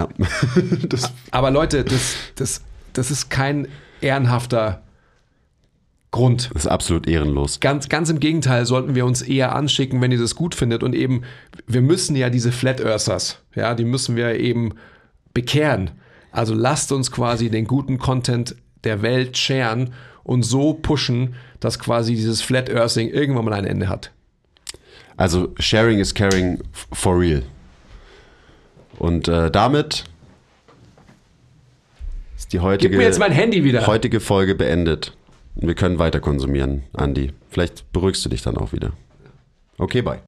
Speaker 4: Aber Leute, das ist kein ehrenhafter Grund.
Speaker 2: Das ist absolut ehrenlos.
Speaker 4: Ganz im Gegenteil, sollten wir uns eher anschicken, wenn ihr das gut findet. Und eben, wir müssen ja diese Flat Earthers, ja, die müssen wir eben bekehren. Also lasst uns quasi den guten Content der Welt sharen und so pushen, dass quasi dieses Flat Earthing irgendwann mal ein Ende hat.
Speaker 2: Also sharing is caring for real. Und damit ist die
Speaker 4: Gib mir jetzt mein Handy wieder.
Speaker 2: heutige Folge beendet. Und wir können weiter konsumieren, Andi. Vielleicht beruhigst du dich dann auch wieder. Okay, bye.